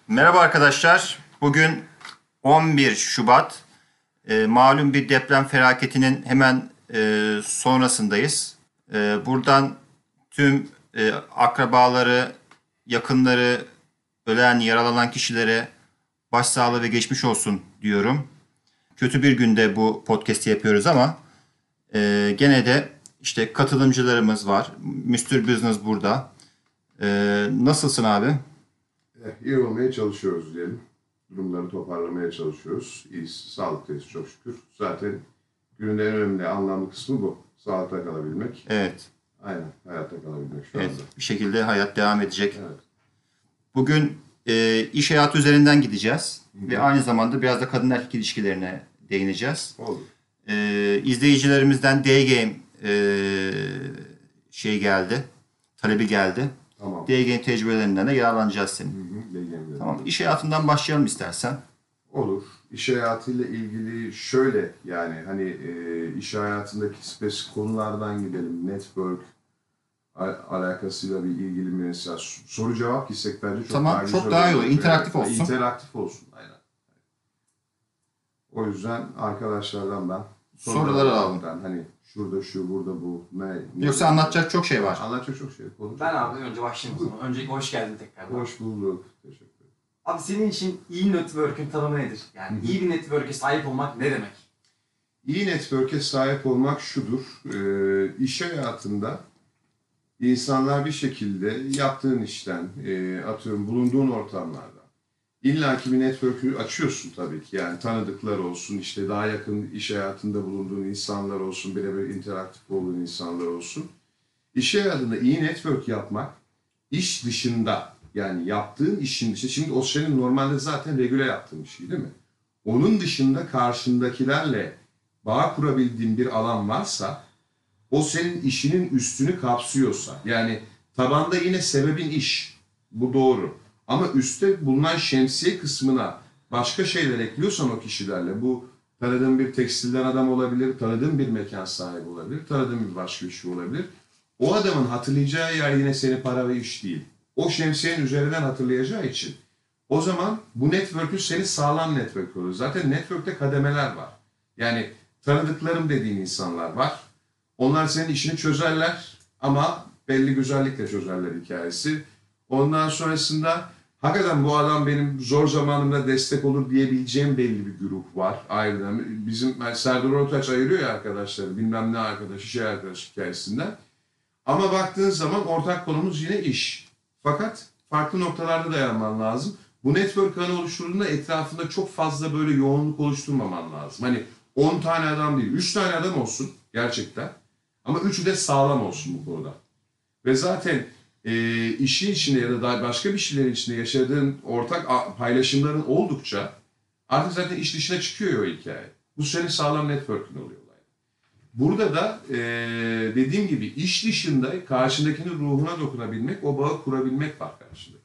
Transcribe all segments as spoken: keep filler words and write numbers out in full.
Merhaba arkadaşlar. Bugün on bir Şubat. E, malum bir deprem felaketinin hemen e, sonrasındayız. E, buradan tüm e, akrabaları, yakınları, ölen, yaralanan kişilere başsağlığı ve geçmiş olsun diyorum. Kötü bir günde bu podcast'i yapıyoruz ama e, gene de işte katılımcılarımız var. mister Business burada. E, nasılsın abi? İyi olmaya çalışıyoruz diyelim. Durumları toparlamaya çalışıyoruz. İyiyiz, sağlıklıyız çok şükür. Zaten günün en önemli, anlamlı kısmı bu. Sağlıkta kalabilmek. Evet. Aynen, hayatta kalabilmek şu Evet, anda. bir şekilde hayat devam edecek. Evet. Bugün e, iş hayatı üzerinden gideceğiz. Hı-hı. Ve aynı zamanda biraz da kadın erkek ilişkilerine değineceğiz. Olur. E, izleyicilerimizden D-Game e, şey geldi, talebi geldi. Tamam. D-Game tecrübelerinden de yararlanacağız senin. Hı-hı. Tamam, iş hayatından başlayalım istersen. Olur. İş hayatıyla ilgili şöyle yani hani e, iş hayatındaki spesifik konulardan gidelim. Network al- alakasıyla bir ilgili mesela soru cevap gitsek bence çok Tamam, daha güzel çok daha iyi olur. olur. İnteraktif Evet, olsun. İnteraktif olsun. Aynen. O yüzden arkadaşlardan ben Soruları alalım. Hani şurada şu, burada bu, ne? ne Yoksa anlatacak çok şey var. Anlatacak çok şey. Konu Ben çok abi önce başlayayım o zaman. Öncelikle hoş geldin tekrar. Hoş bulduk. Teşekkür ederim. Abi senin için iyi network'ün tanımı nedir? Yani Hı hı. iyi bir network'e sahip olmak ne demek? İyi network'e sahip olmak şudur. E, iş hayatında insanlar bir şekilde yaptığın işten, e, atıyorum bulunduğun ortamlarda İlla ki bir network'ü açıyorsun tabii ki. Yani tanıdıklar olsun, işte daha yakın iş hayatında bulunduğun insanlar olsun, birebir interaktif olduğun insanlar olsun. İş hayatında iyi network yapmak, iş dışında yani yaptığın işin dışında, şimdi o senin normalde zaten regüle yaptığın bir şey değil mi? Onun dışında karşındakilerle bağ kurabildiğin bir alan varsa, o senin işinin üstünü kapsıyorsa, yani tabanda yine sebebin iş, bu doğru. Ama üstte bulunan şemsiye kısmına başka şeyler ekliyorsan o kişilerle, bu tanıdığın bir tekstilden adam olabilir, tanıdığın bir mekan sahibi olabilir, tanıdığın bir başka bir şey olabilir. O adamın hatırlayacağı yer yine seni para ve iş değil. O şemsiyenin üzerinden hatırlayacağı için. O zaman bu network'ün seni sağlam network olur. Zaten network'te kademeler var. Yani tanıdıklarım dediğin insanlar var. Onlar senin işini çözerler ama belli güzellikle çözerler hikayesi. Ondan sonrasında hakikaten bu adam benim zor zamanımda destek olur diyebileceğim belli bir grup var ayrıca. Bizim yani Serdar Ortaç ayırıyor ya arkadaşları, bilmem ne arkadaş, şey arkadaş hikayesinden. Ama baktığın zaman ortak konumuz yine iş. Fakat farklı noktalarda dayanman lazım. Bu network ağını oluşturduğunda etrafında çok fazla böyle yoğunluk oluşturmaman lazım. Hani on tane adam değil, üç tane adam olsun gerçekten. Ama üçü de sağlam olsun bu konuda. Ve zaten e, işin içinde ya da başka bir şeylerin içinde yaşadığın ortak paylaşımların oldukça artık zaten iş dışına çıkıyor o hikaye. Bu senin sağlam network'ün oluyor. Burada da e, dediğim gibi iş dışında karşındakinin ruhuna dokunabilmek, o bağı kurabilmek var karşındaki.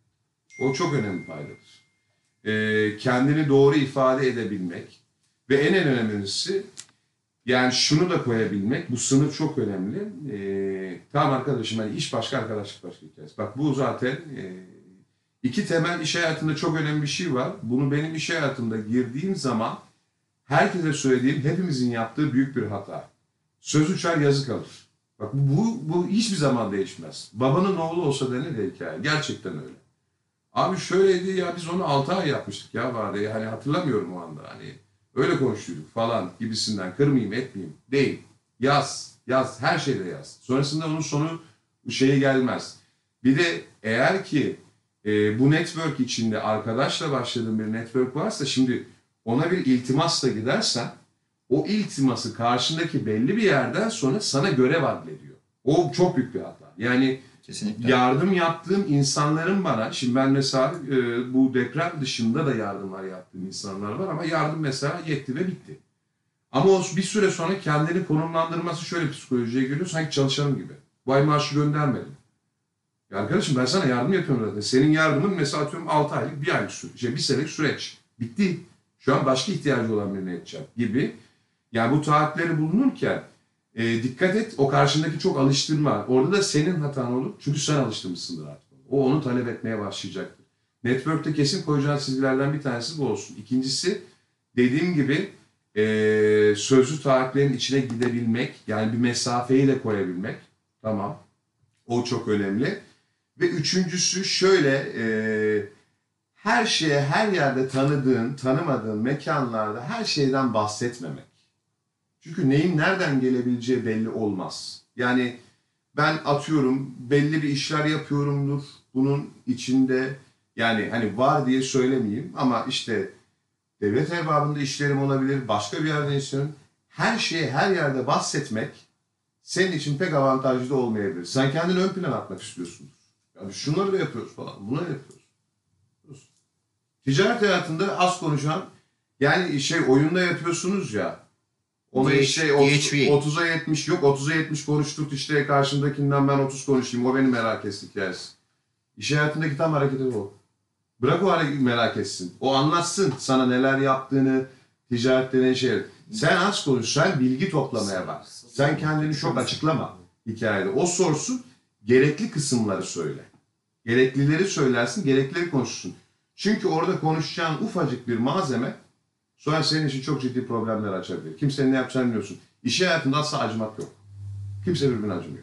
O çok önemli paydadır. E, kendini doğru ifade edebilmek ve en en önemlisi yani şunu da koyabilmek, bu sınır çok önemli. E, tamam arkadaşım, hani iş başka, arkadaşlık başka hikayesi. Bak bu zaten e, iki temel iş hayatında çok önemli bir şey var. Bunu benim iş hayatımda girdiğim zaman herkese söylediğim, hepimizin yaptığı büyük bir hata. Söz uçar yazı kalır. Bak bu, bu hiçbir zaman değişmez. Babanın oğlu olsa denir ya hikaye. Gerçekten öyle. Abi şöyleydi ya, biz onu altı ay yapmıştık ya vardı. Hani hatırlamıyorum o anda. Hani öyle konuştuyduk falan gibisinden. Kırmayayım etmeyeyim. Değil. Yaz. Yaz. Her şeyde yaz. Sonrasında onun sonu şeye gelmez. Bir de eğer ki e, bu network içinde arkadaşla başladığın bir network varsa, şimdi ona bir iltimasla gidersen o iltiması karşındaki belli bir yerden sonra sana görev adlediyor. O çok büyük bir hata. Yani Kesinlikle. Yardım yaptığım insanların bana, şimdi ben mesela e, bu deprem dışında da yardımlar yaptığım insanlar var ama yardım mesela yetti ve bitti. Ama o bir süre sonra kendini konumlandırması şöyle psikolojiye geliyor, sanki çalışanım gibi. Bu ay maaşı göndermedim. Ya arkadaşım ben sana yardım yapıyorum zaten. Senin yardımın mesela atıyorum altı aylık, bir aylık süreç, şey, bir senelik süreç. Bitti. Şu an başka ihtiyacı olan birine edeceğim gibi. Yani bu taahhütleri bulunurken e, dikkat et, o karşındaki çok alıştırma. Orada da senin hatan olur. Çünkü sen alıştırmışsındır artık. O onu talep etmeye başlayacaktır. Network'te kesin koyacağın çizgilerden bir tanesi bu olsun. İkincisi, dediğim gibi e, sözlü taahhütlerin içine gidebilmek, yani bir mesafeyi de koyabilmek. Tamam. O çok önemli. Ve üçüncüsü şöyle, e, her şeye, her yerde tanıdığın, tanımadığın mekanlarda her şeyden bahsetmemek. Çünkü neyin nereden gelebileceği belli olmaz. Yani ben atıyorum belli bir işler yapıyorumdur. Bunun içinde yani hani var diye söylemeyeyim ama işte devlet erbabında işlerim olabilir, başka bir yerde işlerim. Her şeye, her yerde bahsetmek senin için pek avantajlı olmayabilir. Sen kendini ön plana atmak istiyorsundur. Yani şunları da yapıyoruz falan, bunları yapıyoruz. Ticaret hayatında az konuşan, yani şey oyunda yapıyorsunuz ya, ona D H- işte D H V. otuza yetmiş yok, otuza yetmiş konuştuk işte karşımdakinden ben otuz konuşayım, o beni merak etti hikayesi. İş hayatındaki tam hareketi bu. Bırak o hareketi merak etsin. O anlatsın sana neler yaptığını, ticaret denen şey. Sen az konuş, sen bilgi toplamaya bak. Sen kendini çok açıklama hikayede. O sorsun, gerekli kısımları söyle. Gereklileri söylersin, gereklileri konuşsun. Çünkü orada konuşacağın ufacık bir malzeme sonra senin için çok ciddi problemler açabilir. Kimsenin ne yapacağını bilmiyorsun. İş hayatında asla acımak yok. Kimse birbirine acımıyor.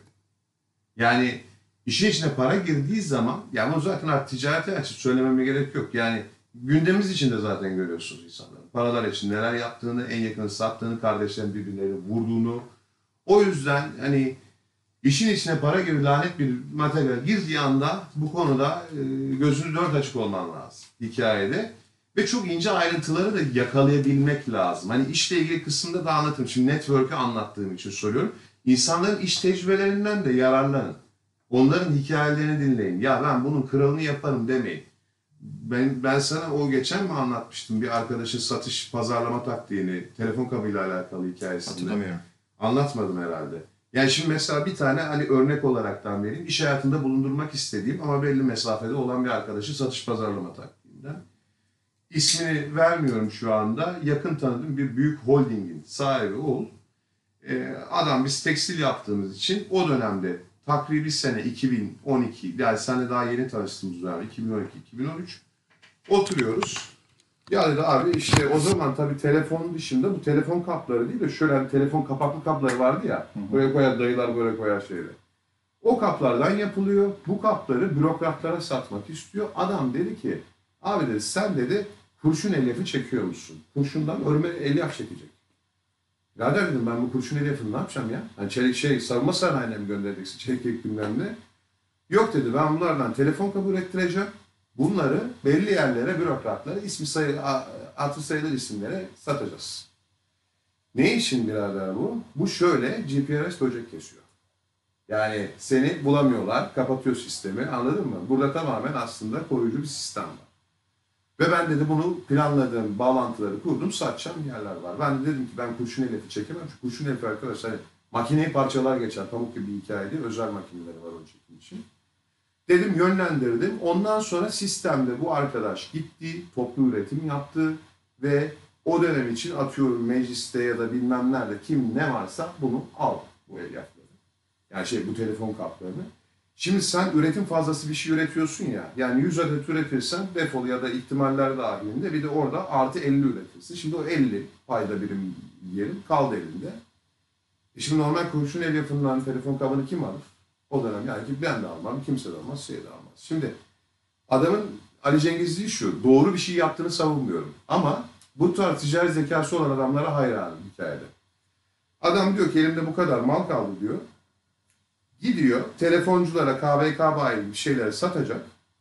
Yani işin içine para girdiği zaman, yani bunu zaten artık ticarete açıp söylememe gerek yok. Yani gündemimiz içinde zaten görüyorsunuz insanların. Paralar için neler yaptığını, en yakını sattığını, kardeşlerin birbirlerini vurduğunu. O yüzden hani işin içine para gibi lanet bir materyal girdiği anda bu konuda e, gözünü dört açık olman lazım hikayede. Ve çok ince ayrıntıları da yakalayabilmek lazım. Hani işle ilgili kısımda da anlatayım. Şimdi network'ü anlattığım için soruyorum. İnsanların iş tecrübelerinden de yararlanın. Onların hikayelerini dinleyin. Ya ben bunun kralını yaparım demeyin. Ben, ben sana o geçen mi anlatmıştım bir arkadaşın satış pazarlama taktiğini, telefon kabıyla alakalı hikayesini. Hatırlamıyorum. Anlatmadım herhalde. Yani şimdi mesela bir tane hani örnek olaraktan vereyim. İş hayatında bulundurmak istediğim ama belli mesafede olan bir arkadaşı satış pazarlama taktiğinden. İsmini vermiyorum şu anda. Yakın tanıdığım bir büyük holdingin sahibi oğul. Ee, adam biz tekstil yaptığımız için o dönemde takribi sene iki bin on iki, yani senle daha yeni tanıştığımız dönem iki bin on iki iki bin on üç oturuyoruz. Ya dedi abi işte o zaman tabii telefon dışında bu telefon kapları değil de şöyle hani telefon kapaklı kapları vardı ya. Böyle koyar dayılar böyle koyar şeyleri. O kaplardan yapılıyor. Bu kapları bürokratlara satmak istiyor. Adam dedi ki abi dedi sen dedi kurşun elyafı çekiyor musun? Kurşundan örme elyaf çekecek. Birader dedim ben bu kurşun elyafını ne yapacağım ya? Hani çelik şey savunma sanayine mi göndereceksin çelik bilmem ne? Yok dedi ben bunlardan telefon kabul ettireceğim. Bunları belli yerlere, bürokratlara, ismi sayı, atı sayılır isimlere satacağız. Ne için birader bu? Bu şöyle, G P R S böcek kesiyor. Yani seni bulamıyorlar, kapatıyor sistemi, anladın mı? Burada tamamen aslında koruyucu bir sistem var. Ve ben dedi bunu planladığım bağlantıları kurdum, satacağım yerler var. Ben de dedim ki ben kurşun elyafı çekemem. Çünkü kurşun elyafı arkadaşlar hani makineyi parçalar geçer, pamuk gibi bir hikayeydi. Özel makineleri var o çekim için. Dedim yönlendirdim. Ondan sonra sistemde bu arkadaş gitti, toplu üretim yaptı ve o dönem için atıyorum mecliste ya da bilmem nerede kim ne varsa bunu al bu elyafları. Yani şey bu telefon kaplarını. Şimdi sen üretim fazlası bir şey üretiyorsun ya. Yani yüz adet üretirsen defol ya da ihtimaller dahilinde bir de orada artı elli üretirsin. Şimdi o elli payda birim diyelim kaldı elinde. E şimdi normal kurşun elyafından telefon kabını kim alır? O dönem yani ki ben de almam, kimse de almaz, şey de almaz. Şimdi adamın Ali Cengizliği şu, doğru bir şey yaptığını savunmuyorum. Ama bu tarz ticari zekası olan adamlara hayranım hikayede. Adam diyor ki elimde bu kadar mal kaldı diyor. Gidiyor telefonculara, K V K bayi bir şeyleri satacak.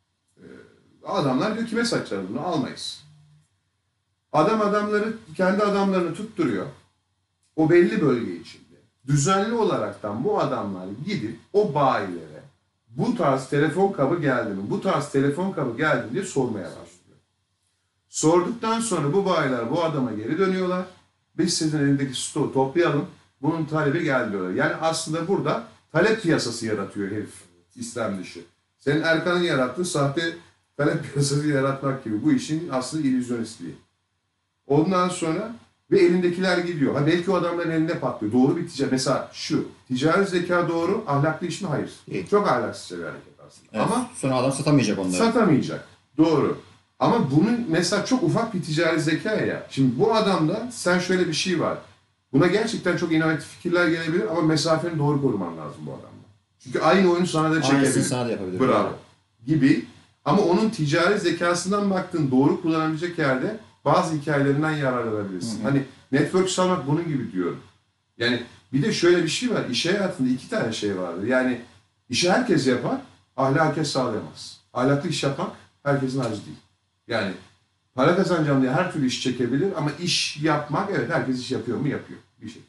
Adamlar diyor kime satacağız bunu almayız. Adam adamları, kendi adamlarını tutturuyor. O belli bölge içinde. Düzenli olaraktan bu adamlar gidip o bayilere bu tarz telefon kabı geldi mi, bu tarz telefon kabı geldi mi diye sormaya başlıyor. Sorduktan sonra bu bayiler bu adama geri dönüyorlar. Biz sizin elindeki stoğu toplayalım. Bunun talebi geldi diyorlar. Yani aslında burada talep piyasası yaratıyor herif İslam dışı. Senin Erkan'ın yarattığı sahte talep piyasası yaratmak gibi. Bu işin aslında illüzyonistliği. Ondan sonra ve elindekiler gidiyor. Ha belki o adamların elinde patlıyor. Doğru bir ticaret. Mesela şu. Ticari zeka doğru. Ahlaklı iş mi? Hayır. Değil. Çok ahlaksızca bir hareket aslında. Evet, Ama sonra adam satamayacak onları. satamayacak. Doğru. Ama bunun mesela çok ufak bir ticari zeka ya. Şimdi bu adamda sen şöyle bir şey var. Buna gerçekten çok inovatif fikirler gelebilir ama mesafeni doğru koruman lazım bu adamla. Çünkü aynı oyunu sana da çekebilir. Aynısını sana da yapabilir. Bravo. Gibi. Ama onun ticari zekasından baktığın doğru kullanabilecek yerde bazı hikayelerinden yararlanabilirsin. Hani network salmak bunun gibi diyorum. Yani bir de şöyle bir şey var. İş hayatında iki tane şey vardır. Yani işi herkes yapar, ahlakı herkes sağlayamaz. Ahlaklı iş yapmak herkesin harcı değil. Yani para kazanacağım diye her türlü iş çekebilir ama iş yapmak, evet herkes iş yapıyor mu? Yapıyor. Bir şekilde.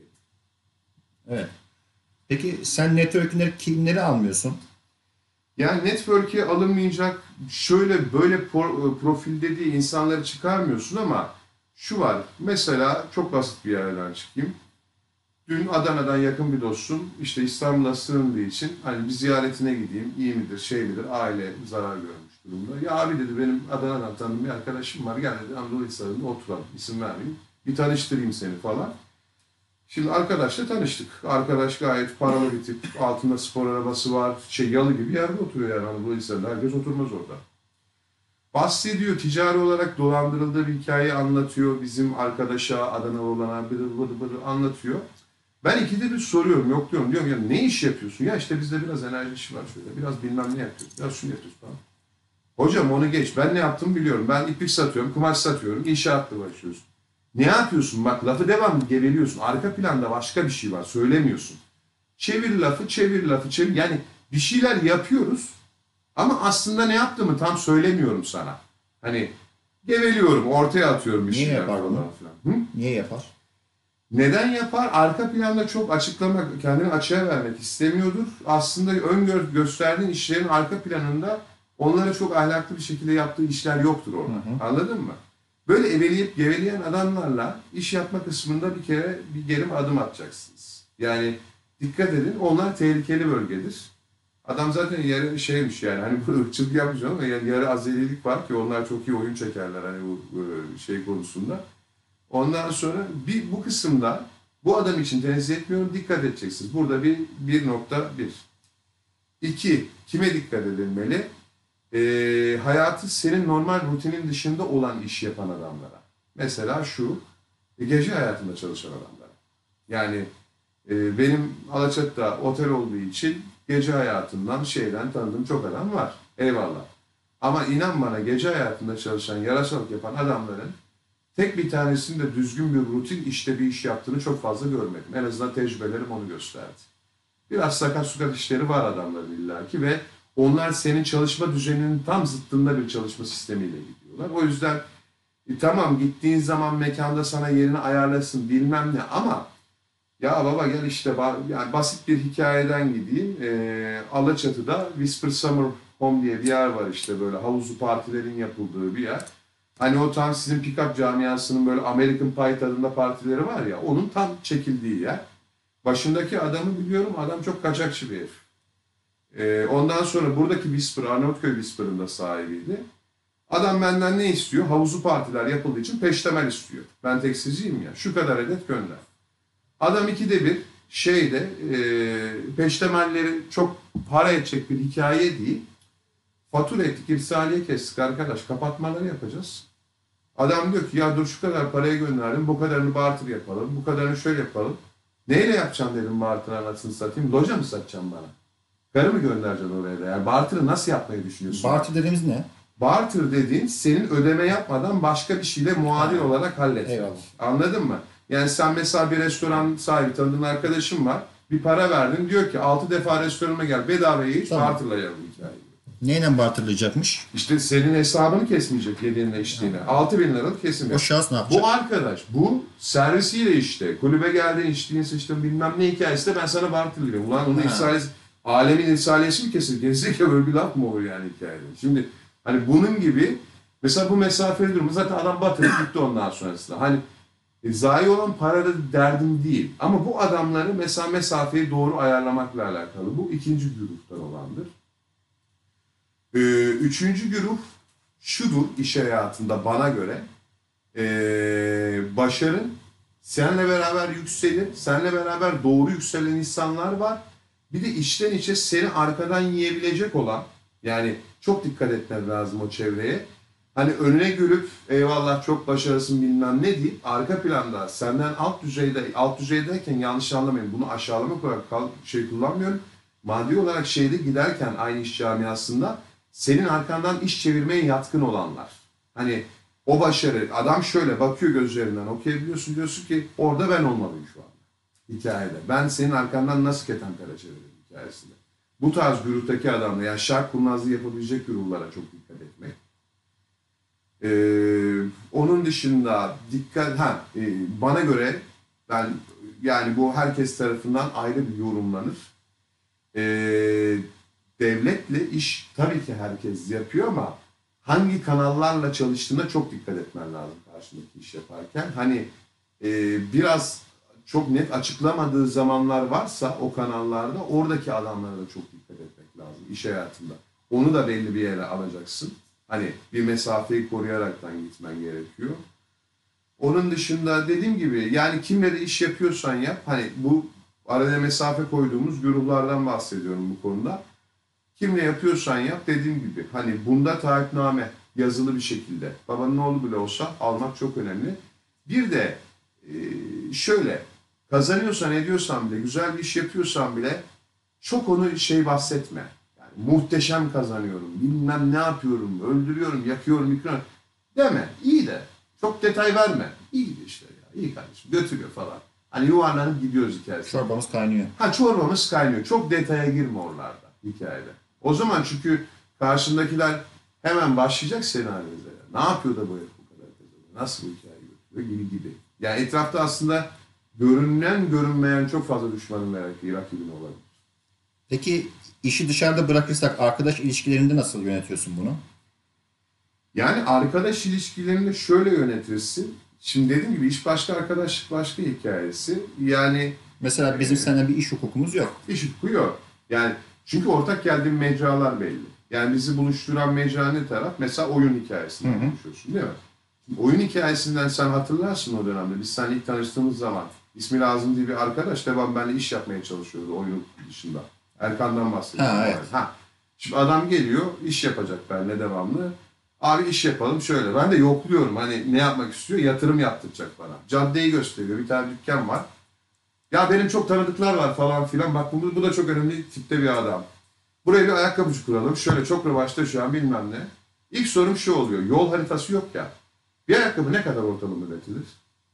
Evet. Peki sen network'leri kimleri almıyorsun? Yani network'e alınmayacak şöyle böyle pro- profil dediği insanları çıkarmıyorsun ama şu var. Mesela çok basit bir yerden çıkayım. Dün Adana'dan yakın bir dostum işte İstanbul'a sığındığı için hani bir ziyaretine gideyim, iyi midir, şey midir, aile zarar görmüş durumda. Ya abi dedi benim Adana'dan tanıdığım bir arkadaşım var, gel dedi Anadolu Hisarı'nda oturalım, isim vermeyeyim, bir tanıştırayım seni falan. Şimdi arkadaşla tanıştık. Arkadaş gayet paralı bir tip, altında spor arabası var, şey yalı gibi yerde oturuyor yani Anadolu Hisarı'nda, herkes oturmaz orada. Bahsediyor, ticari olarak dolandırıldığı bir hikaye anlatıyor, bizim arkadaşa, Adanalı olana bıdı bıdı bıdı anlatıyor. Ben ikide bir soruyorum, yok diyorum. Diyorum ya ne iş yapıyorsun? Ya işte bizde biraz enerji işi var şöyle. Biraz bilmem ne yapıyoruz. Biraz şunu yapıyoruz falan. Hocam onu geç. Ben ne yaptığımı biliyorum. Ben iplik satıyorum, kumaş satıyorum. İnşaatla başlıyorsun. Ne yapıyorsun? Bak lafı devamlı geveliyorsun. Arka planda başka bir şey var. Söylemiyorsun. Çevir lafı, çevir lafı, çevir. Yani bir şeyler yapıyoruz. Ama aslında ne yaptığımı tam söylemiyorum sana. Hani geveliyorum, ortaya atıyorum bir Niye şeyler yapar falan bunu? filan. Hı? Niye yapar? Neden yapar? Arka planda çok açıklamak, kendini açığa vermek istemiyordur. Aslında öngör gösterdiğin işlerin arka planında onlara çok ahlaklı bir şekilde yaptığı işler yoktur orada. Hı hı. Anladın mı? Böyle eveleyip geveleyen adamlarla iş yapma kısmında bir kere bir gerim adım atacaksınız. Yani dikkat edin, onlar tehlikeli bölgedir. Adam zaten yarı şeymiş yani hani bu ırkçılık yapmış ama yani yarı Azerilik var ki onlar çok iyi oyun çekerler hani bu, bu şey konusunda. Ondan sonra bir, bu kısımda bu adam için tenzih etmiyorum, dikkat edeceksiniz. Burada bir bir nokta bir. İki, kime dikkat edilmeli? Ee, hayatı senin normal rutinin dışında olan iş yapan adamlara. Mesela şu, gece hayatında çalışan adamlara. Yani e, benim Alaçatı'da otel olduğu için gece hayatından şeyden tanıdığım çok adam var. Eyvallah. Ama inan bana gece hayatında çalışan, yarasalık yapan adamların tek bir tanesinin de düzgün bir rutin işte bir iş yaptığını çok fazla görmedim. En azından tecrübelerim onu gösterdi. Biraz sakat sukat işleri var adamların illaki ve onlar senin çalışma düzeninin tam zıttında bir çalışma sistemiyle gidiyorlar. O yüzden e, tamam gittiğin zaman mekanda sana yerini ayarlasın bilmem ne ama ya baba gel işte yani basit bir hikayeden gideyim. E, Alaçatı'da Whisper Summer Home diye bir yer var işte böyle havuzlu partilerin yapıldığı bir yer. Hani o tam sizin pick-up camiasının böyle American Pie tadında partileri var ya, onun tam çekildiği yer. Başındaki adamı biliyorum, adam çok kaçakçı bir herif. Ee, ondan sonra buradaki Whisper, Arnavutköy Whisper'ın da sahibiydi. Adam benden ne istiyor? Havuzlu partiler yapıldığı için peştemal istiyor. Ben tekstilciyim ya, şu kadar adet gönder. Adam ikide bir şeyde e, peştemalleri çok para edecek bir hikaye değil. Fatura ettik, irsaliye kestik arkadaş, kapatmaları yapacağız. Adam diyor ki ya dur şu kadar parayı gönderdim, bu kadarını barter yapalım, bu kadarını şöyle yapalım. Neyle yapacağım dedim barter anasını satayım, loja mı satacağım bana? Karı mı göndereceksin oraya da? Yani barter'ı nasıl yapmayı düşünüyorsun? Barter dediğimiz ne? Barter dediğin senin ödeme yapmadan başka bir şeyle muadil Ha. olarak halletmek. Eyvallah. Anladın mı? Yani sen mesela bir restoran sahibi tanıdığın arkadaşın var, bir para verdin diyor ki altı defa restoranıma gel bedavaya iç, Tamam. barter'la yapın hikayeyi. Neyle barterlayacakmış? İşte senin hesabını kesmeyecek yediğinle içtiğine. altı bin liralık kesim. O şahıs ne yapacak? Bu arkadaş, bu servisiyle işte. Kulübe geldin, içtiğin, sıçtın bilmem ne hikayesi de ben sana barterlıyorum. Ulan onun Ha. irsalesi, alemin irsaliyesi mi kesin? Gerizekalı böyle bir laf mı olur yani hikayede? Şimdi hani bunun gibi, mesela bu mesafeli durumu zaten adam batırıp gitti ondan sonrasında. Hani e, zayi olan parada derdim değil. Ama bu adamları mesela mesafeyi doğru ayarlamakla alakalı. Bu ikinci gruptan olandır. Ee, üçüncü güruh şudur iş hayatında bana göre. Ee, başarın seninle beraber yükselir, seninle beraber doğru yükselen insanlar var. Bir de içten içe seni arkadan yiyebilecek olan Yani çok dikkat etmen lazım o çevreye. Hani önüne gülüp eyvallah çok başarısın bilmem ne deyip arka planda senden alt düzeyde, alt düzeydeyken yanlış anlamayın, bunu aşağılamak olarak kal- şey kullanmıyorum. Maddi olarak şeyde giderken aynı iş camiasında senin arkandan iş çevirmeye yatkın olanlar. Hani o başarı, adam şöyle bakıyor gözlerinden okuyabiliyorsun, diyorsun ki orada ben olmalıyım şu anda hikayede. Ben senin arkandan nasıl ketenpere çeviririm hikayesinde. Bu tarz güruhtaki adamla, yani şark kurnazlığı yapabilecek güruhlara çok dikkat etmek. Ee, onun dışında dikkat, ha, e, bana göre ben yani bu herkes tarafından ayrı bir yorumlanır. Ee, devletle iş tabii ki herkes yapıyor ama hangi kanallarla çalıştığına çok dikkat etmen lazım karşındaki iş yaparken. Hani e, biraz çok net açıklamadığı zamanlar varsa o kanallarda oradaki adamlara da çok dikkat etmek lazım iş hayatında. Onu da belli bir yere alacaksın. Hani bir mesafeyi koruyaraktan gitmen gerekiyor. Onun dışında dediğim gibi yani kimle de iş yapıyorsan yap. Hani bu arada mesafe koyduğumuz gruplardan bahsediyorum bu konuda. Kimle yapıyorsan yap dediğim gibi. Hani bunda taahhütname yazılı bir şekilde. Babanın oğlu bile olsa almak çok önemli. Bir de şöyle kazanıyorsan ediyorsan bile güzel bir iş yapıyorsan bile çok onu şey bahsetme. Muhteşem kazanıyorum, bilmem ne yapıyorum, öldürüyorum, yakıyorum, yıkıyorum deme. İyi de çok detay verme. İyi gidiyor işte ya, iyi kardeşim, götürüyor falan. Hani yuvarlanıp gidiyoruz hikayesi. Çorbamız kaynıyor. Ha çorbamız kaynıyor. Çok detaya girme oralarda hikayede. O zaman çünkü karşındakiler hemen başlayacak seni analizlere. Ne yapıyor da bu herif bu kadar kazanıyor? Nasıl bu hikaye götürüyor gibi gibi. Yani etrafta aslında görünen görünmeyen çok fazla düşmanın ve rakibin olabilir. Peki işi dışarıda bırakırsak arkadaş ilişkilerinde nasıl yönetiyorsun bunu? Yani arkadaş ilişkilerini şöyle yönetirsin. Şimdi dediğim gibi iş başka, arkadaşlık başka hikayesi. Yani Mesela bizim seninle bir iş hukukumuz yok. iş hukuku yok. Yani çünkü ortak geldiğim mecralar belli. Yani bizi buluşturan mecra ne taraf? Mesela oyun hikayesinden Hı hı. konuşuyorsun değil mi? Şimdi oyun hikayesinden sen hatırlarsın o dönemde. Biz seninle ilk tanıştığımız zaman ismi lazım diye bir arkadaş devam benimle iş yapmaya çalışıyordu oyun dışında. Erkan'dan bahsediyorum. Ha, evet. Ha. Şimdi adam geliyor, iş yapacak benimle devamlı. Abi iş yapalım şöyle. Ben de yokluyorum. Hani ne yapmak istiyor? Yatırım yaptıracak bana. Caddeyi gösteriyor. Bir tane dükkan var. Ya benim çok tanıdıklar var falan filan. Bak bu, bu da çok önemli tipte bir adam. Buraya bir ayakkabıcı kuralım. Şöyle çok revaçta şu an bilmem ne. İlk sorum şu oluyor. Yol haritası yok ya. Bir ayakkabı ne kadar ortalama üretilir?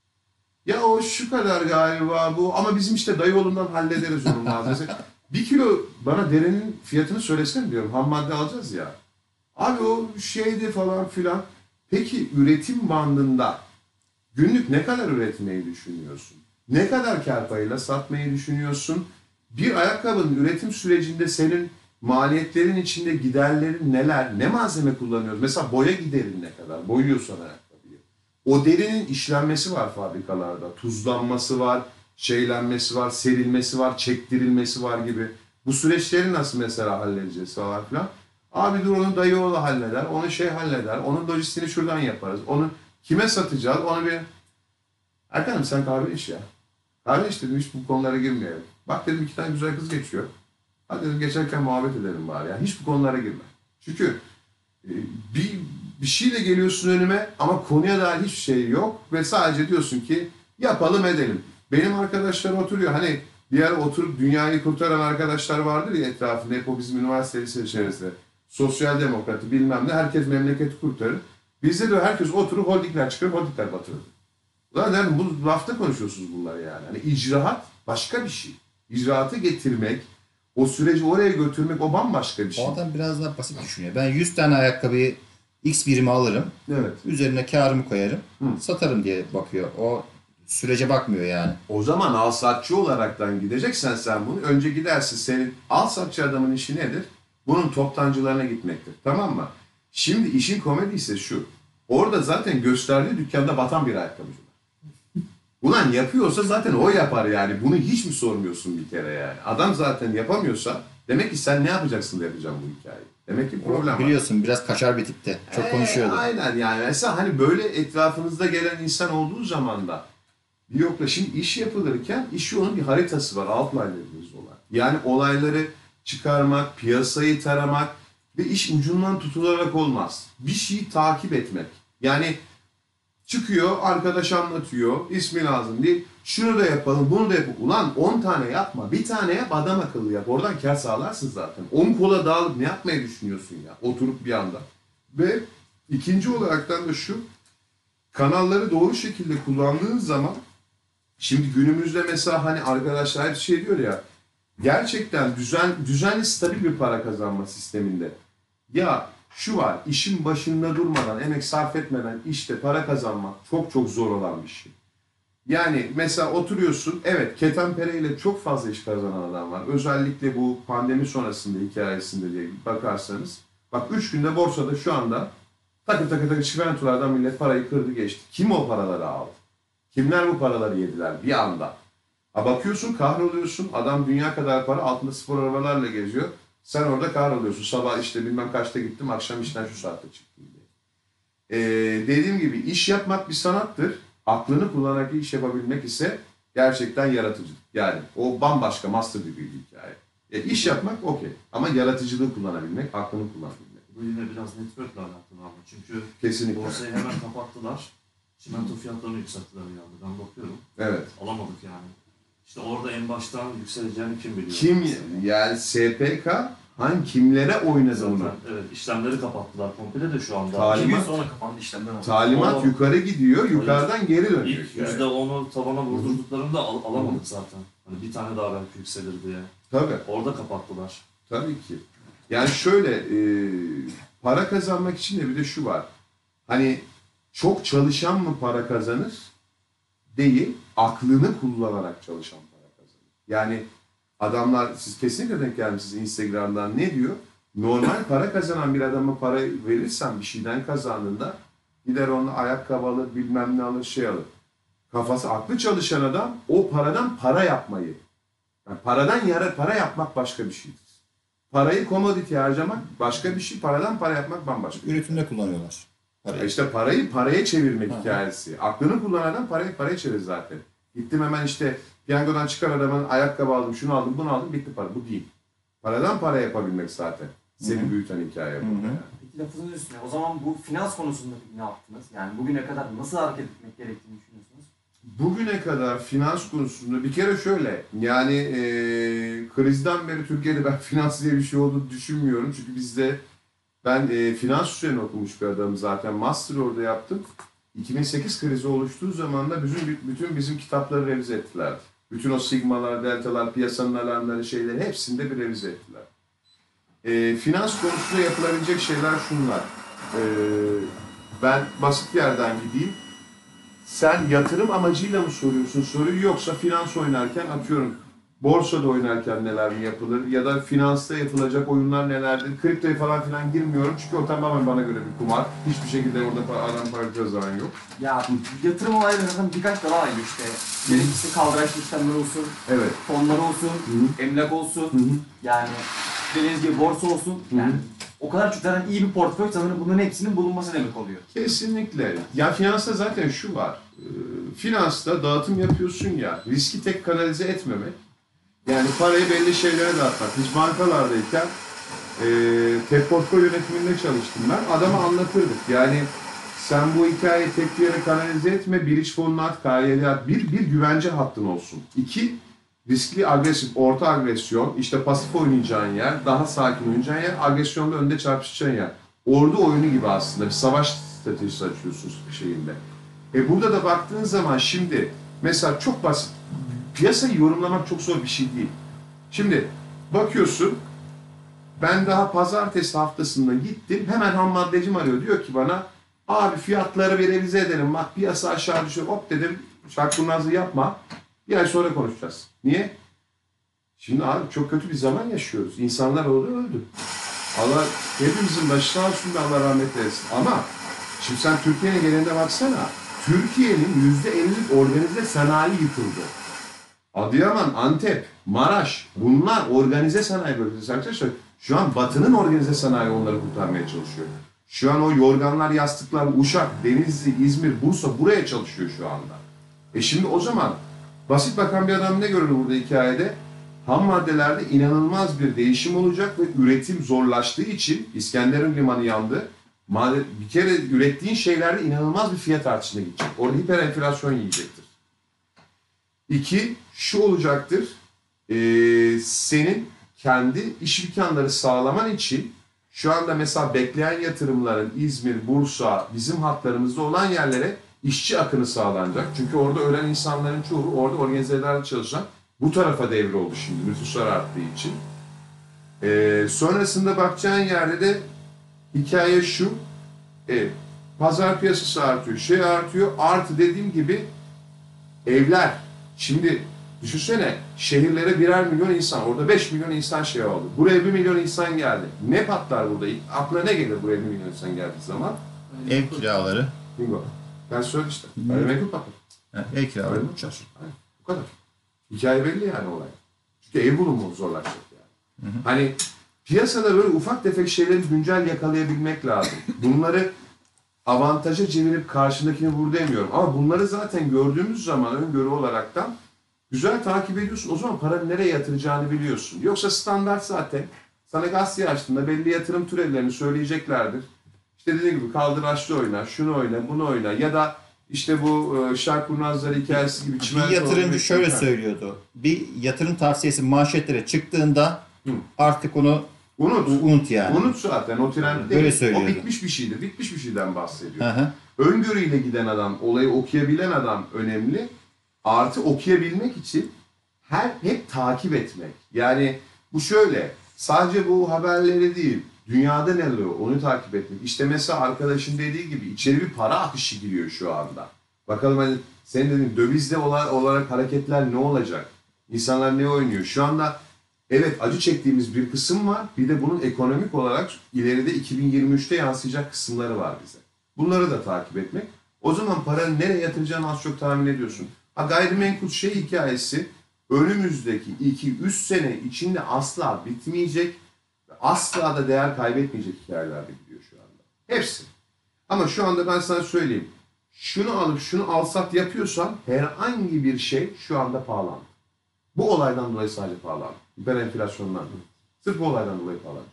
Ya o şu kadar galiba bu ama bizim işte dayı oğlundan hallederiz onun mağazası. Bir kilo bana derenin fiyatını söylesene diyorum. Ham madde alacağız ya. Abi o şeydi falan filan. Peki üretim bandında günlük ne kadar üretmeyi düşünüyorsun? Ne kadar kâr payıyla satmayı düşünüyorsun? Bir ayakkabının üretim sürecinde senin maliyetlerin içinde giderlerin neler? Ne malzeme kullanıyoruz? Mesela boya giderin ne kadar? Boyuyorsan ayakkabıyı. O derinin işlenmesi var fabrikalarda. Tuzlanması var, şeylenmesi var, serilmesi var, çektirilmesi var gibi. Bu süreçleri nasıl mesela halledeceğiz falan filan. Abi dur onu dayı oğlu halleder, onu şey halleder, onun lojistiğini şuradan yaparız. Onu kime satacağız, onu bir... Erkan'ım sen kahve iç ya. Kahve iç dedim, hiç bu konulara girmeyelim. Bak dedim iki tane güzel kız geçiyor. Hadi dedim geçerken muhabbet edelim bari. Yani hiç bu konulara girme. Çünkü e, bir, bir şeyle geliyorsun önüme ama konuya dair hiçbir şey yok. Ve sadece diyorsun ki yapalım edelim. Benim arkadaşlar oturuyor. Hani bir ara oturup dünyayı kurtaran arkadaşlar vardır ya etrafında. Hep o bizim üniversite lisesi içerisinde. Sosyal demokratı bilmem ne. Herkes memleketi kurtarır. Bizde de herkes oturup holdingler çıkarıp holdingler batırır. Ulan yani bu lafta konuşuyorsunuz bunlar yani. Hani icraat başka bir şey. İcraatı getirmek, o süreci oraya götürmek o bambaşka bir şey. O adam biraz daha basit düşünüyor. Ben yüz tane ayakkabıyı X birimi alırım. Evet. Üzerine karımı koyarım. Hı. Satarım diye bakıyor. O sürece bakmıyor yani. O zaman alsatçı olaraktan gideceksen sen bunu önce gidersin. Senin alsatçı adamın işi nedir? Bunun toptancılarına gitmektir. Tamam mı? Şimdi işin komedisi şu. Orada zaten gösterdiği dükkanda batan bir ayakkabıcı var. Ulan yapıyorsa zaten o yapar yani. Bunu hiç mi sormuyorsun bir kere yani? Adam zaten yapamıyorsa demek ki sen ne yapacaksın da yapacağım bu hikayeyi. Demek ki problem var. Biliyorsun biraz kaşar bir tipte. Çok Ee, konuşuyordu. Aynen yani. Mesela hani böyle etrafınızda gelen insan olduğu zaman da bir yokla şimdi iş yapılırken iş yolunun bir haritası var. Outline'larımız olan. Yani olayları çıkarmak, piyasayı taramak, Ve iş ucundan tutularak olmaz. Bir şeyi takip etmek. Yani çıkıyor, arkadaş anlatıyor, ismi lazım değil. Şunu da yapalım, bunu da yapalım. Ulan on tane yapma, bir tane yap, adam akıllı yap. Oradan kar sağlarsın zaten. on kola dağılıp ne yapmayı düşünüyorsun ya? Oturup bir anda. Ve ikinci olaraktan da şu, kanalları doğru şekilde kullandığın zaman, şimdi günümüzde mesela hani arkadaşlar hep şey diyor ya, gerçekten düzen, düzenli, stabil bir para kazanma sisteminde. Ya şu var, işin başında durmadan, emek sarf etmeden işte para kazanmak çok çok zor olan bir şey. Yani mesela oturuyorsun, evet ketenpereyle çok fazla iş kazanan adam var. Özellikle bu pandemi sonrasında hikayesinde diye bakarsanız. Bak üç günde borsada şu anda takır takır takır çimentolardan millet parayı kırdı geçti. Kim o paraları aldı? Kimler bu paraları yediler bir anda? Ha bakıyorsun kahroluyorsun, adam dünya kadar para altında spor arabalarla geziyor. Sen orada kahroluyorsun. Sabah işte bilmem kaçta gittim, akşam işten şu saatte çıktım diye. Ee, dediğim gibi iş yapmak bir sanattır. Aklını kullanarak iş yapabilmek ise gerçekten yaratıcı. Yani o bambaşka master degree bir hikaye. E, iş yapmak okey. Ama yaratıcılığı kullanabilmek, aklını kullanabilmek. Bu yine biraz network'le alakalı ama çünkü Kesinlikle. borsayı hemen kapattılar. Çimento fiyatlarını yükselttiler bir anda. Ben bakıyorum. Evet. Alamadık yani. İşte orada en baştan yükseleceğini kim biliyor? Kim yani S P K hangi kimlere oynadı bunu? Zaten, evet, işlemleri kapattılar komple de şu anda. Talimat- İki gün sonra kapandı işlemler. Talimat O- yukarı gidiyor, yukarıdan geri dönüyor. İlk hikaye. yüzde onu tavana vurdurduklarında al- alamadık zaten. Hani bir tane daha belki yükselir diye. Tabii. Orada kapattılar. Tabii ki. Yani şöyle, e, para kazanmak için de bir de şu var. Hani çok çalışan mı para kazanır? Değil, aklını kullanarak çalışan para kazanır. Yani adamlar, siz kesinlikle denk gelmişsiniz Instagram'dan ne diyor? Normal para kazanan bir adama para verirsen bir şeyden kazandığında gider onunla ayakkabı alır, bilmem ne alır, şey alır. Kafası aklı çalışan adam o paradan para yapmayı. Yani paradan yara para yapmak başka bir şeydir. Parayı commodity harcamak başka bir şey, paradan para yapmak bambaşka bir şey. Üretimde kullanıyorlar. Ya İşte parayı paraya çevirmek Hı hı. hikayesi. Aklını kullanan adam parayı paraya çevirir zaten. Gittim hemen işte piyangodan çıkar adamın ayakkabı aldım, şunu aldım, bunu aldım, bitti para. Bu değil. Paradan para yapabilmek zaten. Seni Hı hı. büyüten hikaye bu. Hı hı. Yani. Peki lafınızın üstüne o zaman bu finans konusunda ne yaptınız? Yani bugüne kadar nasıl hareket etmek gerektiğini düşünüyorsunuz? Bugüne kadar finans konusunda bir kere şöyle, yani e, krizden beri Türkiye'de ben finans diye bir şey olduğunu düşünmüyorum. Çünkü bizde, ben e, finans üzerine okumuş bir adamım zaten, master orada yaptım. iki bin sekiz krizi oluştuğu zaman da bütün, bütün bizim kitapları revize ettiler. Bütün o sigmalar, deltalar, piyasanın alarmları, şeyleri hepsinde bir revize ettiler. E, finans konusunda yapılabilecek şeyler şunlar. E, ben basit yerden gideyim. Sen yatırım amacıyla mı soruyorsun soruyu, yoksa finans oynarken, atıyorum borsada oynarken neler mi yapılır ya da finansta yapılacak oyunlar nelerdir? Kriptoya falan filan girmiyorum çünkü o tamamen bana göre bir kumar. Hiçbir şekilde orada pa- adam para kazanan yok. Ya yatırım olaylarından birkaç dala ayrı işte. Birincisi kaldıraçlı işlemler olsun, Evet. fonlar olsun, Hı. emlak olsun. Hı hı. Yani dediğiniz gibi borsa olsun. Hı hı. Yani o kadar çok zaten iyi bir portföy sanırım bunların hepsinin bulunması demek oluyor. Kesinlikle. Ya finansta zaten şu var. Ee, Finansta dağıtım yapıyorsun ya, riski tek kanalize etmemek. Yani parayı belli şeylere dağıtmak. Biz bankalardayken e, tek portföy yönetiminde çalıştım ben. Adama anlatırdık. Yani sen bu hikayeyi tek bir yere kanalize etme. Bir iç fonuna at, K Y D'ye at. Bir, bir güvence hattın olsun. İki, riskli, agresif, orta agresyon, işte pasif oynayacağın yer, daha sakin oynayacağın yer, agresyonda önde çarpışacağın yer. Ordu oyunu gibi aslında. Bir savaş stratejisi açıyorsun şeyinde. E burada da baktığın zaman şimdi mesela çok basit. Piyasayı yorumlamak çok zor bir şey değil. Şimdi bakıyorsun, ben daha pazartesi haftasında gittim, hemen ham maddecim arıyor. Diyor ki bana, abi fiyatları bir revize edelim, bak piyasa aşağı düşüyor. Hop dedim, şarkurnazlığı yapma. Bir ay sonra konuşacağız. Niye? Şimdi abi çok kötü bir zaman yaşıyoruz. İnsanlar oldu öldü. Allah hepimizin başı sağ olsun da Allah rahmet eylesin. Ama şimdi sen Türkiye'nin genelinde baksana. Türkiye'nin yüzde ellilik organize sanayi yıkıldı. Adıyaman, Antep, Maraş, bunlar organize sanayi bölgesi arkadaşlar. Şu an Batı'nın organize sanayi onları kurtarmaya çalışıyor. Şu an o yorganlar, yastıklar, Uşak, Denizli, İzmir, Bursa buraya çalışıyor şu anda. E şimdi o zaman basit bakan bir adam ne görür burada hikayede? ham maddelerde inanılmaz bir değişim olacak ve üretim zorlaştığı için İskenderun limanı yandı. Made- Bir kere ürettiğin şeylerde inanılmaz bir fiyat artışına gidecek. Orada hiper enflasyon yiyecektir. İki, şu olacaktır. Ee, senin kendi iş imkanları sağlaman için şu anda mesela bekleyen yatırımların İzmir, Bursa, bizim hatlarımızda olan yerlere işçi akını sağlanacak. Çünkü orada ölen insanların çoğu orada organizelerde çalışan bu tarafa devroldu şimdi nüfuslar arttığı için. Ee, sonrasında bakacağın yerde de hikaye şu. E, pazar piyasası artıyor, şey artıyor. Artı dediğim gibi evler. Şimdi düşünsene şehirlere birer milyon insan, orada beş milyon insan şey oldu. Buraya bir milyon insan geldi. Ne patlar burada? Aklına ne gelir buraya bir milyon insan geldiği zaman? Ev kiraları. Bingo. Ben söyledim işte. Gayrimenkul patlar. Ha, ev kiraları Öyle mi? uçar. Aynen. Bu kadar. Hikaye belli yani olay. Çünkü ev bulunmu zorlaşacak yani. Hı hı. Hani piyasada böyle ufak tefek şeyleri güncel yakalayabilmek lazım. Bunları avantaja çevirip karşındakini vur demiyorum. Ama bunları zaten gördüğümüz zaman öngörü olaraktan güzel takip ediyorsun. O zaman paranı nereye yatıracağını biliyorsun. Yoksa standart zaten sana gazete açtığında belli yatırım türevlerini söyleyeceklerdir. İşte dediğim gibi kaldıraçlı oyna, şunu oyna, bunu oyna ya da işte bu e, Şark Kurnazları hikayesi gibi Bir çimento yatırımcı oynamak şöyle imkan. söylüyordu. Bir yatırım tavsiyesi manşetlere çıktığında Hı. artık onu Unut. unut yani. Unut zaten o tren Böyle değil. söylüyordu. O bitmiş bir şeydir. Bitmiş bir şeyden bahsediyor. Hı hı. Öngörüyle giden adam, olayı okuyabilen adam önemli. Artı okuyabilmek için her hep takip etmek. Yani bu şöyle, sadece bu haberleri değil, dünyada ne oluyor onu takip etmek. İşte mesela arkadaşın dediği gibi içeri bir para akışı giriyor şu anda. Bakalım hani senin dediğin dövizde olarak hareketler ne olacak? İnsanlar ne oynuyor? Şu anda evet acı çektiğimiz bir kısım var. Bir de bunun ekonomik olarak ileride iki bin yirmi üçte yansıyacak kısımları var bize. Bunları da takip etmek. O zaman paranı nereye yatıracağını az çok tahmin ediyorsun. Ha gayrimenkul şey hikayesi önümüzdeki iki üç sene içinde asla bitmeyecek ve asla da değer kaybetmeyecek hikayelerde gidiyor şu anda. Hepsi. Ama şu anda ben sana söyleyeyim. Şunu alıp şunu alsat yapıyorsan herhangi bir şey şu anda pahalandı. Bu olaydan dolayı sadece pahalandı. Hiper enflasyondan dolayı. Sırf bu olaydan dolayı pahalanacak.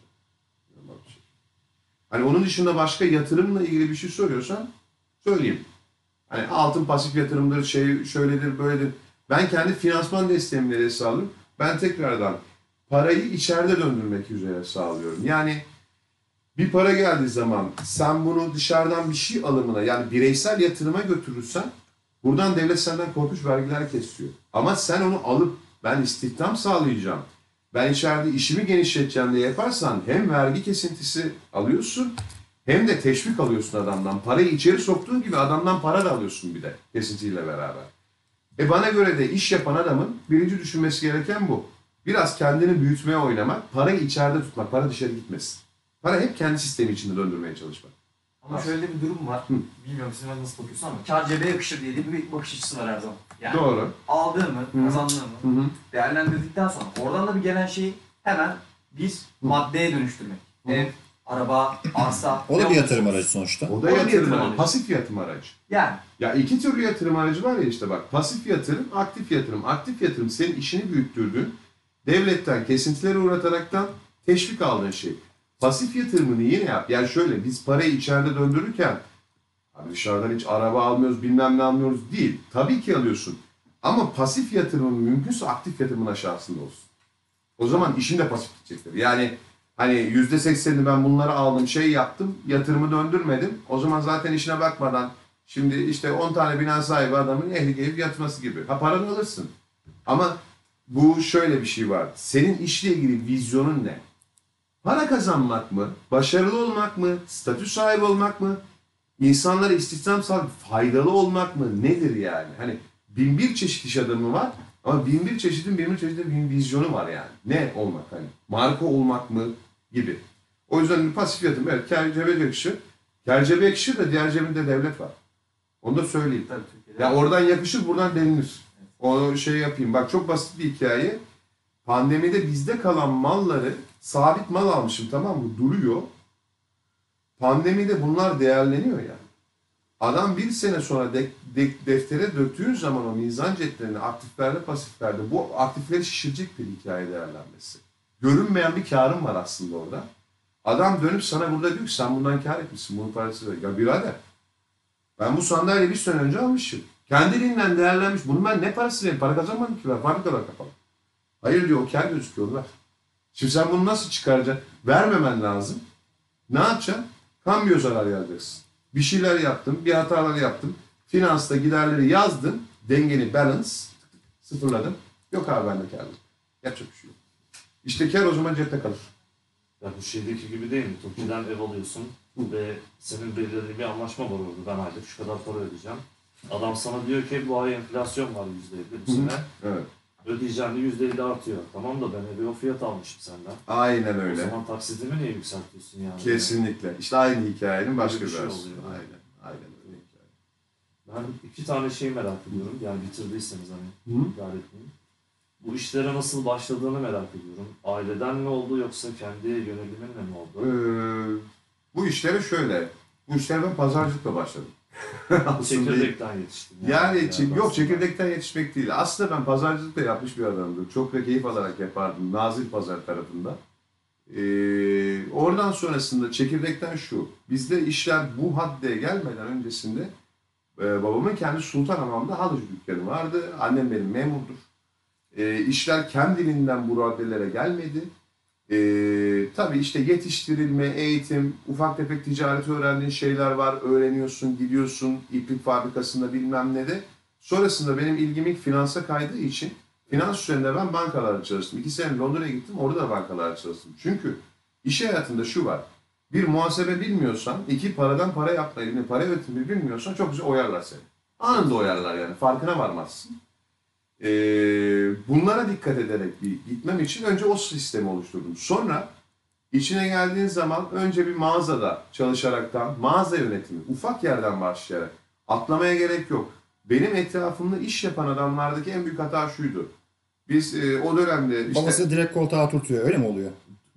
Şey. Hani onun dışında başka yatırımla ilgili bir şey soruyorsan söyleyeyim. Hani altın pasif yatırımdır, şey şöyledir, böyledir. Ben kendi finansman desteğimleri sağlıyorum. Ben tekrardan parayı içeride döndürmek üzere sağlıyorum. Yani bir para geldiği zaman sen bunu dışarıdan bir şey alımına yani bireysel yatırıma götürürsen buradan devlet senden korkunç vergiler kesiyor. Ama sen onu alıp ben istihdam sağlayacağım, ben içeride işimi genişleteceğim diye yaparsan hem vergi kesintisi alıyorsun hem de teşvik alıyorsun adamdan. Parayı içeri soktuğun gibi adamdan para da alıyorsun bir de kesintiyle beraber. E bana göre de iş yapan adamın birinci düşünmesi gereken bu. Biraz kendini büyütmeye oynamak, parayı içeride tutmak, para dışarı gitmesin. Para hep kendi sistemi içinde döndürmeye çalışmak. Ama şöyle bir durum var. Hı. Bilmiyorum siz nasıl bakıyorsun ama kar cebe yakışır diye de bir bakış açısı var her zaman. Yani Doğru. aldığımı, Hı. kazandığımı Hı hı. değerlendirdikten sonra oradan da bir gelen şeyi hemen biz maddeye dönüştürmek. Hı. Ev, araba, arsa. O da ne bir yatırım olursa aracı sonuçta. O O da da bir yatırım yatırım aracı. aracı. Pasif yatırım aracı. Yani Ya iki türlü yatırım aracı var ya işte bak. Pasif yatırım, aktif yatırım. Aktif yatırım senin işini büyüttürdüğün, devletten kesintileri uğrataraktan teşvik aldığın şey. Pasif yatırımını yine yap. Yani şöyle biz parayı içeride döndürürken abi dışarıdan hiç araba almıyoruz bilmem ne almıyoruz değil. Tabii ki alıyorsun. Ama pasif yatırımın mümkünse aktif yatırımın aşağısında olsun. O zaman işin de pasif gidecektir. Yani hani yüzde seksenini ben bunları aldım şey yaptım yatırımı döndürmedim. O zaman zaten işine bakmadan şimdi işte on tane bina sahibi adamın ehli gelip yatması gibi. Ha paranı alırsın. Ama bu şöyle bir şey var. Senin işle ilgili vizyonun ne? Para kazanmak mı? Başarılı olmak mı? Statü sahibi olmak mı? İnsanlara istihdam sağlayıp faydalı olmak mı? Nedir yani? Hani bin bir çeşit iş adamı var ama bin bir çeşidin bin bir çeşidin bin vizyonu var yani. Ne olmak hani? Marka olmak mı? Gibi. O yüzden pasif yatırım evet kâr cebe yakışır. Kâr cebe yakışır da diğer cebinde devlet var. Onu da söyleyeyim. tabii Türkiye'de. Ya oradan yakışır buradan delinir. O şey yapayım. Bak çok basit bir hikaye. Pandemide bizde kalan malları sabit mal almışım tamam mı? Duruyor. Pandemide bunlar değerleniyor yani. Adam bir sene sonra de, de, deftere döktüğün zaman o mizan cetvelini aktiflerde pasiflerde bu aktifleri şişirecek bir hikaye değerlenmesi. Görünmeyen bir karın var aslında orada. Adam dönüp sana burada diyor ki sen bundan kar etmişsin, bunun parası ver. Ya birader ben bu sandalyeyi bir sene önce almışım. Kendiliğinden değerlenmiş. Bunun ben ne parası vereyim? Para kazanmadım ki ben. Fabrikalar kapalı. Hayır diyor o kar gözüküyor ver. Şimdi sen bunu nasıl çıkaracaksın? Vermemen lazım. Ne yapacaksın? Kambiyo zarar yazacaksın. Bir şeyler yaptım, bir hatalar yaptım. Finansta giderleri yazdım. Dengeni balance sıfırladım. Yok abi bende kâr. Yapacak bir şey yok. İşte kâr o zaman cepte kalır. Ya bu şeydeki gibi değil mi? Tokyo'dan ev alıyorsun ve senin belirlediğin bir anlaşma var orada. Ben aylık şu kadar para ödeyeceğim. Adam sana diyor ki bu ay enflasyon var yüzde elli bu sene. Evet. Ödeyeceğin de yüzde elli artıyor. Tamam da ben evi o fiyat almışım senden. Aynen O öyle. zaman taksidimi niye yükseltiyorsun yani? Kesinlikle. İşte aynı hikayenin başka bir bir şey versiyonu. oluyor. Aynen. Aynen öyle hikaye. Ben iki tane şey merak ediyorum. Yani bitirdiyseniz hani Hı? idare etmeyin. Bu işlere nasıl başladığını merak ediyorum. Aileden mi oldu yoksa kendi yöneliminle mi oldu? Ee, bu işlere şöyle. Bu işlere ben pazarcılıkla başladım. Aslında Çekirdekten yetiştim. Yani, yani çe- yok aslında. çekirdekten yetişmek değil. Aslında ben pazarcılık da yapmış bir adamdım. Çok da keyif alarak yapardım. Nazil Pazar tarafında. Ee, oradan sonrasında çekirdekten şu. Bizde işler bu haddeye gelmeden öncesinde e, babamın kendi Sultanhamam'da halıcı dükkanı vardı. Annem benim memurdur. E, işler kendiliğinden bu raddelere gelmedi. E, tabii işte yetiştirilme, eğitim, ufak tefek ticareti öğrendiğin şeyler var. Öğreniyorsun, gidiyorsun iplik fabrikasında bilmem ne de. Sonrasında benim ilgim ilk finansa kaydığı için finans üzerinde ben bankalarda çalıştım. İki sene Londra'ya gittim, orada da bankalarda çalıştım. Çünkü iş hayatında şu var. Bir muhasebe bilmiyorsan, iki paradan para yapmayı, para yönetimi bilmiyorsan çok güzel oyarlar seni. Anında oyarlar yani, farkına varmazsın. Ee, bunlara dikkat ederek bir gitmem için önce o sistemi oluşturdum. Sonra içine geldiğin zaman önce bir mağazada çalışaraktan, mağaza yönetimi, ufak yerden başlayarak, atlamaya gerek yok. Benim etrafımda iş yapan adamlardaki en büyük hata şuydu. Biz e, o dönemde işte... Babası direkt koltuğa oturtuyor, öyle mi oluyor?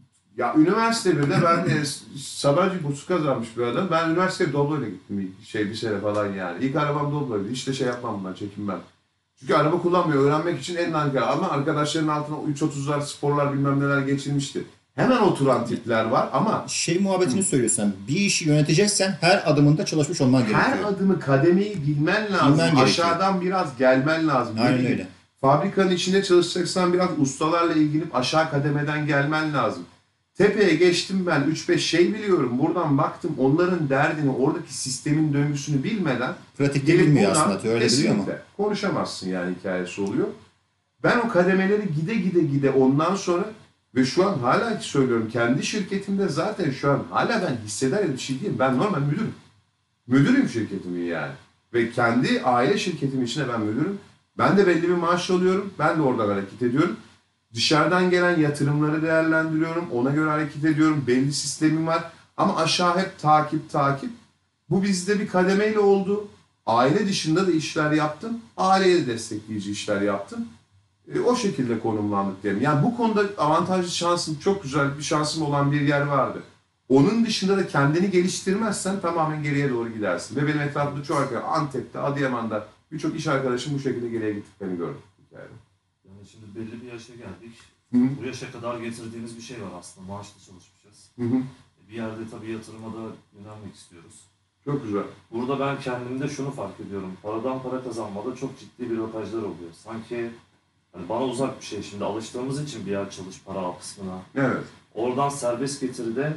Ya üniversite birde ben e, Sabancı bursu kazanmış bir adam. Ben üniversiteye Doblo'yla gittim bir, şey, bir sene falan yani. İlk arabam Doblo'ydu. Hiç de şey yapmam ben, çekinmem. Çünkü araba kullanmıyor. Öğrenmek için en nankar. Ama arkadaşların altına üç otuzlar, sporlar bilmem neler geçilmişti. Hemen oturan tipler var ama Şey muhabbetini söylüyorsan, bir işi yöneteceksen her adımında çalışmış olman her gerekiyor. adımı, kademeyi bilmen lazım. Bilmen gerekiyor. Aşağıdan biraz gelmen lazım. Ne Aynen bileyim, öyle. Fabrikanın içinde çalışacaksan biraz ustalarla ilgilenip aşağı kademeden gelmen lazım. Tepeye geçtim ben, üç beş şey biliyorum. Buradan baktım, onların derdini, oradaki sistemin döngüsünü bilmeden Pratikte gelip bilmiyor buradan aslında, teoride biliyor ama. kesinlikle konuşamazsın yani, hikayesi oluyor. Ben o kademeleri gide gide gide ondan sonra ve şu an hala ki söylüyorum, kendi şirketimde zaten şu an hala ben hisseder bir şey değilim. Ben normal müdürüm. Müdürüm şirketimin yani. Ve kendi aile şirketimin içine ben müdürüm. Ben de belli bir maaş alıyorum. Ben de oradan hareket ediyorum. Dışarıdan gelen yatırımları değerlendiriyorum. Ona göre hareket ediyorum. Belli sistemim var. Ama aşağı hep takip takip. Bu bizde bir kademeyle oldu. Aile dışında da işler yaptım. Aileyi de destekleyici işler yaptım. E, o şekilde konumlandık diyelim. Yani bu konuda avantajlı şansım, çok güzel bir şansım olan bir yer vardı. Onun dışında da kendini geliştirmezsen tamamen geriye doğru gidersin. Ve benim etrafımda çoğu arkadaş, Antep'te, Adıyaman'da birçok iş arkadaşım bu şekilde geriye gittiklerini gördüm. Yani. Yani şimdi belli bir yaşa geldik. Hı hı. Bu yaşa kadar getirdiğimiz bir şey var aslında. Maaşla çalışmışız. Hı hı. Bir yerde tabii yatırıma da yönelmek istiyoruz. Çok güzel. Burada ben kendimde şunu fark ediyorum. Paradan para kazanmada çok ciddi bir blokajlar oluyor. Sanki hani bana uzak bir şey. Şimdi alıştığımız için bir yer çalış para al kısmına. Evet. Oradan serbest getiride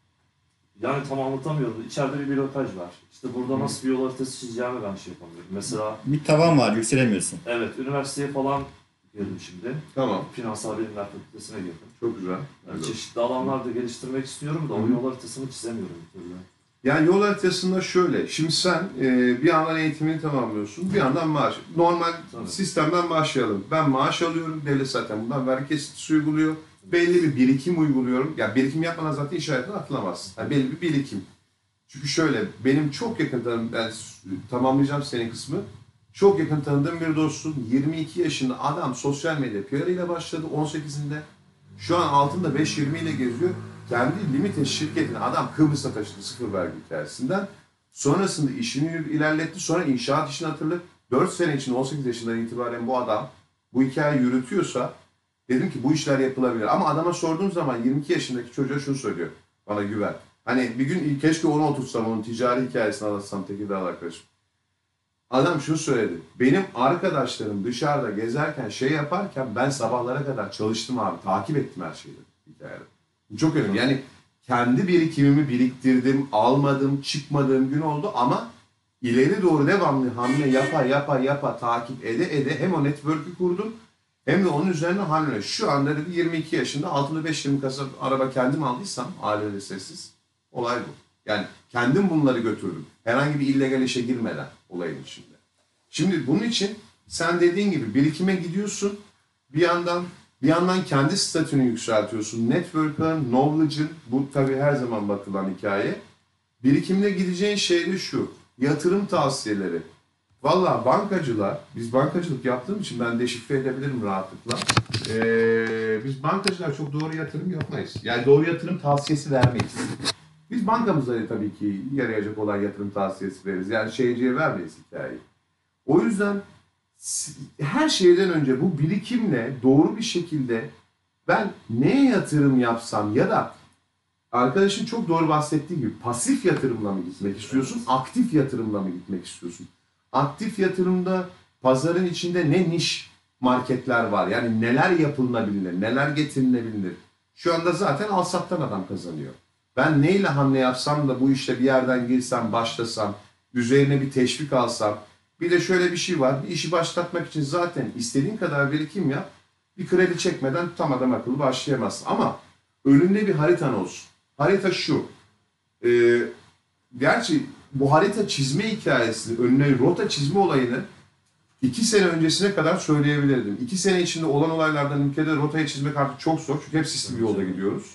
yani tam anlatamıyorum. İçeride bir blokaj var. İşte burada Hı. nasıl bir yol haritası çizeceğimi ben şey yapamıyorum. Mesela Bir tavan var, yükselemiyorsun. evet üniversiteye falan girdim şimdi. Tamam. Finansal Bilimler Fakültesi'ne girdim. Çok güzel. Yani Evet. çeşitli alanlarda geliştirmek istiyorum da Hı o hı. yol haritasını çizemiyorum bir türlü. Yani yol haritasında şöyle. Şimdi sen e, bir yandan eğitimini tamamlıyorsun, bir yandan maaş. Normal Tabii. sistemden başlayalım. Ben maaş alıyorum. Devlet zaten bundan vergi kesintisi uyguluyor. Belli bir birikim uyguluyorum. Ya birikim yapmadan zaten iş hayatına atılamazsın. Yani belli bir birikim. Çünkü şöyle, benim çok yakın tanıdığım, yani tamamlayacağım senin kısmı. Çok yakın tanıdığım bir dostum, yirmi iki yaşında adam, sosyal medya P R ile başladı on sekizinde. Şu an altında beş yirmi ile geziyor. Kendi Limited şirketini adam Kıbrıs'a taşıdı sıfır vergi hikayesinden. Sonrasında işini ilerletti. Sonra inşaat işini hatırladı. dört sene için on sekiz yaşından itibaren bu adam bu hikayeyi yürütüyorsa dedim ki bu işler yapılabilir. Ama adama sorduğum zaman yirmi iki yaşındaki çocuğa şunu söylüyor. Bana güven. Hani bir gün keşke onu oturtsam, onun ticari hikayesini anlatsam Tekirdağ arkadaşım. Adam şunu söyledi. Benim arkadaşlarım dışarıda gezerken, şey yaparken ben sabahlara kadar çalıştım abi. Takip ettim her şeyi. Hikayede. Bu çok önemli. Yani kendi birikimimi biriktirdim, almadım, çıkmadığım gün oldu ama ileri doğru devamlı hamle yapa yapa yapa takip ede ede hem o network'ü kurdum hem de onun üzerine hamle. Şu anda dedi yirmi iki yaşında altında beş yirmi kasa araba kendim aldıysam aileyle sessiz olay bu. Yani kendim bunları götürdüm. Herhangi bir illegal işe girmeden olayın içinde. Şimdi bunun için sen dediğin gibi birikime gidiyorsun. Bir yandan bir yandan kendi statünü yükseltiyorsun. Network'ın, knowledge'ın, bu tabii her zaman bakılan hikaye. Birikimde gideceğin şey de şu. Yatırım tavsiyeleri. Valla bankacılar, biz bankacılık yaptığım için ben deşifre edebilirim rahatlıkla. Ee, biz bankacılar çok doğru yatırım yapmayız. Yani doğru yatırım tavsiyesi vermeyiz. Biz bankamızda tabii ki yarayacak olan yatırım tavsiyesi veririz. Yani şeyciye vermeyiz hikayeyi. O yüzden her şeyden önce bu birikimle doğru bir şekilde ben neye yatırım yapsam ya da arkadaşın çok doğru bahsettiği gibi pasif yatırımla mı gitmek istiyorsun, aktif yatırımla mı gitmek istiyorsun? Aktif yatırımda pazarın içinde ne niş marketler var, yani neler yapılabilir, neler getirilebilir. Şu anda zaten al sattan adam kazanıyor. Ben neyle hamle yapsam da bu işte bir yerden girsem, başlasam, üzerine bir teşvik alsam. Bir de şöyle bir şey var, bir işi başlatmak için zaten istediğin kadar birikim yap, bir kredi çekmeden tam adam akıllı başlayamazsın. Ama önünde bir haritan olsun. Harita şu, e, gerçi bu harita çizme hikayesini, önüne rota çizme olayını iki sene öncesine kadar söyleyebilirdim. İki sene içinde olan olaylardan ülkede rotayı çizmek artık çok zor. Çünkü hep sisli bir yolda gidiyoruz.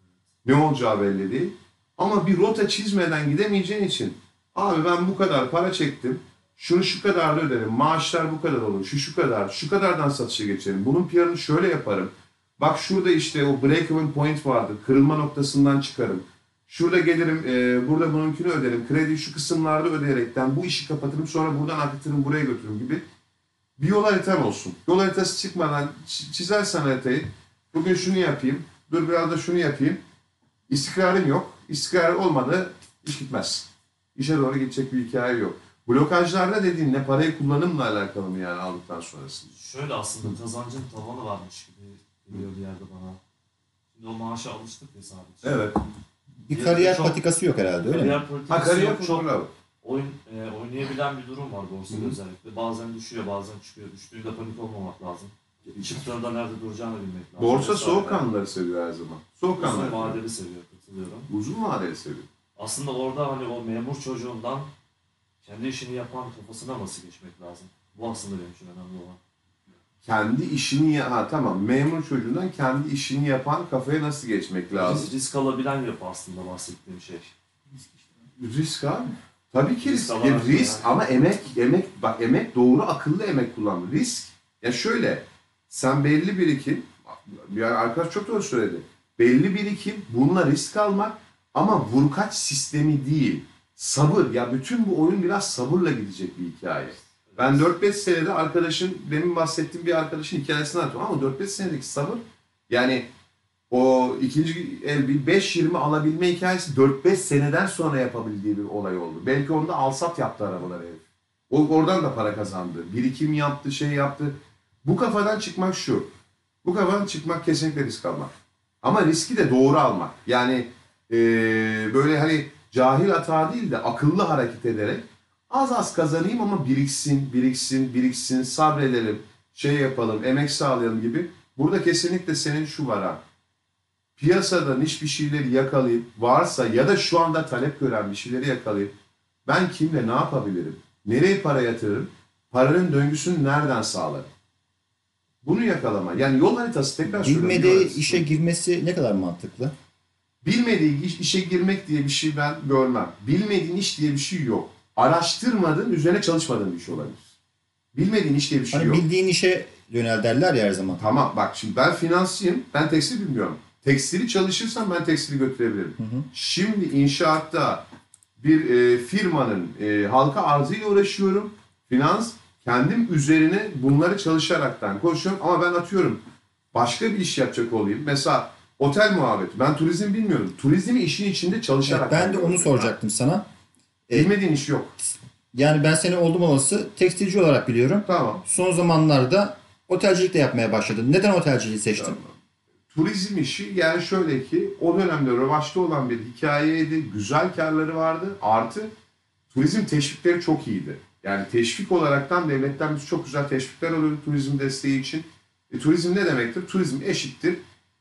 Ne olacağı belli değil. Ama bir rota çizmeden gidemeyeceğin için abi ben bu kadar para çektim, şunu şu kadar da öderim, maaşlar bu kadar olur, şu şu kadar, şu kadardan satışa geçerim, bunun P R'ını şöyle yaparım. Bak şurada işte o break-even point vardır, kırılma noktasından çıkarım. Şurada gelirim, e, burada bununkini öderim, krediyi şu kısımlarda ödeyerekten bu işi kapatırım, sonra buradan akıtırım, buraya götürürüm gibi bir yol haritam olsun. Yol haritası çıkmadan çizersen haritayı, bugün şunu yapayım, dur biraz da şunu yapayım. İstikrarın yok. İstikrar olmadı, iş gitmez. İşe doğru gidecek bir hikaye yok. Blokajlarda dediğin ne, parayı kullanımla alakalı mı yani aldıktan sonrasında? Şöyle aslında kazancın tavanı varmış gibi geliyor bir yerde bana. Şimdi o maaşa alıştık ya sadece. Evet. Bir kariyer Çok- patikası yok herhalde öyle mi? Kariyer Ha politikası kariyer yok, çok çok oyun, e, oynayabilen bir durum var borsada Hı hı. özellikle. Bazen düşüyor, bazen çıkıyor. Düştüğünde panik olmamak lazım. Çıktığında nerede duracağını bilmek lazım. Borsa Vesaire. soğukkanlıları seviyor her zaman. Uzun Soğukkanlıları. vadeli seviyor, katılıyorum. Uzun vadeli seviyor. Aslında orada hani o memur çocuğundan kendi işini yapan kafasına nasıl geçmek lazım? Bu aslında benim için önemli olan. Kendi işini ya ha, tamam memur çocuğundan kendi işini yapan kafaya nasıl geçmek lazım? Risk, risk alabilen yapı aslında bahsettiğim şey. Risk abi. Tabii ki risk. Risk alarak Ya risk yani. ama emek, emek, bak emek doğru akıllı emek kullanma. Risk. Ya şöyle, sen belli birikim, bir arkadaş çok doğru söyledi. Belli birikim, bununla risk almak ama vurkaç sistemi değil. Sabır. Ya bütün bu oyun biraz sabırla gidecek bir hikaye. Ben dört beş senede arkadaşın, demin bahsettiğim bir arkadaşın hikayesini anlatıyorum ama dört beş senedeki sabır, yani o ikinci el bir beş yirmi alabilme hikayesi dört beş seneden sonra yapabildiği bir olay oldu. Belki onda alsat yaptı arabaları herif. O, oradan da para kazandı. Birikim yaptı, şey yaptı. Bu kafadan çıkmak şu. Bu kafadan çıkmak kesinlikle risk almak. Ama riski de doğru almak. Yani eee, böyle hani cahil hata değil de akıllı hareket ederek az az kazanayım ama biriksin, biriksin, biriksin, sabredelim, şey yapalım, emek sağlayalım gibi. Burada kesinlikle senin şu var ha. Piyasada hiçbir şeyleri yakalayıp varsa ya da şu anda talep gören bir şeyleri yakalayıp ben kimle ne yapabilirim? Nereye para yatırırım? Paranın döngüsünü nereden sağlarım? Bunu yakalama. Yani yol haritası tekrar söylüyorum. yol Bilmediği haritası. işe girmesi ne kadar mantıklı? Bilmediği iş- işe girmek diye bir şey ben görmem. Bilmediğin iş diye bir şey yok. Araştırmadığın, üzerine çalışmadığın bir şey olabilir. Bilmediğin iş diye bir şey Hani yok. bildiğin işe yönel derler ya her zaman. Tamam bak şimdi ben finansçıyım. Ben tekstil bilmiyorum. Tekstili çalışırsam ben tekstili götürebilirim. Hı hı. Şimdi inşaatta bir e, firmanın e, halka arzıyla uğraşıyorum. Finans kendim üzerine bunları çalışaraktan koşuyorum ama ben atıyorum başka bir iş yapacak olayım. Mesela otel muhabbeti. Ben turizm bilmiyorum. Turizmi işin içinde çalışarak. Evet, ben de onu soracaktım sana. Bilmediğin iş yok. Yani ben seni oldum olası tekstilci olarak biliyorum. Tamam. Son zamanlarda otelcilik de yapmaya başladın. Neden otelciliği seçtin? Tamam. Turizm işi yani şöyle ki o dönemde revaçta olan bir hikayeydi. Güzel karları vardı. Artı turizm teşvikleri çok iyiydi. Yani teşvik olaraktan devletten biz çok güzel teşvikler alıyorduk turizm desteği için. E, turizm ne demektir? Turizm eşittir.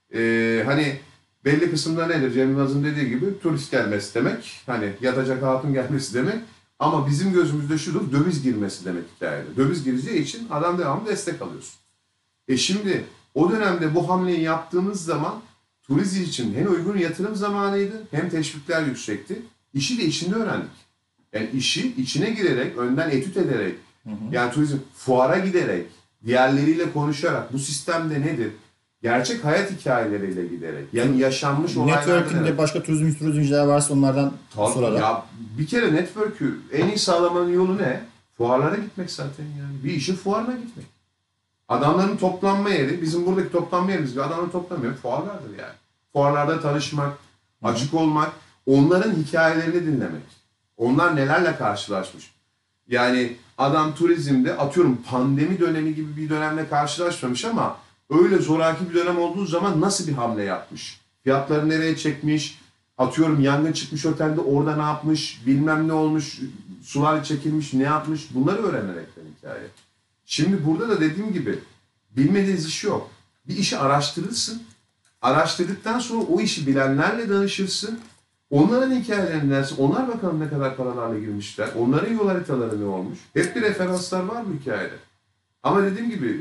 E, hani belli kısımda nedir? Cem Yılmaz'ın dediği gibi turist gelmesi demek. Hani yatacak hatun gelmesi demek. Ama bizim gözümüzde şudur, döviz girmesi demek hikayede. Döviz gireceği için adam devamlı destek alıyorsun. E şimdi o dönemde bu hamleyi yaptığımız zaman turizm için hem uygun yatırım zamanıydı hem teşvikler yüksekti. İşi de içinde öğrendik. Yani işi içine girerek, önden etüt ederek, hı hı. yani turizm fuara giderek, diğerleriyle konuşarak bu sistemde nedir? Gerçek hayat hikayeleriyle giderek, yani yaşanmış olaylardan... Network'inde başka turizm turizmciler varsa onlardan Tabii, sorarak. Ya bir kere network'ü en iyi sağlamanın yolu ne? Fuarlara gitmek zaten yani. Bir işin fuarına gitmek. Adamların toplanma yeri, bizim buradaki toplanma yerimiz bir adamların toplanma yeri fuarlardır yani. Fuarlarda tanışmak, açık olmak, onların hikayelerini dinlemek. Onlar nelerle karşılaşmış. Yani adam turizmde atıyorum pandemi dönemi gibi bir dönemle karşılaşmamış ama öyle zoraki bir dönem olduğu zaman nasıl bir hamle yapmış? Fiyatları nereye çekmiş? Atıyorum yangın çıkmış otelde orada ne yapmış? Bilmem ne olmuş? Sular çekilmiş ne yapmış? Bunları öğrenerekten hikaye. Şimdi burada da dediğim gibi bilmediğiniz iş yok. Bir işi araştırırsın. Araştırdıktan sonra o işi bilenlerle danışırsın. Onların hikayelerini dersin. Onlar bakalım ne kadar paralarla girmişler. Onların yol haritaları ne olmuş. Hep bir referanslar var bu hikayede. Ama dediğim gibi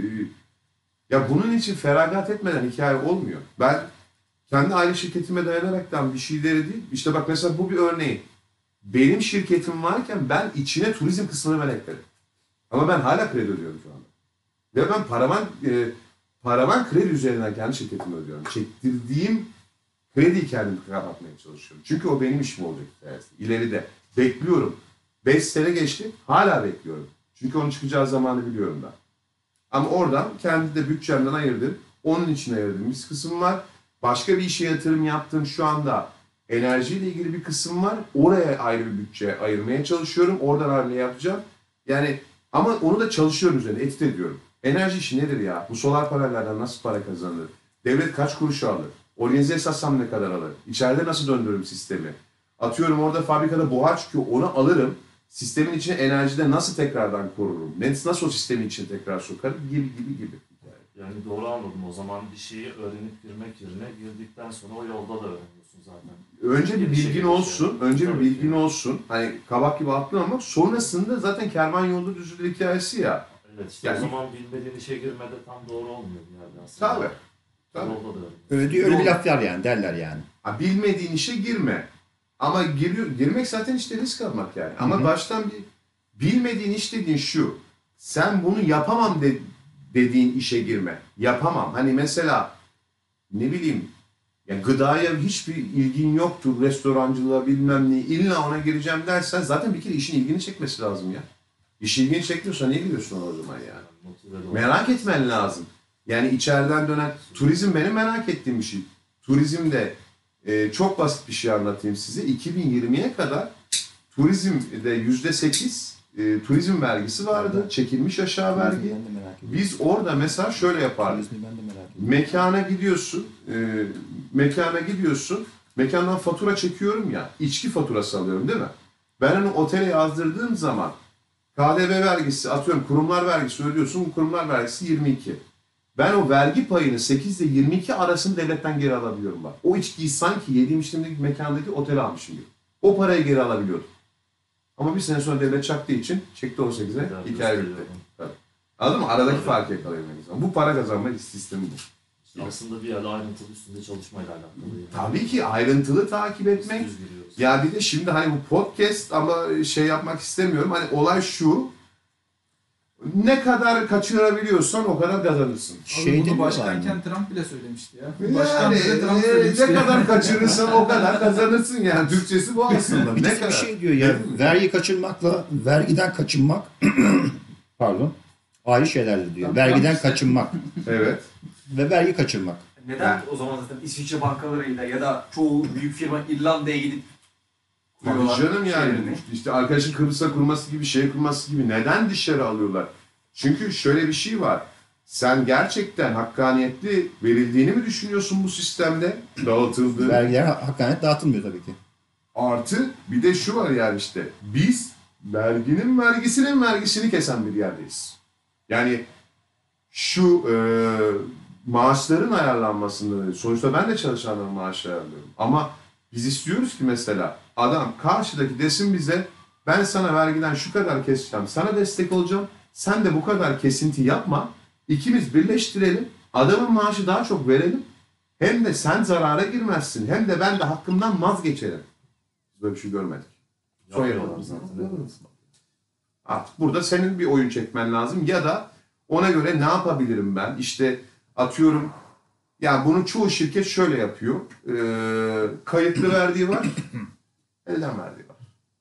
ya bunun için feragat etmeden hikaye olmuyor. Ben kendi aile şirketime dayanaraktan bir şeyleri değil. İşte bak mesela bu bir örneği. Benim şirketim varken ben içine turizm kısmını ben ekledim. Ama ben hala kredi ödüyorum şu anda. Ve ben paravan, e, paravan kredi üzerinden kendi şirketimi ödüyorum. Çektirdiğim krediyi kendim kapatmaya çalışıyorum. Çünkü o benim işim olacak hikayesi. İleride bekliyorum. beş sene geçti, hala bekliyorum. Çünkü onun çıkacağı zamanı biliyorum ben. Ama oradan kendi de bütçemden ayırdım. Onun için ayırdığım bir kısım var. Başka bir işe yatırım yaptığım şu anda enerjiyle ilgili bir kısım var. Oraya ayrı bir bütçe ayırmaya çalışıyorum. Oradan hamle yapacağım. Yani ama onu da çalışıyorum üzerine, etüt ediyorum. Enerji işi nedir ya? Bu solar panellerden nasıl para kazanılır? Devlet kaç kuruş alır? Organize satsam ne kadar alır? İçeride nasıl döndürürüm sistemi? Atıyorum orada fabrikada buhar çıkıyor, onu alırım. Sistemin içine enerjide nasıl tekrardan korurum? Nasıl o sistemin içine tekrar sokarım? Gibi gibi gibi. Yani doğru anladım. O zaman bir şeyi öğrenip girmek yerine girdikten sonra o yolda da öğreniyorsun zaten. Önce bir Bir şey bilgin yok olsun. yani. Önce bir Tabii bilgin ki. olsun. Hani kabak gibi atlamamak. Sonrasında zaten kervan yolda düzülür hikayesi ya. Evet işte Yani- o zaman bilmediğin işe girmede tam doğru olmuyor bir yerde aslında. Tabii. Tabii. Yolda da öğreniyorsun. Öyle diyor, öyle bir Doğru. laf var yani, derler yani. Ha, bilmediğin işe girme. Ama giriyor, girmek zaten işte risk almak yani. Ama Hı hı. baştan bir bilmediğin iş dediğin şu. Sen bunu yapamam de, dediğin işe girme. Yapamam. Hani mesela ne bileyim ya gıdaya hiçbir ilgin yoktur. Restorancılığa bilmem ne. İlla ona gireceğim dersen zaten bir kere işin ilgini çekmesi lazım ya. İş ilgini çekmiyorsa niye giriyorsun o zaman yani? Yani motive de Merak etmen lazım. Yani içeriden dönen turizm benim merak ettiğim bir şey. Turizmde e, çok basit bir şey anlatayım size. iki bin yirmiye kadar turizmde yüzde sekiz e, turizm vergisi vardı. Çekilmiş aşağı vergi. Ben de merak ediyorum. Biz orada mesela şöyle yapardık. Turizmi ben de merak ediyorum. Mekana gidiyorsun, e, mekana gidiyorsun, mekandan fatura çekiyorum ya, içki faturası alıyorum değil mi? Ben onu otele yazdırdığım zaman K D V vergisi, atıyorum kurumlar vergisi ödüyorsun, bu kurumlar vergisi yirmi iki. Ben o vergi payını sekiz ile yirmi iki arasını devletten geri alabiliyorum bak. O içkiyi sanki yediğim içtiğimdeki mekandaki otele almışım gibi. O parayı geri alabiliyordum. Ama bir sene sonra devlet çaktığı için çekti on sekize, Güzel hikaye bitti. gösteriyor. Tabii. Anladın mı? Aradaki Tabii. farkı yakalayabilmek lazım. Bu para kazanma sistemi bu. aslında bir yerde ayrıntılı üstünde çalışmayla alakalı. Yani. Tabii ki ayrıntılı takip etmek. Düz giriyoruz. Ya bir de şimdi hani bu podcast ama şey yapmak istemiyorum. Hani olay şu. Ne kadar kaçırabiliyorsan o kadar kazanırsın. Abi Şey bunu demiyorlar başkanken mı? Trump bile söylemişti ya. Başkan Yani bile Trump e, söylemişti. ne kadar kaçırırsan o kadar kazanırsın yani. Türkçesi bu aslında. Bir ne de bir kadar? şey diyor ya, Değil mi? vergi kaçırmakla vergiden kaçınmak pardon ayrı şeylerdir diyor. Tamam, Vergiden işte. kaçınmak Evet. ve vergi kaçırmak. Neden o zaman zaten İsviçre bankalarıyla ya da çoğu büyük firma İrlanda'ya gidip Tabii kuruyorlar canım yani. şeylerini? İşte arkadaşın Kıbrıs'a kurması gibi, şey kurması gibi neden dışarı alıyorlar? Çünkü şöyle bir şey var. Sen gerçekten hakkaniyetli verildiğini mi düşünüyorsun bu sistemde? Dağıtıldı. Vergiler ha- hakikaten dağıtılmıyor tabii ki. Artı bir de şu var yani işte. Biz verginin vergisinin vergisini kesen bir yerdeyiz. Yani şu e, maaşların ayarlanmasında sonuçta ben de çalışanların maaşı ayarlıyorum. Ama biz istiyoruz ki mesela adam karşıdaki desin bize ben sana vergiden şu kadar keseceğim, sana destek olacağım. Sen de bu kadar kesinti yapma. İkimiz birleştirelim. Adamın maaşı daha çok verelim. Hem de sen zarara girmezsin. Hem de ben de hakkımdan vazgeçerim. Biz böyle bir şey görmedik. Son Yapıyorlar yapalım. zaten. Evet. Artık burada senin bir oyun çekmen lazım ya da ona göre ne yapabilirim ben? İşte atıyorum ya bunu çoğu şirket şöyle yapıyor. Ee, kayıtlı verdiği var, elden verdiği var.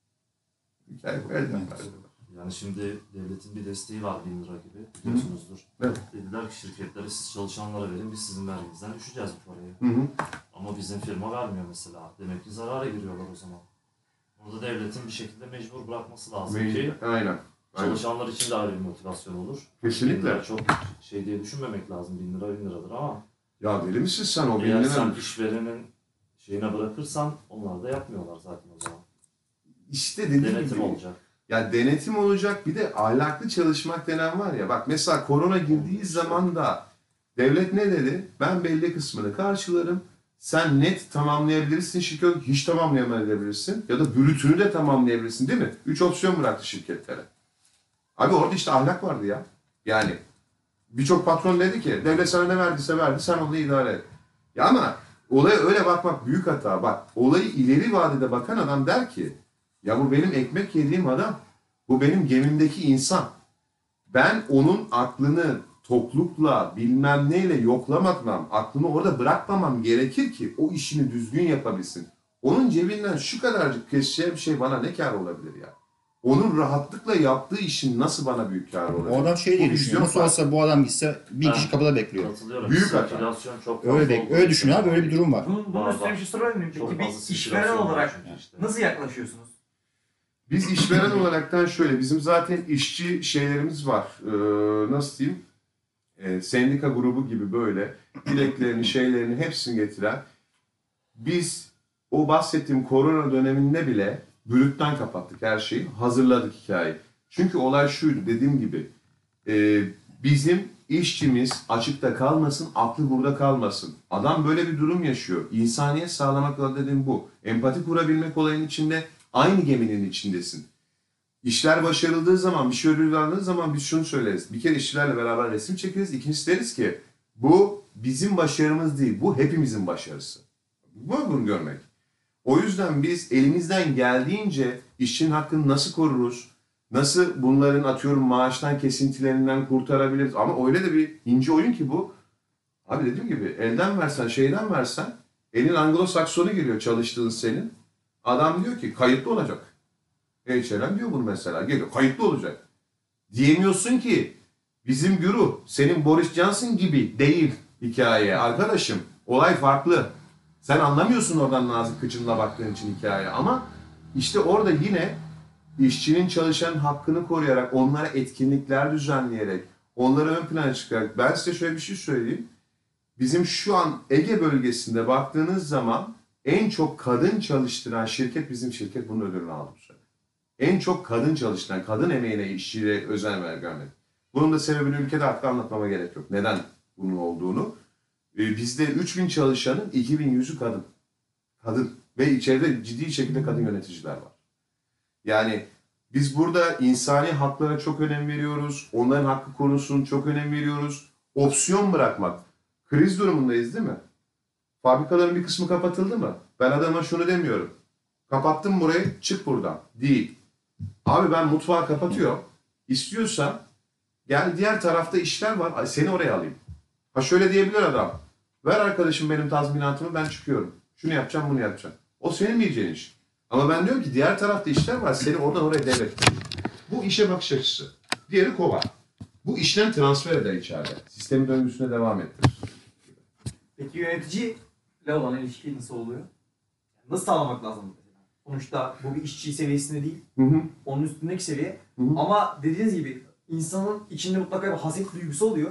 Hikaye bu, elden verdiği var. Yani şimdi devletin bir desteği var bin lira gibi biliyorsunuzdur. Evet. Dediler ki şirketlere siz çalışanlara verin biz sizin verginizden düşeceğiz bu parayı. Hı hı. Ama bizim firma vermiyor mesela. Demek ki zarara giriyorlar o zaman. Burada devletin bir şekilde mecbur bırakması lazım ki Aynen. Aynen. çalışanlar için de ayrı bir motivasyon olur. Kesinlikle. Bin lira çok şey diye düşünmemek lazım. Bin lira bin liradır ama Ya deli misin sen o eğer bin sen lira? işverenin şeyine bırakırsan onlar da yapmıyorlar zaten o zaman. İşte dediğim Denetim gibi. olacak. Ya denetim olacak bir de ahlaklı çalışmak denen var ya. Bak mesela korona girdiği zaman da devlet ne dedi? Ben belli kısmını karşılarım. Sen net tamamlayabilirsin şirket, hiç tamamlayamayabilirsin. Ya da bürütünü de tamamlayabilirsin değil mi? Üç opsiyon bıraktı şirketlere. Abi orada işte ahlak vardı ya. Yani birçok patron dedi ki devlet sana ne verdiyse verdi sen onu idare et. Ya ama olaya öyle bakmak büyük hata. Bak olayı ileri vadede bakan adam der ki ya bu benim ekmek yediğim adam. Bu benim gemimdeki insan. Ben onun aklını toklukla bilmem neyle yoklamakla aklını orada bırakmamam gerekir ki o işini düzgün yapabilsin. Onun cebinden şu kadarcık keseceği bir şey bana ne kâr olabilir ya? Onun rahatlıkla yaptığı işin nasıl bana büyük kâr olabilir? O adam şey diye Bu düşünüyor. vizyon Nasıl var. olsa bu adam gitse bin kişi Ben- kapıda bekliyor. Katılıyorum. Büyük hata. Sirkülasyon çok fazla Öyle bek olduğu öyle için düşünüyor abi, öyle bir durum var. Bunun, bunun Var, üstüne var. bir şey sorabilir miyim? Çok Peki fazla bir işveren sirkülasyon var olarak çünkü işte. nasıl yaklaşıyorsunuz? Biz işveren olaraktan şöyle, bizim zaten işçi şeylerimiz var. Ee, nasıl diyeyim? Ee, sendika grubu gibi böyle dileklerini, şeylerini hepsini getiren. Biz o bahsettiğim korona döneminde bile bürütten kapattık her şeyi. Hazırladık hikayeyi. Çünkü olay şuydu dediğim gibi. e, bizim işçimiz açıkta kalmasın, aklı burada kalmasın. Adam böyle bir durum yaşıyor. İnsaniyet sağlamak dediğim bu. Empati kurabilmek olayın içinde aynı geminin içindesin. İşler başarıldığı zaman, bir şey ödüllendiği zaman biz şunu söyleriz. Bir kere işçilerle beraber resim çekeriz. İkincisi deriz ki bu bizim başarımız değil, bu hepimizin başarısı. Bu bunu görmek. O yüzden biz elimizden geldiğince işçinin hakkını nasıl koruruz? Nasıl bunların atıyorum maaştan kesintilerinden kurtarabiliriz? Ama öyle de bir ince oyun ki bu. Abi dediğim gibi elden versen, şeyden versen elin Anglo-Saksonu giriyor çalıştığın senin. Adam diyor ki kayıtlı olacak. H L M diyor bunu mesela. Geliyor kayıtlı olacak. Diyemiyorsun ki bizim güruh senin Boris Johnson gibi değil hikaye. Arkadaşım olay farklı. Sen anlamıyorsun oradan nazik kıçınla baktığın için hikaye. Ama işte orada yine işçinin çalışanın hakkını koruyarak, onlara etkinlikler düzenleyerek, onları ön plana çıkararak. Ben size şöyle bir şey söyleyeyim. Bizim şu an Ege bölgesinde baktığınız zaman en çok kadın çalıştıran şirket bizim şirket, bunun ödülünü aldı bu sene. En çok kadın çalıştıran, kadın emeğine, işçiliğe özen vermek. Bunun da sebebini ülkede artık anlatmama gerek yok. Neden bunun olduğunu. Ee, bizde üç bin çalışanın iki bin yüzü kadın. Kadın. Ve içeride ciddi şekilde kadın yöneticiler var. Yani biz burada insani haklara çok önem veriyoruz. Onların hakkı konusunu çok önem veriyoruz. Opsiyon bırakmak. Kriz durumundayız değil mi? Fabrikaların bir kısmı kapatıldı mı? Ben adama şunu demiyorum. Kapattım burayı, çık buradan. Değil. Abi ben mutfağı kapatıyorum. İstiyorsan Yani diğer tarafta işler var. Ay, seni oraya alayım. Ha şöyle diyebilir adam. Ver arkadaşım benim tazminatımı, ben çıkıyorum. Şunu yapacağım, bunu yapacağım. O senin diyeceğin iş. Ama ben diyorum ki diğer tarafta işler var. Seni oradan oraya devret. Bu işe bakış açısı. Diğeri kovar. Bu işlem transfer eder içeride. Sistemin döngüsüne devam ettirir. Peki yöneticiyle olan ilişki nasıl oluyor? Nasıl sağlamak lazım mesela? Sonuçta bu bir işçi seviyesinde değil, Hı hı. onun üstündeki seviye. Hı hı. Ama dediğiniz gibi insanın içinde mutlaka bir haset duygusu oluyor.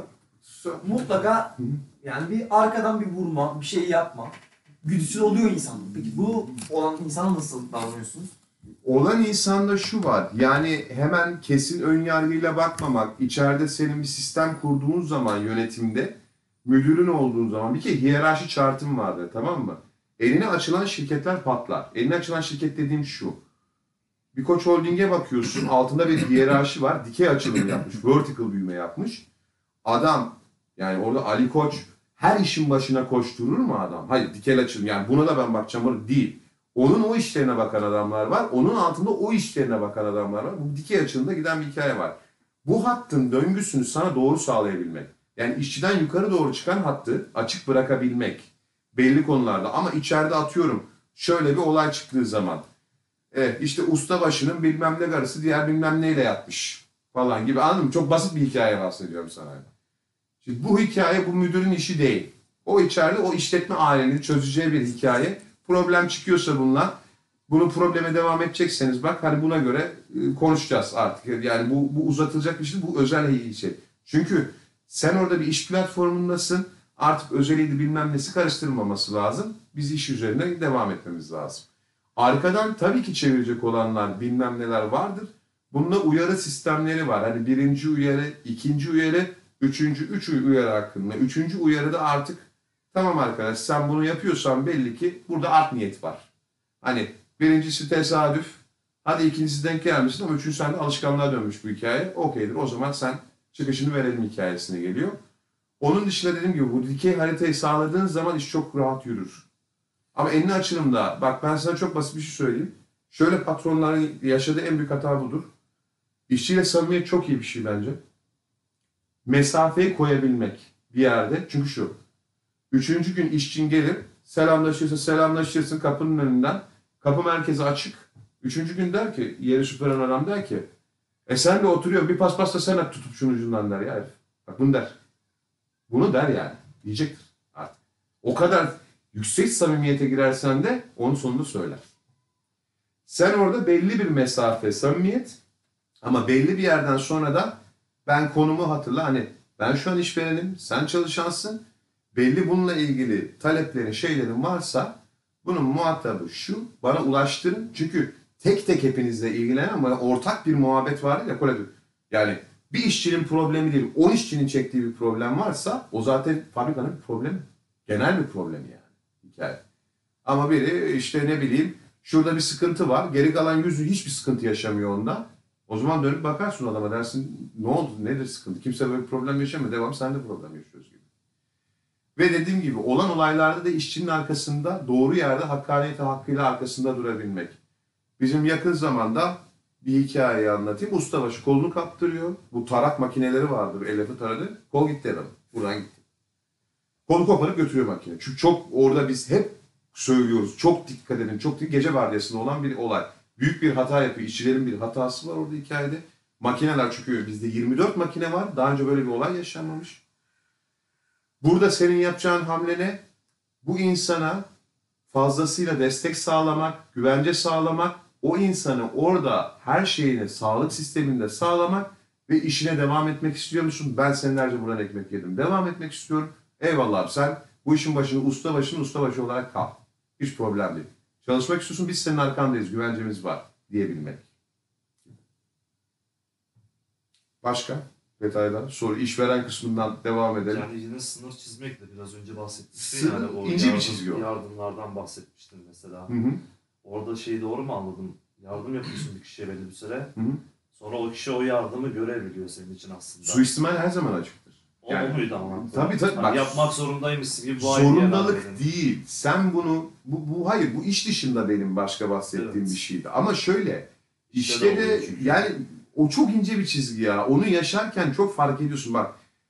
Mutlaka yani bir arkadan bir vurma, bir şey yapma güdüsü oluyor insanda. Peki bu olan insana nasıl davranıyorsunuz? Olan insanda şu var, yani hemen kesin ön yargıyla bakmamak, içeride senin bir sistem kurduğun zaman yönetimde, müdürün olduğun zaman bir kere hiyerarşi chartın vardır, tamam mı? Eline açılan şirketler patlar. Eline açılan şirket dediğim şu, bir Koç Holding'e bakıyorsun, altında bir hiyerarşi var, dikey açılım yapmış, vertical büyüme yapmış. Adam, yani orada Ali Koç her işin başına koşturur mu adam? Hayır, dikey açılım, yani buna da ben bakacağım, değil. Onun o işlerine bakan adamlar var. Onun altında o işlerine bakan adamlar var. Bu dikey açılımda giden bir hikaye var. Bu hattın döngüsünü sana doğru sağlayabilmek. Yani işçiden yukarı doğru çıkan hattı açık bırakabilmek. Belli konularda. Ama içeride atıyorum şöyle bir olay çıktığı zaman. Evet, işte ustabaşının bilmem ne karısı diğer bilmem neyle yatmış falan gibi, anladın mı? Çok basit bir hikaye bahsediyorum sana. Şimdi bu hikaye bu müdürün işi değil. O içeride o işletme aileni çözeceği bir hikaye. Problem çıkıyorsa bununla, bunu probleme devam edecekseniz bak hani buna göre konuşacağız artık. Yani bu, bu uzatılacak bir şey, bu özel şey. Çünkü sen orada bir iş platformundasın, artık özeliydi bilmem nesi karıştırılmaması lazım. Biz iş üzerine devam etmemiz lazım. Arkadan tabii ki çevirecek olanlar bilmem neler vardır. Bununla uyarı sistemleri var. Hani birinci uyarı, ikinci uyarı, üçüncü, üç uyarı hakkında. Üçüncü uyarıda artık tamam arkadaş sen bunu yapıyorsan belli ki burada art niyet var. Hani birincisi tesadüf, hadi ikincisi denk gelmişsin ama üçüncü sende alışkanlığa dönmüş bu hikaye. Okeydir, o zaman sen çıkışını verelim hikayesine geliyor. Onun dışında dediğim gibi bu dikey haritayı sağladığın zaman iş çok rahat yürür. Ama enli açılımda, bak ben sana çok basit bir şey söyleyeyim. Şöyle patronların yaşadığı en büyük hata budur. İşçiyle samimiyet çok iyi bir şey bence. Mesafeyi koyabilmek bir yerde. Çünkü şu, üçüncü gün işçin gelir, selamlaşırsın, selamlaşırsın kapının önünden. Kapı merkezi açık. Üçüncü gün der ki, yeri süpüren adam der ki, e sen de oturuyor, bir paspas da sen at tutup şunun ucundan der ya herif. Bak bunu der. Bunu der yani. Diyecektir artık. O kadar yüksek samimiyete girersen de onun sonunda söyler. Sen orada belli bir mesafe, samimiyet ama belli bir yerden sonra da ben konumu hatırla, hani ben şu an işverenim, sen çalışansın. Belli bununla ilgili taleplerin, şeylerin varsa bunun muhatabı şu, bana ulaştırın. Çünkü tek tek hepinizle ilgilenen ama ortak bir muhabbet var ya, kolay. Yani bir işçinin problemi değil, on işçinin çektiği bir problem varsa o zaten fabrikanın bir problemi. Genel bir problemi yani. Hikaye. Ama biri işte ne bileyim şurada bir sıkıntı var, geri kalan yüzü hiçbir sıkıntı yaşamıyor onda. O zaman dönüp bakarsın adama, dersin ne oldu, nedir sıkıntı? Kimse böyle bir problem yaşamıyor, devam sen de problem yaşıyoruz gibi. Ve dediğim gibi olan olaylarda da işçinin arkasında, doğru yerde hakkaniyeti hakkıyla arkasında durabilmek. Bizim yakın zamanda bir hikayeyi anlatayım. Ustabaşı kolunu kaptırıyor. Bu tarak makineleri vardır. El lafı taradı. Kol gitti adam. Buradan gitti. Kolu koparıp götürüyor makine. Çünkü çok orada biz hep söylüyoruz. Çok dikkat edin. Çok dikkat, gece vardiyasında olan bir olay. Büyük bir hata yapıyor. İşçilerin bir hatası var orada hikayede. Makineler çıkıyor. Bizde yirmi dört makine var. Daha önce böyle bir olay yaşanmamış. Burada senin yapacağın hamle ne? Bu insana fazlasıyla destek sağlamak, güvence sağlamak, o insanı orada her şeyini sağlık sisteminde sağlamak ve işine devam etmek istiyor musun? Ben senelerce buradan ekmek yedim. Devam etmek istiyorum. Eyvallah abi, sen bu işin başında usta başının ustabaşı olarak kal. Hiç problem değil. Çalışmak istiyorsun, biz senin arkandayız, güvencemiz var diyebilmek. Başka detaylar, soru, işveren kısmından devam edelim. Yani yine sınır çizmek de biraz önce bahsetmiştin. Sınır, Yani o ince bir yardım- çizgi o. Yardımlardan bahsetmiştin mesela. Hı hı. Orada şeyi doğru mu anladım? Yardım yapıyorsun bir kişiye belli bir süre. Hı hı. Sonra o kişi o yardımı görebiliyor senin için aslında. Suistimal her zaman açıktır. O, yani- o muydu ama? Tabii tabii. Hani Bak, yapmak zorundaymışsın gibi bu ayrıya zorundalık verdin. değil. Sen bunu, bu, bu hayır bu iş dışında benim başka bahsettiğim Evet. bir şeydi. Ama şöyle, İşte işte de de oluyor çünkü. yani o çok ince bir çizgi ya. Onu yaşarken çok fark ediyorsun. Bak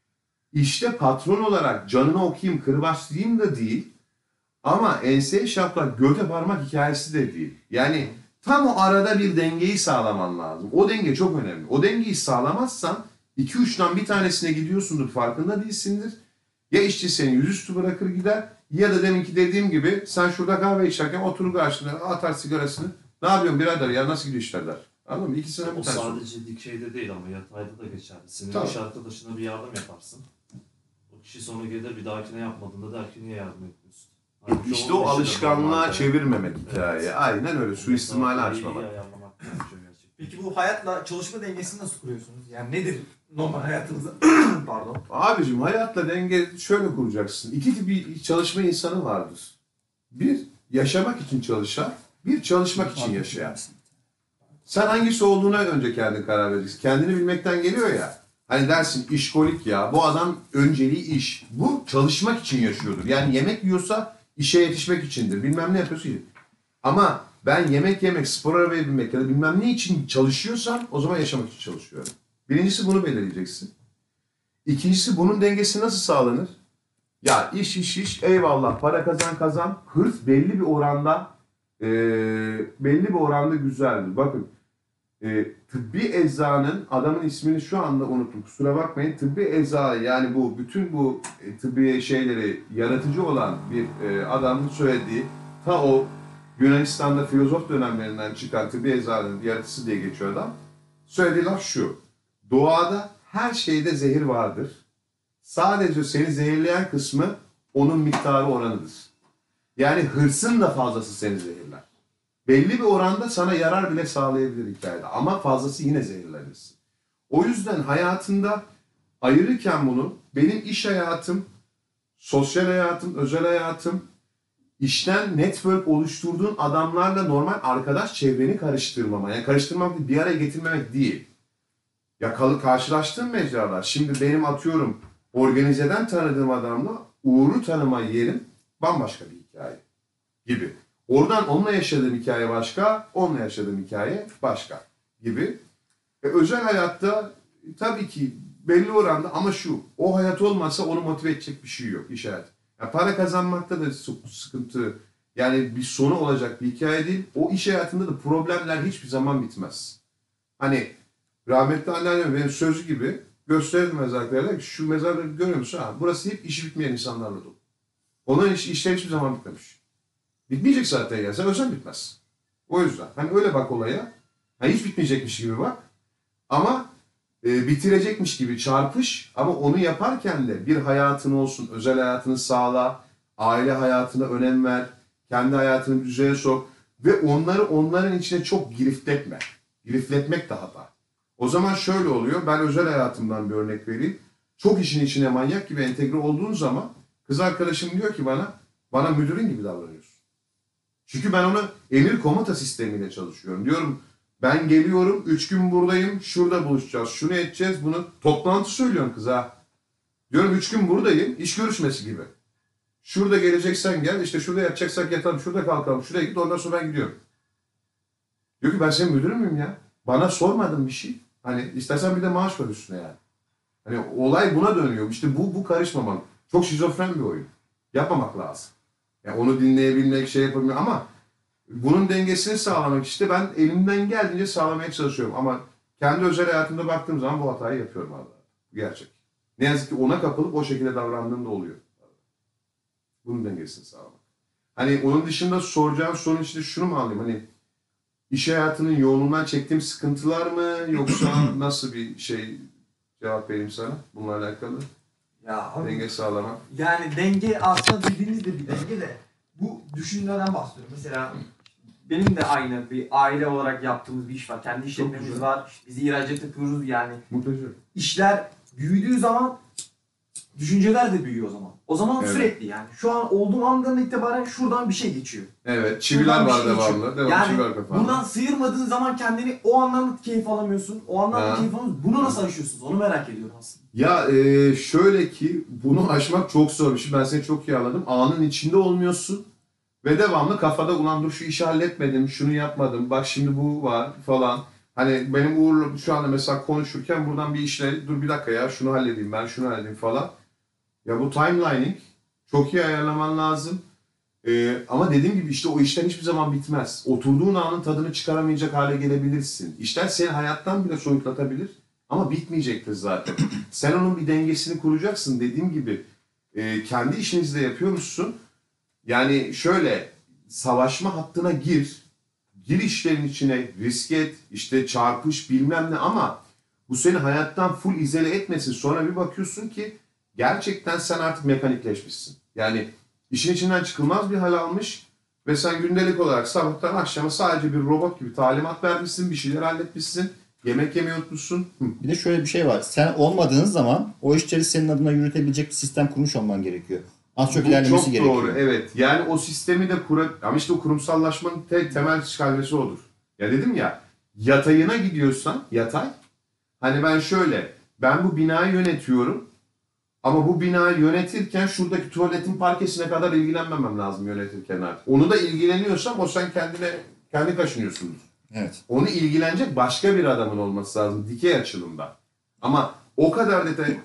işte patron olarak canını okuyayım, kırbaçlayayım da değil. Ama enseye şaplak, göte parmak hikayesi de değil. Yani tam o arada bir dengeyi sağlaman lazım. O denge çok önemli. O dengeyi sağlamazsan iki uçtan bir tanesine gidiyorsundur, farkında değilsindir. Ya işçi seni yüzüstü bırakır gider ya da deminki dediğim gibi sen şurada kahve içerken oturur karşına atar sigarasını. Ne yapıyorsun birader ya, nasıl gidiyor işler der. Anladın mı? İkisine bir O tanesi. sadece dikeyde değil ama yatayda da geçerli. Senin Tabii. iş arkadaşına bir yardım yaparsın. O kişi sonra gelir bir dahakine yapmadığında der ki niye yardım etmiyorsun? Halbuki İşte onun o işi de alışkanlığa normalde. çevirmemek Evet. hikaye. Aynen öyle. Suistimali Mesafeyi açmamak. iyi ayarlamak gerekiyor gerçekten. Peki bu hayatla çalışma dengesini nasıl kuruyorsunuz? Yani nedir normal hayatınızda? Pardon. Abicim hayatla denge şöyle kuracaksın. İki tip bir çalışma insanı vardır. Bir yaşamak için çalışan, bir çalışmak için yaşayan. Sen hangisi olduğuna önce kendin karar vereceksin. Kendini bilmekten geliyor ya. Hani dersin işkolik ya, bu adam önceliği iş. Bu çalışmak için yaşıyordur. Yani yemek yiyorsa işe yetişmek içindir. Bilmem ne yapıyorsa için. Ama ben yemek yemek, spor arabaya binmek ya da bilmem ne için çalışıyorsam o zaman yaşamak için çalışıyorum. Birincisi bunu belirleyeceksin. İkincisi bunun dengesi nasıl sağlanır? Ya iş iş iş eyvallah para kazan kazan. Hırs belli bir oranda e, belli bir oranda güzeldir. Bakın e, tıbbi eczanın adamın ismini şu anda unuttum kusura bakmayın. Tıbbi ecza yani bu bütün bu e, tıbbi şeyleri yaratıcı olan bir e, adamın söylediği ta o Yunanistan'da filozof dönemlerinden çıkan tıbbi eczanın yaratıcısı diye geçiyor adam. Söylediği laf şu. Doğada her şeyde zehir vardır. Sadece seni zehirleyen kısmı onun miktarı oranıdır. Yani hırsın da fazlası seni zehirler. Belli bir oranda sana yarar bile sağlayabilir hikayede. Ama fazlası yine zehirlenirsin. O yüzden hayatında ayırırken bunu benim iş hayatım, sosyal hayatım, özel hayatım, işten network oluşturduğun adamlarla normal arkadaş çevreni karıştırmama. Yani karıştırmak değil, bir araya getirmemek değil. Ya karşılaştığım mecralar. Şimdi benim atıyorum organizeden tanıdığım adamla Uğur'u tanıma yerim bambaşka bir hikaye gibi. Oradan onunla yaşadığım hikaye başka, onunla yaşadığım hikaye başka gibi. E, özel hayatta tabii ki belli oranda ama şu, o hayat olmazsa onu motive edecek bir şey yok iş hayatı. Yani para kazanmakta da sıkıntı, yani bir sonu olacak bir hikaye değil. O iş hayatında da problemler hiçbir zaman bitmez. Hani rahmetli anneannem benim sözü gibi gösterdi mezarlıklarda şu mezarları görüyor musun? Ha, burası hep işi bitmeyen insanlarla dolu. Onların iş, işleri hiçbir zaman bitmemiş. Bitmeyecek zaten ya. Sen ölsen bitmez. O yüzden. Hani öyle bak olaya. Hani hiç bitmeyecekmiş gibi bak. Ama e, bitirecekmiş gibi çarpış. Ama onu yaparken de bir hayatın olsun. Özel hayatını sağla. Aile hayatına önem ver. Kendi hayatını düzeye sok. Ve onları onların içine çok girifletme. Girifletmek de hata. O zaman şöyle oluyor. Ben özel hayatımdan bir örnek vereyim. Çok işin içine manyak gibi entegre olduğun zaman kız arkadaşım diyor ki bana, bana müdürün gibi davranıyorsun. Çünkü ben onu emir komuta sistemiyle çalışıyorum. Diyorum ben geliyorum, üç gün buradayım, şurada buluşacağız, şunu edeceğiz, bunu. Toplantı söylüyorum kıza. Diyorum üç gün buradayım, iş görüşmesi gibi. Şurada geleceksen gel, işte şurada yatacaksak yatalım, şurada kalkalım, şuraya git, ondan sonra ben gidiyorum. Diyor ki ben senin müdürün müyüm ya? Bana sormadın bir şey. Hani istersen bir de maaş ver üstüne yani. Hani olay buna dönüyor. İşte bu, bu karışmamak. Çok şizofren bir oyun. Yapmamak lazım. Yani onu dinleyebilmek, şey yapabilmek ama bunun dengesini sağlamak işte ben elimden geldiğince sağlamaya çalışıyorum. Ama kendi özel hayatımda baktığım zaman bu hatayı yapıyorum abi. Gerçek. Ne yazık ki ona kapılıp o şekilde davrandığım da oluyor. Bunun dengesini sağlamak. Hani onun dışında soracağım sorun işte şunu mu alayım? Hani iş hayatının yoğunluğundan çektiğim sıkıntılar mı yoksa nasıl bir şey cevap vereyim sana bununla alakalı? Ya abi, Denge sağlamak. yani denge aslında bildiğiniz de bir denge de bu düşüncelerden bahsediyorum. Mesela benim de aynı bir aile olarak yaptığımız bir iş var. Kendi işletmemiz güzel. var. İşte biz ihracat yapıyoruz yani. Muhteşem. İşler büyüdüğü zaman düşünceler de büyüyor o zaman. O zaman Evet. sürekli yani. Şu an olduğum andan itibaren şuradan bir şey geçiyor. Evet, çiviler Şuradan bir var şey devamlı. geçiyor. Devamlı Yani çiviler kafanda. buradan sıyırmadığın zaman kendini o andan da keyif alamıyorsun. O andan da Ha. keyif alamıyorsun. Bunu nasıl aşıyorsunuz? Onu merak ediyorum aslında. Ya e, şöyle ki bunu aşmak çok zor bir şey. Ben seni çok iyi anladım. Anın içinde olmuyorsun. Ve devamlı kafada ulan dur şu işi halletmedim, şunu yapmadım, bak şimdi bu var falan. Hani benim Uğur'la şu anda mesela konuşurken buradan bir işle dur bir dakika ya şunu halledeyim ben şunu halledeyim falan. Ya bu timelining çok iyi ayarlaman lazım. Ee, ama dediğim gibi işte o işler hiçbir zaman bitmez. Oturduğun anın tadını çıkaramayacak hale gelebilirsin. İşler seni hayattan bile soyutlatabilir ama bitmeyecektir zaten. Sen onun bir dengesini kuracaksın. Dediğim gibi e, kendi işinizde yapıyormuşsun. Yani şöyle savaşma hattına gir. Gir işlerin içine, risk et, işte çarpış bilmem ne ama bu seni hayattan full izole etmesin. Sonra bir bakıyorsun ki gerçekten sen artık mekanikleşmişsin. Yani işin içinden çıkılmaz bir hal almış ve sen gündelik olarak sabahtan akşama sadece bir robot gibi talimat vermişsin, bir şeyler halletmişsin, yemek yemeyi unutmuşsun. Hı. Bir de şöyle bir şey var. Sen olmadığın zaman o işleri senin adına yürütebilecek bir sistem kurmuş olman gerekiyor. Az çok Bu ilerlemesi çok gerekiyor. doğru, evet. Yani o sistemi de kurar... Ama işte o kurumsallaşmanın te- temel çıkarması odur. Ya dedim ya, yatayına gidiyorsan, yatay, hani ben şöyle, ben bu binayı yönetiyorum ama bu binayı yönetirken şuradaki tuvaletin parkesine kadar ilgilenmemem lazım yönetirken artık. Onu da ilgileniyorsam o sen kendine, kendi kaşınıyorsundur. Evet. Onu ilgilenecek başka bir adamın olması lazım, dikey açılımda. Ama o kadar detay...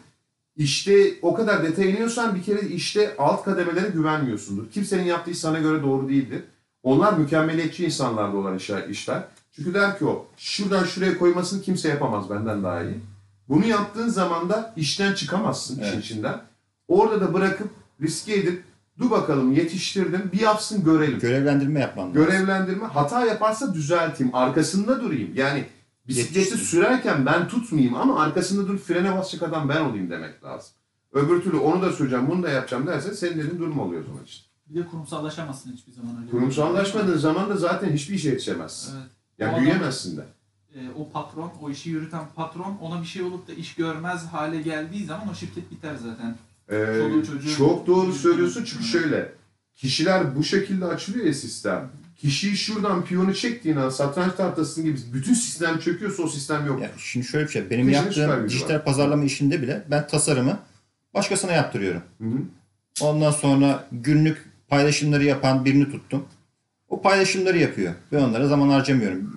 İşte o kadar detaya iniyorsan bir kere işte alt kademelere güvenmiyorsundur. Kimsenin yaptığı iş sana göre doğru değildir. Onlar mükemmeliyetçi insanlarda olan işler. işler. Çünkü der ki o şuradan şuraya koymasını kimse yapamaz benden daha iyi. Bunu yaptığın zaman da işten çıkamazsın Evet. işin içinden. Orada da bırakıp riske edip dur bakalım yetiştirdim bir yapsın görelim. Görevlendirme yapman lazım. Görevlendirme hata yaparsa düzelteyim arkasında durayım. Yani bisikleti Yetiştir. sürerken ben tutmayayım ama arkasında dur frene basacak adam ben olayım demek lazım. Öbür türlü onu da süreceğim bunu da yapacağım dersen senin dediğin durum oluyor o zaman işte. Bir de kurumsallaşamazsın hiçbir zaman öyle. Kurumsallaşmadığın zaman da zaten hiçbir işe yetişemezsin. Evet. Yani O adam- büyüyemezsin de. E, o patron, o işi yürüten patron ona bir şey olup da iş görmez hale geldiği zaman o şirket biter zaten. Ee, Çoluğu çocuğu- çok doğru söylüyorsun çünkü Hı. şöyle. Kişiler bu şekilde açılıyor ya sistem. Kişiyi şuradan piyonu çektiğin an satranç tahtasının gibi bütün sistem çöküyorsa o sistem yok. Ya şimdi şöyle bir şey. Benim Kişinin süper yaptığım gücü dijital var. pazarlama işinde bile ben tasarımı başkasına yaptırıyorum. Hı hı. Ondan sonra günlük paylaşımları yapan birini tuttum. O paylaşımları yapıyor ve onlara zaman harcamıyorum.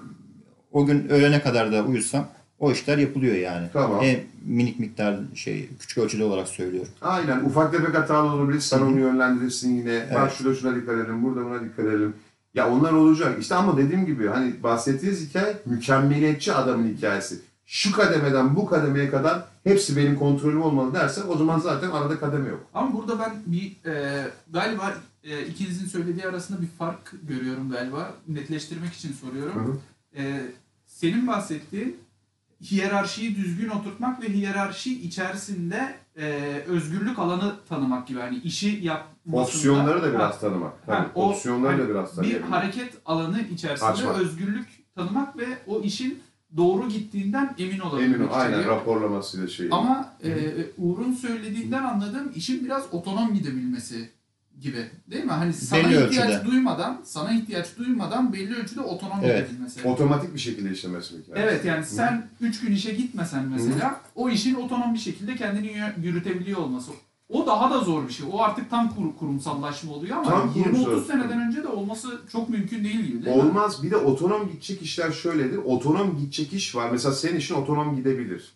O gün öğlene kadar da uyursam o işler yapılıyor yani. Tamam. En minik miktar şey küçük ölçüde olarak söylüyorum. Aynen. Ufak tefek hatalar olabilir. Sen onu yönlendirirsin yine. Bak Evet. şurada şuna dikkat edelim. Burada buna dikkat edelim. Ya onlar olacak. İşte ama dediğim gibi hani bahsettiğiniz hikaye mükemmeliyetçi adamın hikayesi. Şu kademeden bu kademeye kadar hepsi benim kontrolüm olmalı dersen o zaman zaten arada kademe yok. Ama burada ben bir e, galiba e, ikinizin söylediği arasında bir fark görüyorum galiba. Netleştirmek için soruyorum. Hı hı. E, senin bahsettiğin hiyerarşiyi düzgün oturtmak ve hiyerarşi içerisinde e, özgürlük alanı tanımak gibi. Hani işi yapmasında... Opsiyonları da biraz Ha, tanımak. ha, Tabii, o- opsiyonları hani da biraz bir tanıyabilmek. hareket alanı içerisinde Açmak. özgürlük tanımak ve o işin doğru gittiğinden emin olabilmek Eminim aynen içeriyor. raporlamasıyla şey. Ama e, Uğur'un söylediğinden anladığım işin biraz otonom gidebilmesi gibi. Değil mi? Hani sana Belli ihtiyaç ölçüde. duymadan, sana ihtiyaç duymadan belli ölçüde otonom Evet. gidebilmesi. Otomatik bir şekilde işlemesi hikayesi. Evet yani sen üç gün işe gitmesen mesela o işin otonom bir şekilde kendini yö- yürütebiliyor olması. O daha da zor bir şey. O artık tam kur- kurumsallaşma oluyor ama Tam yirmi otuz kurumsal. seneden önce de olması çok mümkün değil gibi değil mi? Olmaz. Bir de otonom gidecek işler şöyledir. Otonom gidecek iş var. Mesela senin işin otonom gidebilir.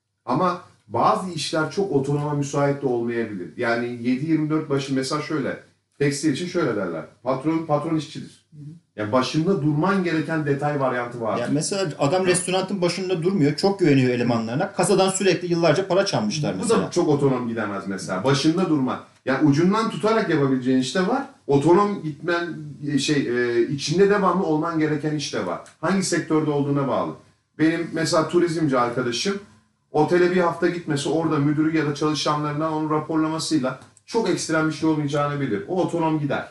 Ama bazı işler çok otonoma müsait de olmayabilir. Yani yedi yirmi dört başı mesela şöyle. Tekstil için şöyle derler. Patron patron işçidir. Yani başında durman gereken detay varyantı var. Yani mesela adam restoranın başında durmuyor. Çok güveniyor elemanlarına. Kasadan sürekli yıllarca para çalmışlar Bu mesela. da çok otonom gidemez mesela. Başında durma. Yani ucundan tutarak yapabileceğin iş de var. Otonom gitmen şey e, içinde devamlı olman gereken iş de var. Hangi sektörde olduğuna bağlı. Benim mesela turizmci arkadaşım otele bir hafta gitmesi orada müdürü ya da çalışanlarından onun raporlamasıyla çok ekstrem bir şey olmayacağını bilir. O otonom gider.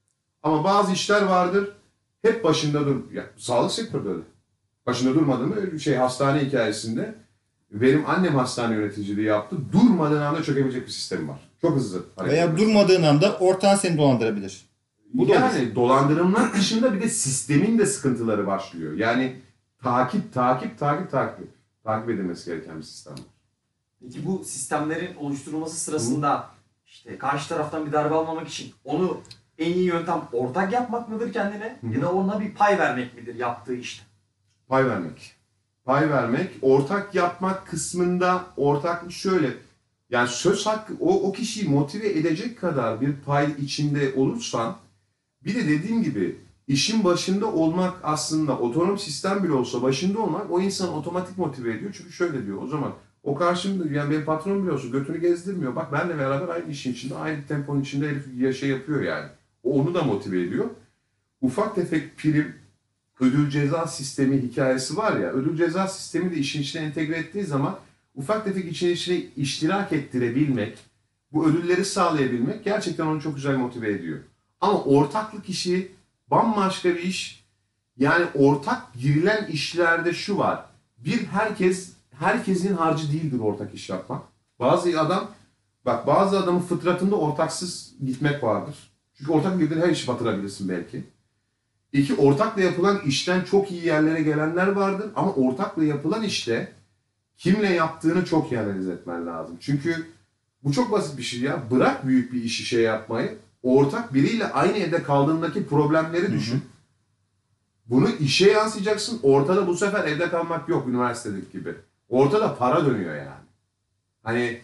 Ama bazı işler vardır. Hep başında dur. Ya, sağlık sektörü öyle. Başında durmadığımı şey hastane hikayesinde benim annem hastane yöneticiliği yaptı. Durmadan anda çökebilecek bir sistem var. Çok hızlı. hareket Veya ediyor. durmadığın anda ortağın seni dolandırabilir. Bu da yani dolandırımlar dışında bir de sistemin de sıkıntıları başlıyor. Yani takip, takip, takip, takip. Takip edilmesi gereken bir sistem var. Peki bu sistemlerin oluşturulması sırasında işte karşı taraftan bir darbe almamak için onu en iyi yöntem ortak yapmak mıdır kendine Hı hı. ya da ona bir pay vermek midir yaptığı işte? Pay vermek. pay vermek, ortak yapmak kısmında ortaklık şöyle. Yani söz hakkı o, o kişiyi motive edecek kadar bir pay içinde olursan, bir de dediğim gibi işin başında olmak aslında otonom sistem bile olsa başında olmak o insanı otomatik motive ediyor. Çünkü şöyle diyor o zaman o karşımda yani benim patronum bile olsa götünü gezdirmiyor. Bak benle beraber aynı işin içinde aynı temponun içinde herif yaşa yapıyor yani. O onu da motive ediyor. Ufak tefek prim, ödül ceza sistemi hikayesi var ya, ödül ceza sistemi de işin içine entegre ettiği zaman ufak tefek işin içine iştirak ettirebilmek, bu ödülleri sağlayabilmek gerçekten onu çok güzel motive ediyor. Ama ortaklık işi bambaşka bir iş. Yani ortak girilen işlerde şu var. Bir, herkes, herkesin harcı değildir ortak iş yapmak. Bazı adam, bak bazı adamın fıtratında ortaksız gitmek vardır. Çünkü ortak girdiğin her işi batırabilirsin belki. İki, ortakla yapılan işten çok iyi yerlere gelenler vardır. Ama ortakla yapılan işte kimle yaptığını çok iyi analiz etmen lazım. Çünkü bu çok basit bir şey ya. Bırak büyük bir işi şey yapmayı. Ortak biriyle aynı evde kaldığındaki problemleri düşün. Hı hı. Bunu işe yansıyacaksın. Ortada bu sefer evde kalmak yok üniversitedeki gibi. Ortada para dönüyor yani. Hani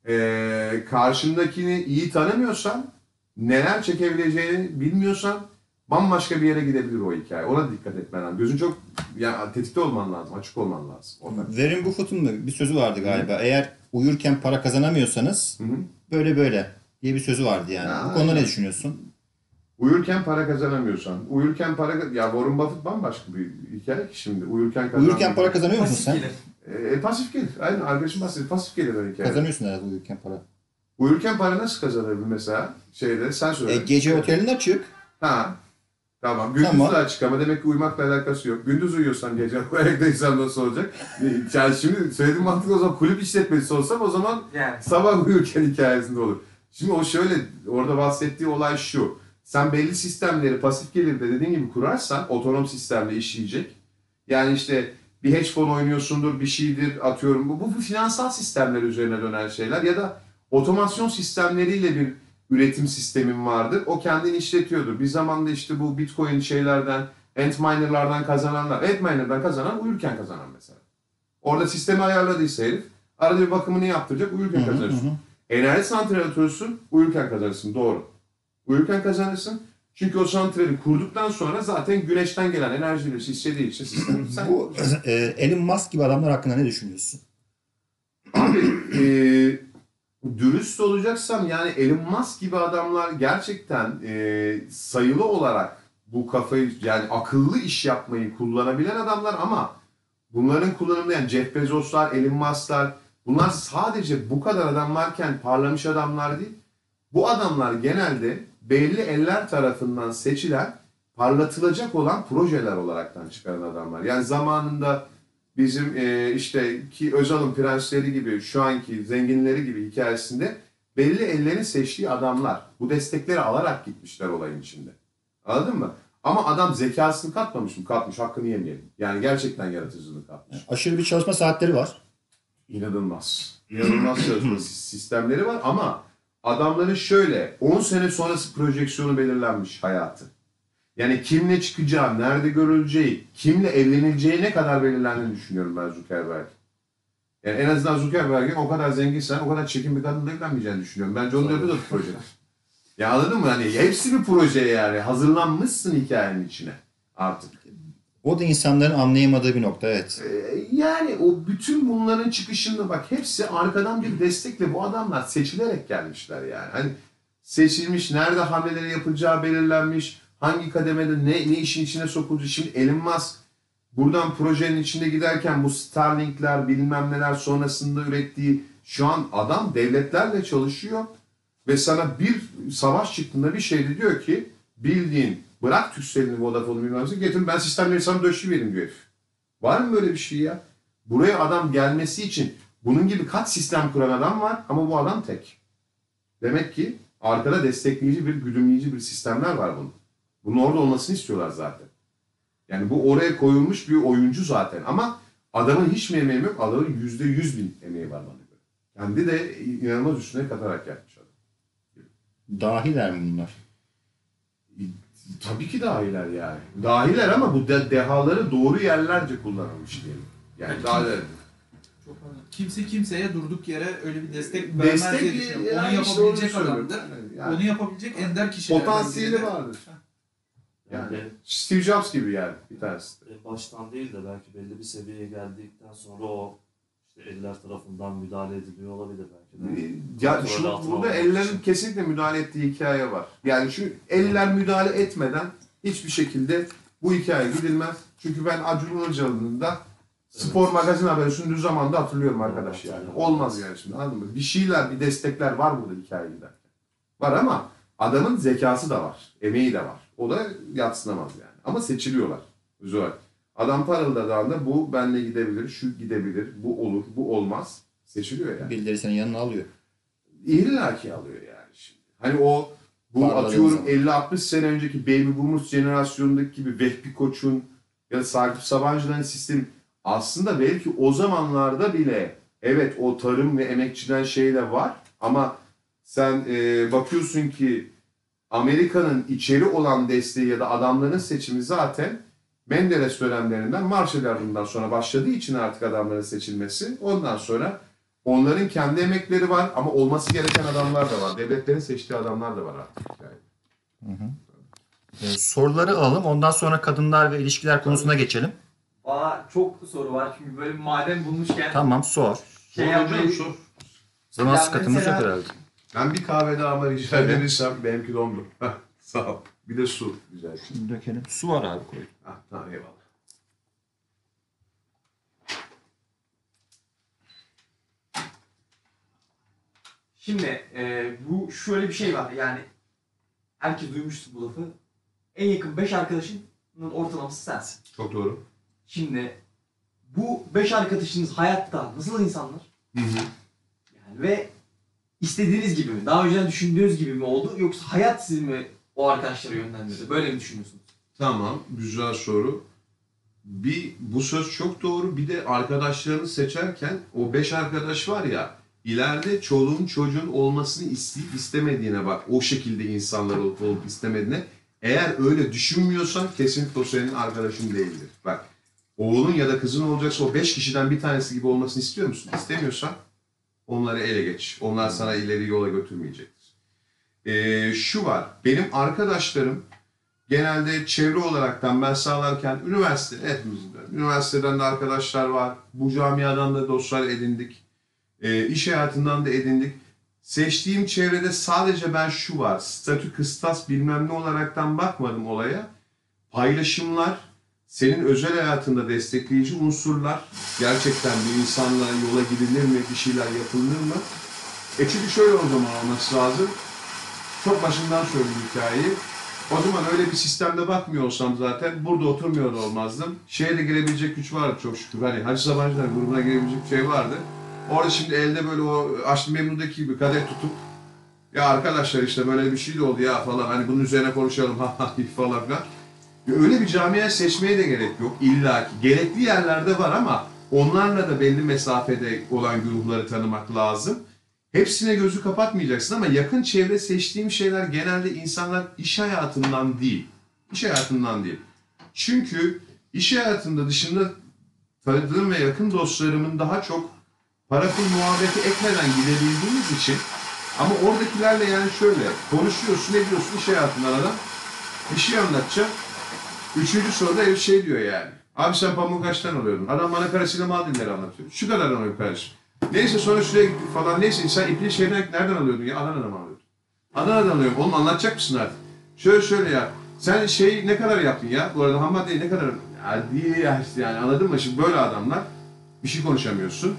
ee, karşındakini iyi tanımıyorsan, neler çekebileceğini bilmiyorsan bambaşka bir yere gidebilir o hikaye. Ona dikkat etmen lazım. Gözün çok yani tetikte olman lazım, açık olman lazım. Orada. Warren Buffett'ın da bir sözü vardı galiba. Hı. Eğer uyurken para kazanamıyorsanız hı hı. böyle böyle diye bir sözü vardı yani. Ya, bu konuda ne düşünüyorsun? Uyurken para kazanamıyorsan, uyurken para ya Warren Buffett bambaşka bir hikaye ki şimdi. Uyurken kazan. Uyurken para kazanıyor musun sen? E, pasif gelir. Aynen arkadaşım bahsediyor. Pasif gelir o hikaye. Kazanıyorsun herhalde uyurken para. Uyurken para nasıl kazanabilir mesela? Şeyde sen söyle. E, gece otelin açık. Ha. Tamam. Gündüz tamam. de açık ama demek ki uyumakla alakası yok. Gündüz uyuyorsan gece ayaktaysan nasıl olacak? Yani şimdi söylediğim mantıklı o zaman kulüp işletmesi olsam o zaman yani. Sabah uyurken hikayesinde olur. Şimdi o şöyle orada bahsettiği olay şu. Sen belli sistemleri pasif gelirde dediğin gibi kurarsan otonom sistemle işleyecek. Yani işte bir hedge fon oynuyorsundur, bir şeydir atıyorum. Bu, bu, bu finansal sistemler üzerine dönen şeyler ya da otomasyon sistemleriyle bir üretim sistemin vardır. O kendini işletiyordur. Bir zamanda işte bu Bitcoin şeylerden, Antminer'lardan kazananlar, Antminer'dan kazanan uyurken kazanan mesela. Orada sistemi ayarladıysa herif, arada bir bakımını yaptıracak, uyurken kazanırsın. Enerji santrali atıyorsun, uyurken kazanırsın. Doğru. Uyurken kazanırsın. Çünkü o santrali kurduktan sonra zaten güneşten gelen enerjileri istediği için sistem. Sen... Bu e, Elon Musk gibi adamlar hakkında ne düşünüyorsun? Abi e, dürüst olacaksam yani Elon Musk gibi adamlar gerçekten e, sayılı olarak bu kafayı yani akıllı iş yapmayı kullanabilen adamlar ama bunların kullanımında yani Jeff Bezos'lar, Elon Musk'lar bunlar sadece bu kadar adam varken parlamış adamlar değil. Bu adamlar genelde belli eller tarafından seçilen, parlatılacak olan projeler olaraktan çıkaran adamlar. Yani zamanında bizim e, işte ki Özal'ın prensleri gibi, şu anki zenginleri gibi hikayesinde belli ellerin seçtiği adamlar. Bu destekleri alarak gitmişler olayın içinde. Anladın mı? Ama adam zekasını katmamış mı? Katmış. Hakkını yemeyelim. Yani gerçekten yaratıcılığını katmış. Aşırı bir çalışma saatleri var. İnanılmaz. İnanılmaz çalışma sistemleri var ama adamların şöyle on sene sonrası projeksiyonu belirlenmiş hayatı. Yani kimle çıkacağı, nerede görüleceği, kimle evlenileceği ne kadar belirlendiğini düşünüyorum ben Zuckerberg. Yani en azından Zuckerberg'in o kadar zenginsen o kadar çirkin bir kadınla evlenmeyeceğini düşünüyorum. Bence onun öbür de bir proje. Ya anladın mı? Hani hepsi bir proje yani. Hazırlanmışsın hikayenin içine artık. O da insanların anlayamadığı bir nokta, evet. Ee, yani o bütün bunların çıkışında bak hepsi arkadan bir destekle bu adamlar seçilerek gelmişler yani. Hani seçilmiş, nerede hamleleri yapılacağı belirlenmiş, hangi kademede ne, ne işin içine sokulacak. Şimdi Elon Musk buradan projenin içinde giderken bu Starlink'ler bilmem neler sonrasında ürettiği şu an adam devletlerle çalışıyor ve sana bir savaş çıktığında bir şeyde diyor ki bildiğin bırak Turkcell'ini, Vodafone'u bilmem ne getirin ben sistemleri sana döşü vereyim diyor herif. Var mı böyle bir şey ya? Buraya adam gelmesi için bunun gibi kaç sistem kuran adam var ama bu adam tek. Demek ki arkada destekleyici bir, güdümleyici bir sistemler var bunun. Bunun orada olmasını istiyorlar zaten. Yani bu oraya koyulmuş bir oyuncu zaten ama adamın hiç mi emeği yok? Adamın yüzde yüz bin emeği var bana göre. Kendi de inanılmaz üstüne katarak yapmış adam. Dahiler mi bunlar? Tabii ki dahiler yani. Dahiler ama bu de- dehaları doğru yerlerce kullanılmış diyelim. Yani daha da Çok önemli. Kimse kimseye durduk yere öyle bir destek vermez destek diye düşünüyorum. yani Onu işte yapabilecek onu adamdır. söylüyorum. Yani Onu yapabilecek ender kişilerden potansiyeli biridir. vardır. Yani Yani Steve Jobs gibi yani bir tanesi. en baştan değil de belki belli bir seviyeye geldikten sonra o işte eller tarafından müdahale ediliyor olabilir belki de. Ya Kontrol şu altına burada almak ellerin için. kesinlikle müdahale ettiği hikaye var. Yani şu eller müdahale etmeden hiçbir şekilde bu hikaye gidilmez. Çünkü ben Acun Ilıcalı'nın da spor magazin haberi sunduğu zaman da hatırlıyorum arkadaş yani. Olmaz yani şimdi, anladın mı? Bir şeyler, bir destekler var burada hikaye giderken. Var ama adamın zekası da var, emeği de var. O da yadsınamaz yani. Ama seçiliyorlar. Güzel. Adam parıldadığında bu benle gidebilir, şu gidebilir, bu olur, bu olmaz. Seçiliyor yani. Birileri senin yanına alıyor. İllaki alıyor yani şimdi. Hani o bu Parladığın atıyorum zaman. elli altmış sene önceki Baby Boomers jenerasyonundaki gibi Vehbi Koç'un ya da Sakıp Sabancı'nın sistemi aslında belki o zamanlarda bile evet o tarım ve emekçiden şey de var ama sen e, bakıyorsun ki Amerika'nın içeri olan desteği ya da adamların seçimi zaten Menderes dönemlerinden Marshall Yardımı'ndan sonra başladığı için artık adamların seçilmesi. Ondan sonra onların kendi emekleri var ama olması gereken adamlar da var. Devletlerin seçtiği adamlar da var artık. Yani. Ee, soruları alalım. Ondan sonra kadınlar ve ilişkiler konusuna geçelim. Bana çok soru var çünkü böyle bir maden bulmuşken Tamam, sor. şey Sor yapmayı... hocam, sor. Zaman Ya sıkıntımız yok mesela- herhalde. Ben bir kahve daha ama rica Tabii. edersem benimki dondu. Heh, sağ ol. Bir de su rica ederim. Şimdi dökelim. Su var abi, koy. Ah, tamam eyvallah. Şimdi e, bu şöyle bir şey var yani herkes duymuştur bu lafı. En yakın beş arkadaşının ortalaması sensin. Çok doğru. Şimdi bu beş arkadaşınız hayatta nasıl insanlar? Hı hı. Yani ve istediğiniz gibi mi? Daha önceden düşündüğünüz gibi mi oldu? Yoksa hayat sizi mi o arkadaşlara yönlendirdi? Böyle mi düşünüyorsunuz? Tamam, güzel soru. Bir, bu söz çok doğru. Bir de arkadaşlarını seçerken o beş arkadaş var ya, ileride çoluğun çocuğun olmasını isteyip istemediğine bak. O şekilde insanlar olup, olup istemediğine. Eğer öyle düşünmüyorsan kesinlikle o senin arkadaşın değildir. Bak, oğlun ya da kızın olacaksa o beş kişiden bir tanesi gibi olmasını istiyor musun? İstemiyorsan onları ele geç. Onlar sana ileri yola götürmeyecektir. Ee, şu var, benim arkadaşlarım genelde çevre olaraktan ben sağlarken üniversite, hepimizin de, üniversiteden de arkadaşlar var. Bu camiadan da dostlar edindik. E, iş hayatından da edindik. Seçtiğim çevrede sadece ben şu var, statü, kıstas bilmem ne olaraktan bakmadım olaya. Paylaşımlar, senin özel hayatında destekleyici unsurlar, gerçekten bir insanla yola gidilir mi, bir şeyler yapılır mı? E çünkü şöyle o zaman olması lazım. Çok başından söyleyeyim hikayeyi. O zaman öyle bir sistemde bakmıyor olsam zaten burada oturmuyor da olmazdım. Şeye de girebilecek güç vardı çok şükür. Hani Hacı Sabancılar grubuna girebilecek bir şey vardı. Orada şimdi elde böyle o Aşkı Memnu'daki gibi kadeh tutup ya arkadaşlar işte böyle bir şey de oldu ya falan hani bunun üzerine konuşalım ha ha falan filan. Ya öyle bir camia seçmeye de gerek yok illa ki. Gerekli yerlerde var ama onlarla da belli mesafede olan grupları tanımak lazım. Hepsine gözü kapatmayacaksın ama yakın çevre seçtiğim şeyler genelde insanlar iş hayatından değil. İş hayatından değil. Çünkü iş hayatında dışında tanıdığım ve yakın dostlarımın daha çok para pul muhabbeti etmeden gidebildiğimiz için ama oradakilerle yani şöyle konuşuyorsun ediyorsun iş hayatından adam bir şey anlatacağım. Üçüncü soruda ev şey diyor yani. Abi sen pamuğu kaçtan alıyordun? Adam bana parasıyla mal dinleri anlatıyor. Şu kadar alıyor kardeşim. Neyse sonra şuraya gittik falan. Neyse sen ipliği şeyden nereden alıyordun ya? Adana'dan mı alıyordun? Adana'dan alıyorum. Oğlum anlatacak mısın artık? Şöyle şöyle ya. Sen şey ne kadar yaptın ya? Bu arada ham maddeyi ne kadar... Ya diye ya işte yani anladın mı? Şimdi böyle adamlar bir şey konuşamıyorsun.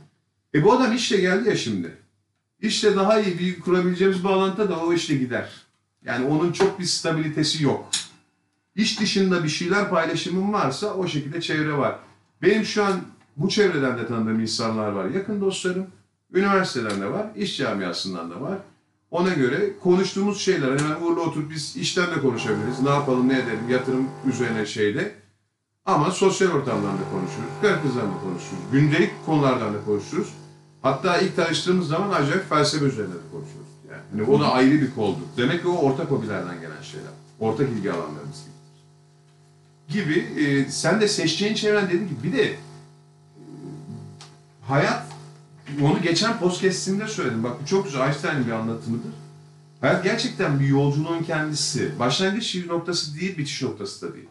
E bu adam işle geldi ya şimdi. İşle daha iyi bir kurabileceğimiz bağlantı da o işle gider. Yani onun çok bir stabilitesi yok. İş dışında bir şeyler paylaşımım varsa o şekilde çevre var. Benim şu an bu çevreden de tanıdığım insanlar var. Yakın dostlarım, üniversiteden de var, iş camiasından da var. Ona göre konuştuğumuz şeyler, hani ben Uğur'la oturup biz işten de konuşabiliriz. Ne yapalım, ne edelim, yatırım üzerine şeyde. Ama sosyal ortamdan da konuşuruz, karı kızdan da konuşuruz, gündelik konulardan da konuşuruz. Hatta ilk tanıştığımız zaman acayip felsefe üzerine de konuşuyoruz. Yani hani o da ayrı bir koldur. Demek ki o ortak hobilerden gelen şeyler. Ortak ilgi alanlarımız gibi. Gibi, e, sen de seçeceğin çevren dediğin gibi bir de hayat, onu geçen podcast'imde söyledim. Bak bu çok güzel, Einstein'ın bir anlatımıdır. Hayat gerçekten bir yolculuğun kendisi. Başlangıç noktası değil, bitiş noktası da değil.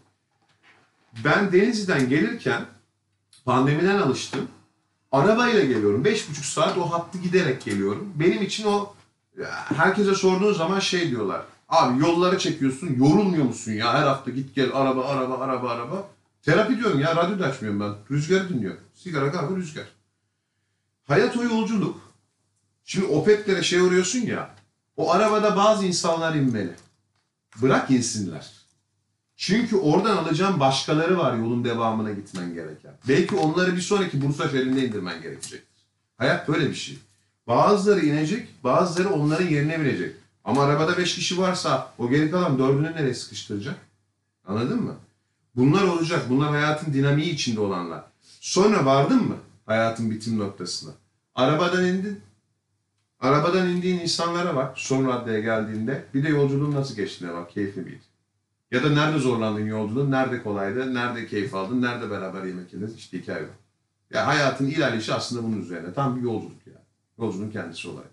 Ben Denizli'den gelirken pandemiden alıştım. Arabayla geliyorum. Beş buçuk saat o hattı giderek geliyorum. Benim için o, herkese sorduğun zaman şey diyorlar. Abi yollara çekiyorsun, yorulmuyor musun ya? Her hafta git gel, araba, araba, araba, araba. Terapi diyorum ya, radyo da açmıyorum ben. Rüzgarı dinliyorum. Sigara, kahve, rüzgar. Hayat o yolculuk. Şimdi Opet'lere şey uğruyorsun ya, o arabada bazı insanlar inmeli. Bırak insinler. Çünkü oradan alacağın başkaları var yolun devamına gitmen gereken. Belki onları bir sonraki Bursa şehrinde indirmen gerekecektir. Hayat böyle bir şey. Bazıları inecek, bazıları onların yerine binecek. Ama arabada beş kişi varsa o geri kalan dördünü nereye sıkıştıracak? Anladın mı? Bunlar olacak. Bunlar hayatın dinamiği içinde olanlar. Sonra vardın mı hayatın bitim noktasına? Arabadan indin. Arabadan indiğin insanlara bak son raddeye geldiğinde. Bir de yolculuğun nasıl geçtiğine bak. Keyifli miydi? Ya da nerede zorlandın yolculuğun? Nerede kolaydı? Nerede keyif aldın? Nerede beraber yemek yediniz? İşte hikaye var. Ya hayatın ilerleyişi aslında bunun üzerine. Tam bir yolculuk yani. Yolculuğun kendisi olarak.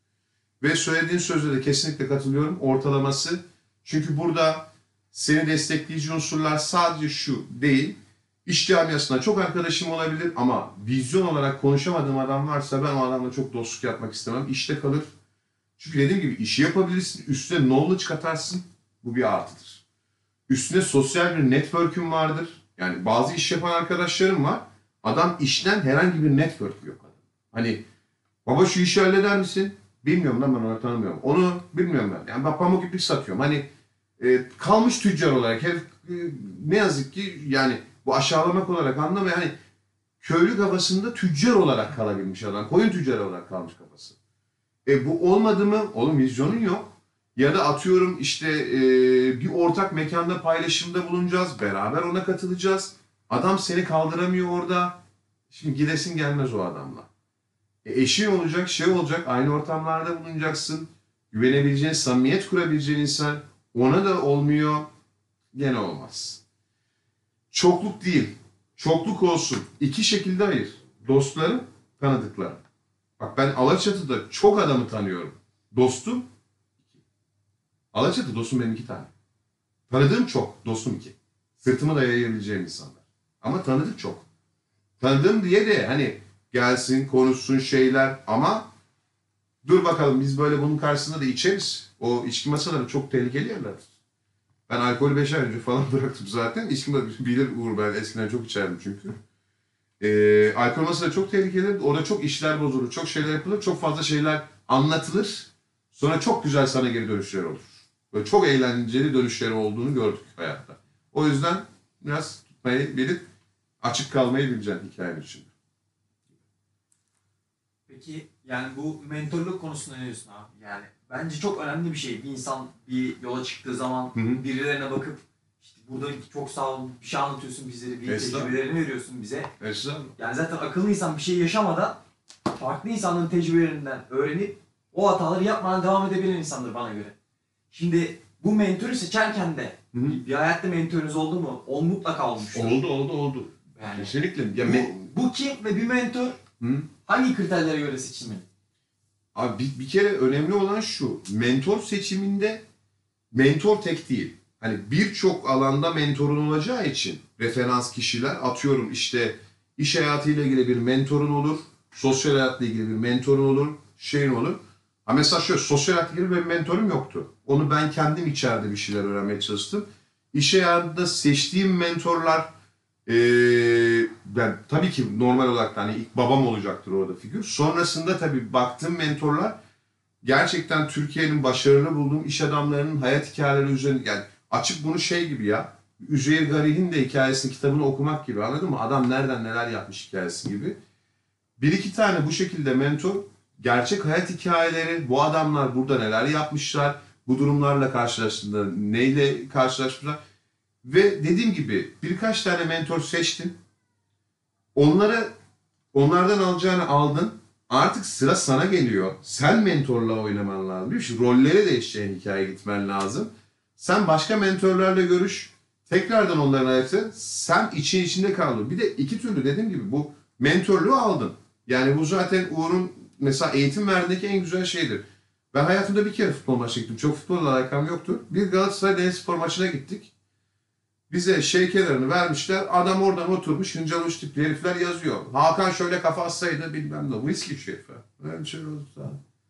Ve söylediğin sözlere de kesinlikle katılıyorum. Ortalaması. Çünkü burada seni destekleyici unsurlar sadece şu değil. İş camiasında çok arkadaşım olabilir ama vizyon olarak konuşamadığım adam varsa ben o adamla çok dostluk yapmak istemem. İşte kalır. Çünkü dediğim gibi işi yapabilirsin. Üstüne knowledge katarsın. Bu bir artıdır. Üstüne sosyal bir network'ün vardır. Yani bazı iş yapan arkadaşlarım var. Adam işten herhangi bir network yok. Hani baba şu işi halleder misin? Bilmiyorum lan, ben onu tanımıyorum. Onu bilmiyorum ben. Yani ben pamuk iplik satıyorum. Hani e, kalmış tüccar olarak herif e, ne yazık ki yani bu aşağılamak olarak anlamı yani köylü kafasında tüccar olarak kalabilmiş adam. Koyun tüccarı olarak kalmış kafası. E bu olmadı mı? Oğlum vizyonun yok. Ya da atıyorum işte e, bir ortak mekanda paylaşımda bulunacağız. Beraber ona katılacağız. Adam seni kaldıramıyor orada. Şimdi gidesin gelmez o adamla. E eşin olacak, şey olacak, aynı ortamlarda bulunacaksın. Güvenebileceğin, samimiyet kurabileceğin insan. Ona da olmuyor. Gene olmaz. Çokluk değil. Çokluk olsun. İki şekilde ayır. Dostlarım, tanıdıklarım. Bak ben Alaçatı'da çok adamı tanıyorum. Dostum, Alaçatı dostum benim iki tane. Tanıdığım çok, dostum iki. Sırtımı dayayabileceğim insanlar. Ama tanıdık çok. Tanıdığım diye de hani gelsin, konuşsun şeyler ama dur bakalım biz böyle bunun karşısında da içeriz. O içki masaları çok tehlikeli yerlerdir. Ben alkolü beş ay önce falan bıraktım zaten. İçki bilir Uğur, ben eskiden çok içerdim çünkü. Ee, alkol masaları çok tehlikeli. Orada çok işler bozulur, çok şeyler yapılır, çok fazla şeyler anlatılır. Sonra çok güzel sana geri dönüşler olur. Böyle çok eğlenceli dönüşleri olduğunu gördük hayatta. O yüzden biraz tutmayı bilip açık kalmayı bileceksin hikayenin içinde. Peki yani bu mentorluk konusunda ne diyorsun abi? Yani bence çok önemli bir şey. Bir insan bir yola çıktığı zaman Hı hı. birilerine bakıp işte burada çok sağ ol, bir şey anlatıyorsun bize, bir Estağfurullah. tecrübelerini veriyorsun bize. Estağfurullah. Yani zaten akıllı insan bir şey yaşamadan farklı insanların tecrübelerinden öğrenip o hataları yapmadan devam edebilen insandır bana göre. Şimdi bu mentörü seçerken de Hı hı. bir, bir hayatta mentörünüz oldu mu? O mutlaka olmuştur. Oldu oldu oldu. Yani Kesinlikle. Ya bu, me- bu kim ve bir mentor Hı? hangi kriterlere göre seçilmeli? Abi bir, bir kere önemli olan şu. Mentor seçiminde mentor tek değil. Hani birçok alanda mentorun olacağı için referans kişiler, atıyorum işte iş hayatıyla ilgili bir mentorun olur, sosyal hayatla ilgili bir mentorun olur, şeyin olur. Ha mesela şöyle, sosyal hayatla ilgili bir mentorum yoktu. Onu ben kendim içeride bir şeyler öğrenmeye çalıştım. İş hayatında seçtiğim mentorlar Ee, ben tabii ki normal olarak da hani ilk babam olacaktır orada figür. Sonrasında tabii baktığım mentorlar gerçekten Türkiye'nin başarılı bulduğum iş adamlarının hayat hikayeleri üzerine, yani açıp bunu şey gibi ya, Üzeyir Garih'in de hikayesini, kitabını okumak gibi, anladın mı? Adam nereden neler yapmış hikayesi gibi. Bir iki tane bu şekilde mentor, gerçek hayat hikayeleri, bu adamlar burada neler yapmışlar, bu durumlarla karşılaştığında neyle karşılaşmışlar. Ve dediğim gibi birkaç tane mentor seçtin. Onlara, onlardan alacağını aldın. Artık sıra sana geliyor. Sen mentorla oynaman lazım. Bir şey, rolleri değişeceğin hikaye gitmen lazım. Sen başka mentorlarla görüş. Tekrardan onların ayakta. Sen için içinde kaldın. Bir de iki türlü dediğim gibi bu mentorluğu aldın. Yani bu zaten Uğur'un mesela eğitim verdiğindeki en güzel şeydir. Ben hayatımda bir kere futbol maçına gittim. Çok futbolla alakam yoktur. Bir Galatasaray Denizspor maçına gittik. Bize şey kenarını vermişler. Adam oradan oturmuş. Hıncal uç tipli herifler yazıyor. Hakan şöyle kafa atsaydı bilmem ne. Whisky şu herif. Öyle şey olursa.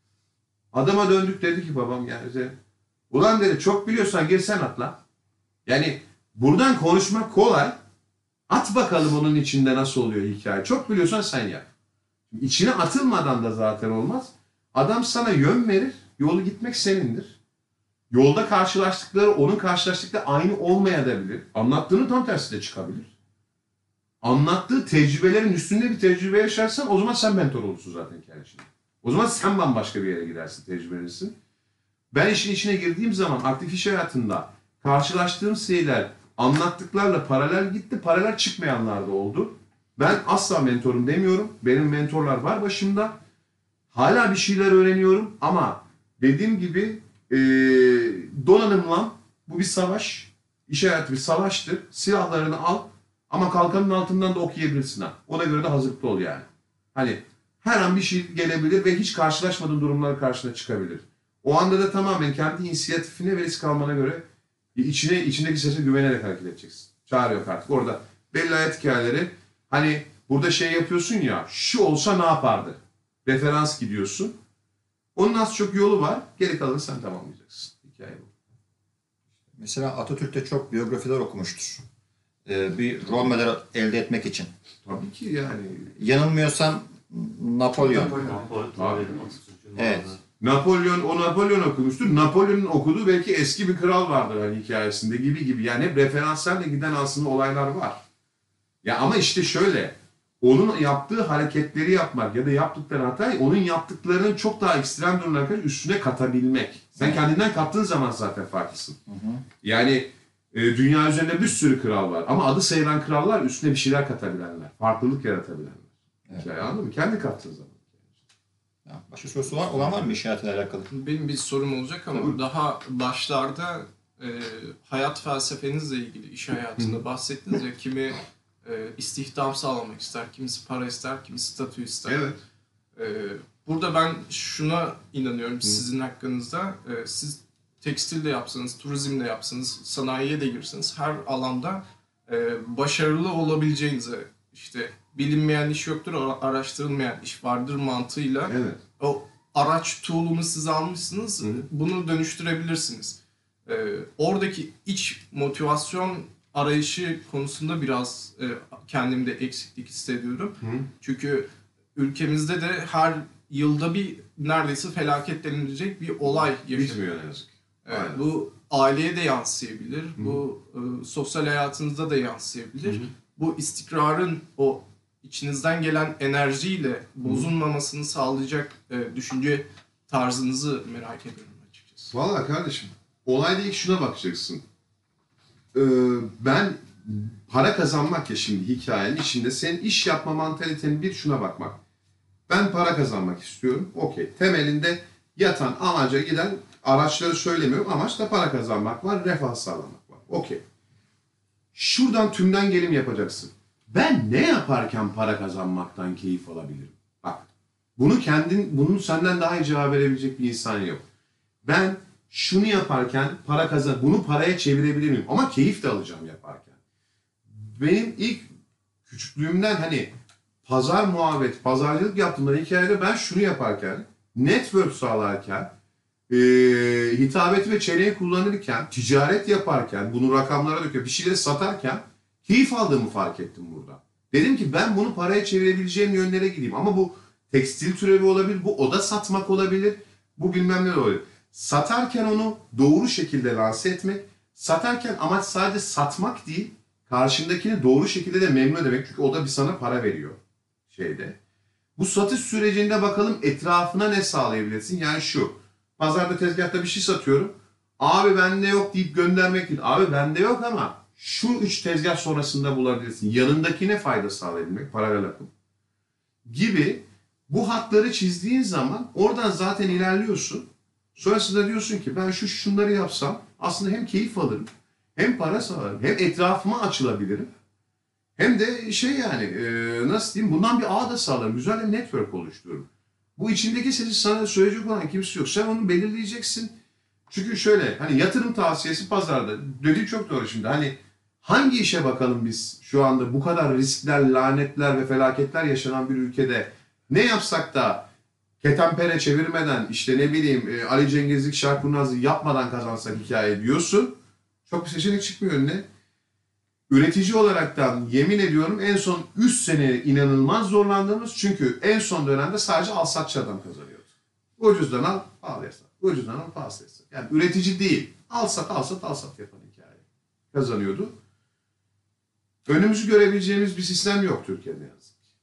Adama döndük dedi ki babam yani. Ulan dedi çok biliyorsan gir sen atla. Yani buradan konuşmak kolay. At bakalım onun içinde nasıl oluyor hikaye. Çok biliyorsan sen yap. İçine atılmadan da zaten olmaz. Adam sana yön verir. Yolu gitmek senindir. Yolda karşılaştıkları onun karşılaştıkları aynı olmayabilir. Anlattığının tam tersi de çıkabilir. Anlattığı tecrübelerin üstünde bir tecrübe yaşarsan o zaman sen mentor olursun zaten kendine. O zaman sen bambaşka bir yere gidersin, tecrübelisin. Ben işin içine girdiğim zaman aktif iş hayatında karşılaştığım şeyler anlattıklarla paralel gitti, paralel çıkmayanlar da oldu. Ben asla mentorum demiyorum. Benim mentorlar var başımda. Hala bir şeyler öğreniyorum ama dediğim gibi e, donanımla bu bir savaş. İş hayatı bir savaştır. Silahlarını al ama kalkanın altından da okuyabilirsin ha. Ona göre de hazırlıklı ol yani. Hani her an bir şey gelebilir ve hiç karşılaşmadığın durumlar karşına çıkabilir. O anda da tamamen kendi inisiyatifine ve risk almana göre içine, içindeki sese güvenerek hareket edeceksin. Çare yok artık. Orada belli hayat hikayeleri hani burada şey yapıyorsun ya şu olsa ne yapardı? Referans gidiyorsun. Onun az çok yolu var. Geri kalanı sen tamamlayacaksın. Hikaye bu. Mesela Atatürk'te çok biyografiler okumuştur. Ee, bir rol model elde etmek için. Tabii ki yani. Yanılmıyorsam Napolyon. Abi. Evet. Napolyon, o Napolyon okumuştur. Napolyon'un okuduğu belki eski bir kral vardır hani hikayesinde gibi gibi. Yani hep referanslarla giden aslında olaylar var. Ya ama işte şöyle, onun yaptığı hareketleri yapmak ya da yaptıkları hatayı onun yaptıklarının çok daha ekstrem durumlara karşı üstüne katabilmek. Sen evet. kendinden kattığın zaman zaten farklısın. Hı hı. Yani e, dünya üzerinde bir sürü kral var ama adı sayılan krallar üstüne bir şeyler katabilenler, farklılık yaratabilenler. Evet. Yani, anladın mı? Kendi kattığın zaman. Ya, başka sorusu var, olan var mı iş hayatıyla alakalı? Benim bir sorum olacak ama Tabii. daha başlarda e, hayat felsefenizle ilgili iş hayatında Hı. bahsettiniz ya kimi e, istihdam sağlamak ister, kimisi para ister, kimisi statü ister. Evet. E, burada ben şuna inanıyorum Hı. sizin hakkınızda. E, siz tekstil de yapsanız, turizm de yapsanız, sanayiye de girseniz her alanda e, başarılı olabileceğinize işte bilinmeyen iş yoktur, araştırılmayan iş vardır mantığıyla evet. o araç tool'unu siz almışsınız, Hı. bunu dönüştürebilirsiniz. Ee, oradaki iç motivasyon arayışı konusunda biraz e, kendimde eksiklik hissediyorum. Hı. Çünkü ülkemizde de her yılda bir neredeyse felaket denilecek bir olay yaşanıyor. Bitmiyor ne yazık. Evet, bu aileye de yansıyabilir, Hı. bu e, sosyal hayatınızda da yansıyabilir. Hı. Bu istikrarın o içinizden gelen enerjiyle bozulmamasını sağlayacak e, düşünce tarzınızı merak ediyorum açıkçası. Vallahi kardeşim, olayda ilk şuna bakacaksın. Ee, ben para kazanmak ya şimdi hikayenin içinde senin iş yapma mantalitenin bir şuna bakmak. Ben para kazanmak istiyorum. Okey. Temelinde yatan amaca giden araçları söylemiyorum. Amaç da para kazanmak var, refah sağlamak var. Okey. Şuradan tümden gelim yapacaksın. Ben ne yaparken para kazanmaktan keyif alabilirim? Bak, bunu kendin, bunun senden daha iyi cevap verebilecek bir insan yok. Ben şunu yaparken para kazan, bunu paraya çevirebilir miyim? Ama keyif de alacağım yaparken. Benim ilk küçüklüğümden hani pazar muhabbet, pazarcılık yaptığımda hikayede ben şunu yaparken, network sağlarken, e, hitabeti ve çeneyi kullanırken, ticaret yaparken, bunu rakamlara döküyor, bir şeyleri satarken keyif aldığımı fark ettim burada. Dedim ki ben bunu paraya çevirebileceğim yönlere gideyim. Ama bu tekstil türevi olabilir, bu oda satmak olabilir, bu bilmem ne olabilir. Satarken onu doğru şekilde lanse etmek, satarken amaç sadece satmak değil, karşındakini doğru şekilde de memnun edemek. Çünkü o da bir sana para veriyor şeyde. Bu satış sürecinde bakalım etrafına ne sağlayabilirsin? Yani şu, pazarda tezgahta bir şey satıyorum. Abi bende yok deyip göndermek değil. Abi bende yok ama şu üç tezgah sonrasında bulabilirsin. Yanındakine fayda sağlayabilmek, paralel akım gibi bu hatları çizdiğin zaman oradan zaten ilerliyorsun. Sonrasında diyorsun ki ben şu şunları yapsam aslında hem keyif alırım, hem para sağlarım, hem etrafıma açılabilirim. Hem de şey yani e, nasıl diyeyim bundan bir ağ da sağlarım. Güzel bir network oluştururum. Bu içindeki sesi sana söyleyecek olan kimse yok. Sen onu belirleyeceksin. Çünkü şöyle hani yatırım tavsiyesi pazarda. Dediği çok doğru şimdi. Hani hangi işe bakalım biz şu anda bu kadar riskler, lanetler ve felaketler yaşanan bir ülkede ne yapsak da ketenpere çevirmeden işte ne bileyim e, Ali Cengizlik Şarkurnaz'ı yapmadan kazansak hikaye diyorsun. Çok bir seçenek çıkmıyor önüne. Üretici olaraktan yemin ediyorum en son üç sene inanılmaz zorlandığımız çünkü en son dönemde sadece alsatçı adam kazanıyordu. Ucuzdan al, pahalıya sat. Ucuzdan al, pahalıya sat. Yani üretici değil. Al sat, al sat, al sat yapan hikaye kazanıyordu. Önümüzü görebileceğimiz bir sistem yok Türkiye'de ne yazık ki.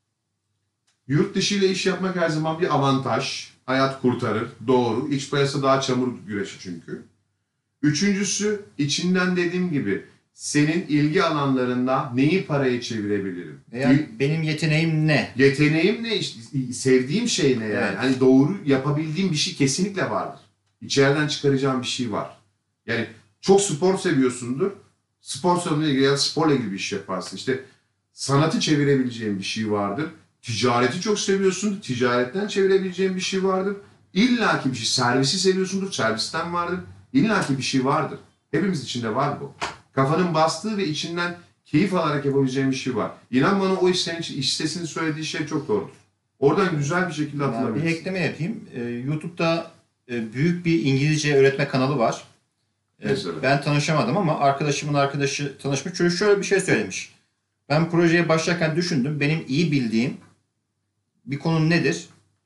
Yurt dışı ile iş yapmak her zaman bir avantaj. Hayat kurtarır. Doğru. İç piyasa daha çamur güreşi çünkü. Üçüncüsü içinden dediğim gibi senin ilgi alanlarında neyi paraya çevirebilirim? Veya İl- benim yeteneğim ne? Yeteneğim ne? İşte, sevdiğim şey ne yani? Evet. Hani doğru yapabildiğim bir şey kesinlikle vardır. İçeriden çıkaracağım bir şey var. Yani çok spor seviyorsundur. Spor salonuna ilgili ya da sporla ilgili bir iş yaparsın. İşte sanatı çevirebileceğin bir şey vardır. Ticareti çok seviyorsundur. Ticaretten çevirebileceğin bir şey vardır. İlla ki bir şey. Servisi seviyorsundur. Servisten vardır. İlla ki bir şey vardır. Hepimiz içinde var bu. Kafanın bastığı ve içinden keyif alarak yapabileceğin bir şey var. İnan bana o iş senin için, iş sesinin söylediği şey çok doğrudur. Oradan güzel bir şekilde Yani bir atılabilirsin. ekleme yapayım. Ee, YouTube'da e, büyük bir İngilizce öğretme kanalı var. Ee, Mesela. ben tanışamadım ama arkadaşımın arkadaşı tanışmış. Çocuk şöyle bir şey söylemiş. Ben projeye başlarken düşündüm. Benim iyi bildiğim bir konu nedir?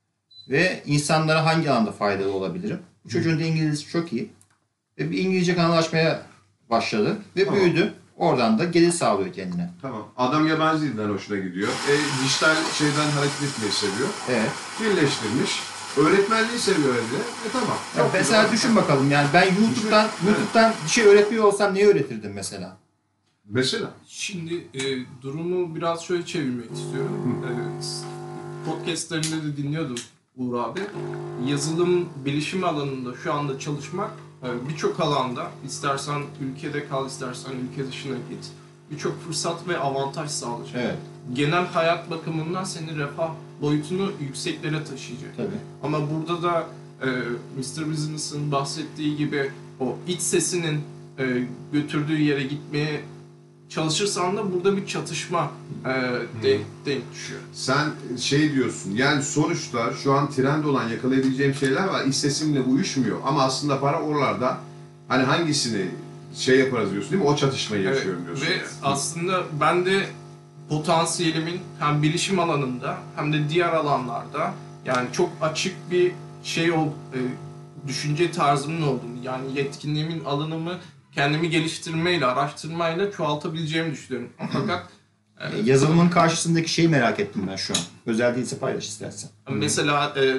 Ve insanlara hangi alanda faydalı olabilirim? Bu çocuğun da İngilizcesi çok iyi. Ve bir İngilizce kanal açmaya başladı. Ve Tamam. büyüdü. Oradan da gelir sağlıyor kendine. Tamam. Adam yabancı dilden hoşuna gidiyor. E, dijital şeyden hareket etmeyi seviyor. Evet. Birleştirmiş. Öğretmenliği seviyor evde. E tamam. Ya Çok mesela güzel. düşün bakalım yani ben YouTube'dan Düşün. YouTube'dan bir şey öğretiyor olsam neyi öğretirdim mesela? Mesela. Şimdi e, durumu biraz şöyle çevirmek istiyorum. E, s- podcastlerinde de dinliyordum Uğur abi. Yazılım bilişim alanında şu anda çalışmak e, birçok alanda istersen ülkede kal istersen ülke dışına git birçok fırsat ve avantaj sağlayacak. Evet. Genel hayat bakımından seni refah boyutunu yükseklere taşıyacak. Tabii. Ama burada da e, mister Business'ın bahsettiği gibi o iç sesinin e, götürdüğü yere gitmeye çalışırsan da burada bir çatışma e, de, denk düşüyor. Sen şey diyorsun yani sonuçta şu an trend olan yakalayabileceğim şeyler var. İş sesimle uyuşmuyor ama aslında para oralarda. Hani hangisini şey yaparız diyorsun değil mi? O çatışmayı Evet, yaşıyorum diyorsun. ve aslında ben de potansiyelimin hem bilişim alanında hem de diğer alanlarda yani çok açık bir şey ol, e, düşünce tarzımın olduğunu yani yetkinliğimin alanımı kendimi geliştirmeyle, araştırmayla çoğaltabileceğimi düşünüyorum. Fakat E, Yazılımın karşısındaki şeyi merak ettim ben şu an. Özel değilse paylaş istersen. mesela e,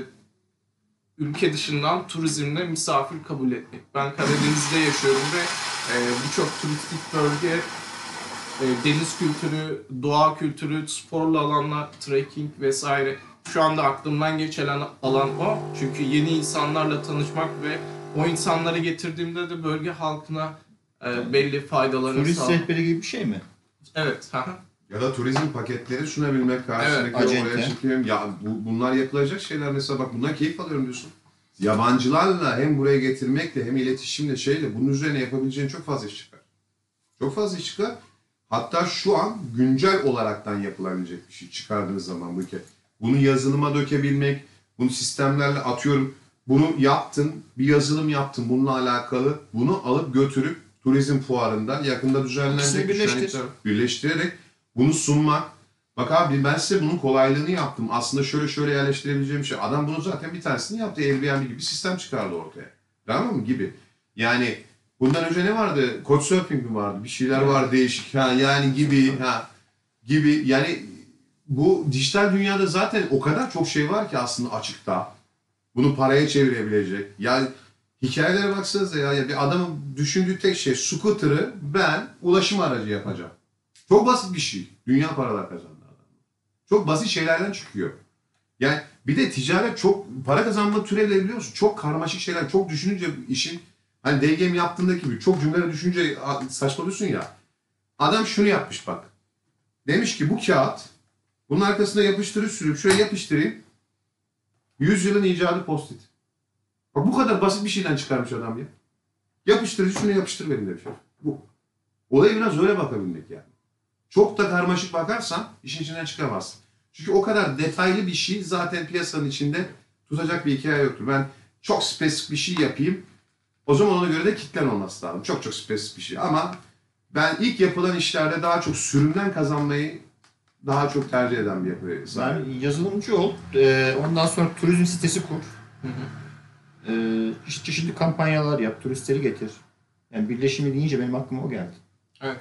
ülke dışından turizmle misafir kabul etmek. Ben Karadeniz'de yaşıyorum ve e, birçok turistik bölge e, deniz kültürü, doğa kültürü, sporlu alanlar, trekking vesaire. Şu anda aklımdan geçen alan o. Çünkü yeni insanlarla tanışmak ve o insanları getirdiğimde de bölge halkına e, belli faydalarını Turist sağlamak. rehberi gibi bir şey mi? Evet. hı hı. Ya da turizm paketleri sunabilmek karşısındaki Evet, oraya acente. çıkıyorum. Ya bu, bunlar yapılacak şeyler mesela bak bundan keyif alıyorum diyorsun. Yabancılarla hem buraya getirmekle hem iletişimle şeyle bunun üzerine yapabileceğin çok fazla iş çıkar. Çok fazla iş çıkar. Hatta şu an güncel olaraktan yapılabilecek bir şey çıkardığınız zaman bu ülke. Bunu yazılıma dökebilmek, bunu sistemlerle atıyorum. Bunu yaptın, bir yazılım yaptın bununla alakalı. Bunu alıp götürüp turizm fuarından yakında düzenlenecek İkisini birleştir. şenlikler birleştirerek bunu sunmak. Bak abi ben size bunun kolaylığını yaptım. Aslında şöyle şöyle yerleştirebileceğim bir şey. Adam bunu zaten bir tanesini yaptı. Airbnb gibi bir sistem çıkardı ortaya. Tamam mı? Gibi. Yani bundan önce ne vardı? Couchsurfing mi vardı? Bir şeyler var değişik. Ha, yani gibi. Ha, gibi. Yani bu dijital dünyada zaten o kadar çok şey var ki aslında açıkta. Bunu paraya çevirebilecek. Yani hikayelere baksanıza ya. ya bir adamın düşündüğü tek şey scooter'ı ben ulaşım aracı yapacağım. Çok basit bir şey. Dünya paralar kazandı adam. Çok basit şeylerden çıkıyor. Yani bir de ticaret çok para kazanma türevleri biliyor musun? Çok karmaşık şeyler. Çok düşününce işin hani D G M yaptığındaki gibi çok cümleleri düşününce saçmalıyorsun ya. Adam şunu yapmış bak. Demiş ki bu kağıt, bunun arkasına yapıştırıp sürüp şöyle yapıştırayım. Yüzyılın icadı post-it. Bak bu kadar basit bir şeyden çıkarmış adam ya. Yapıştırıcı şunu yapıştır benim demiş. Bu. Olaya biraz öyle bakabilmek yani. Çok da karmaşık bakarsan işin içinden çıkamazsın. Çünkü o kadar detaylı bir şey zaten piyasanın içinde tutacak bir hikaye yoktur. Ben çok spesifik bir şey yapayım. O zaman ona göre de kitlen olması lazım. Çok çok spesifik bir şey. Ama ben ilk yapılan işlerde daha çok sürümden kazanmayı daha çok tercih eden bir yapıya sahibim. Yani yazılımcı ol, e, ondan sonra turizm sitesi kur. Hı hı. E, işte çeşitli kampanyalar yap, turistleri getir. Yani birleşimi deyince benim aklıma o geldi. Evet.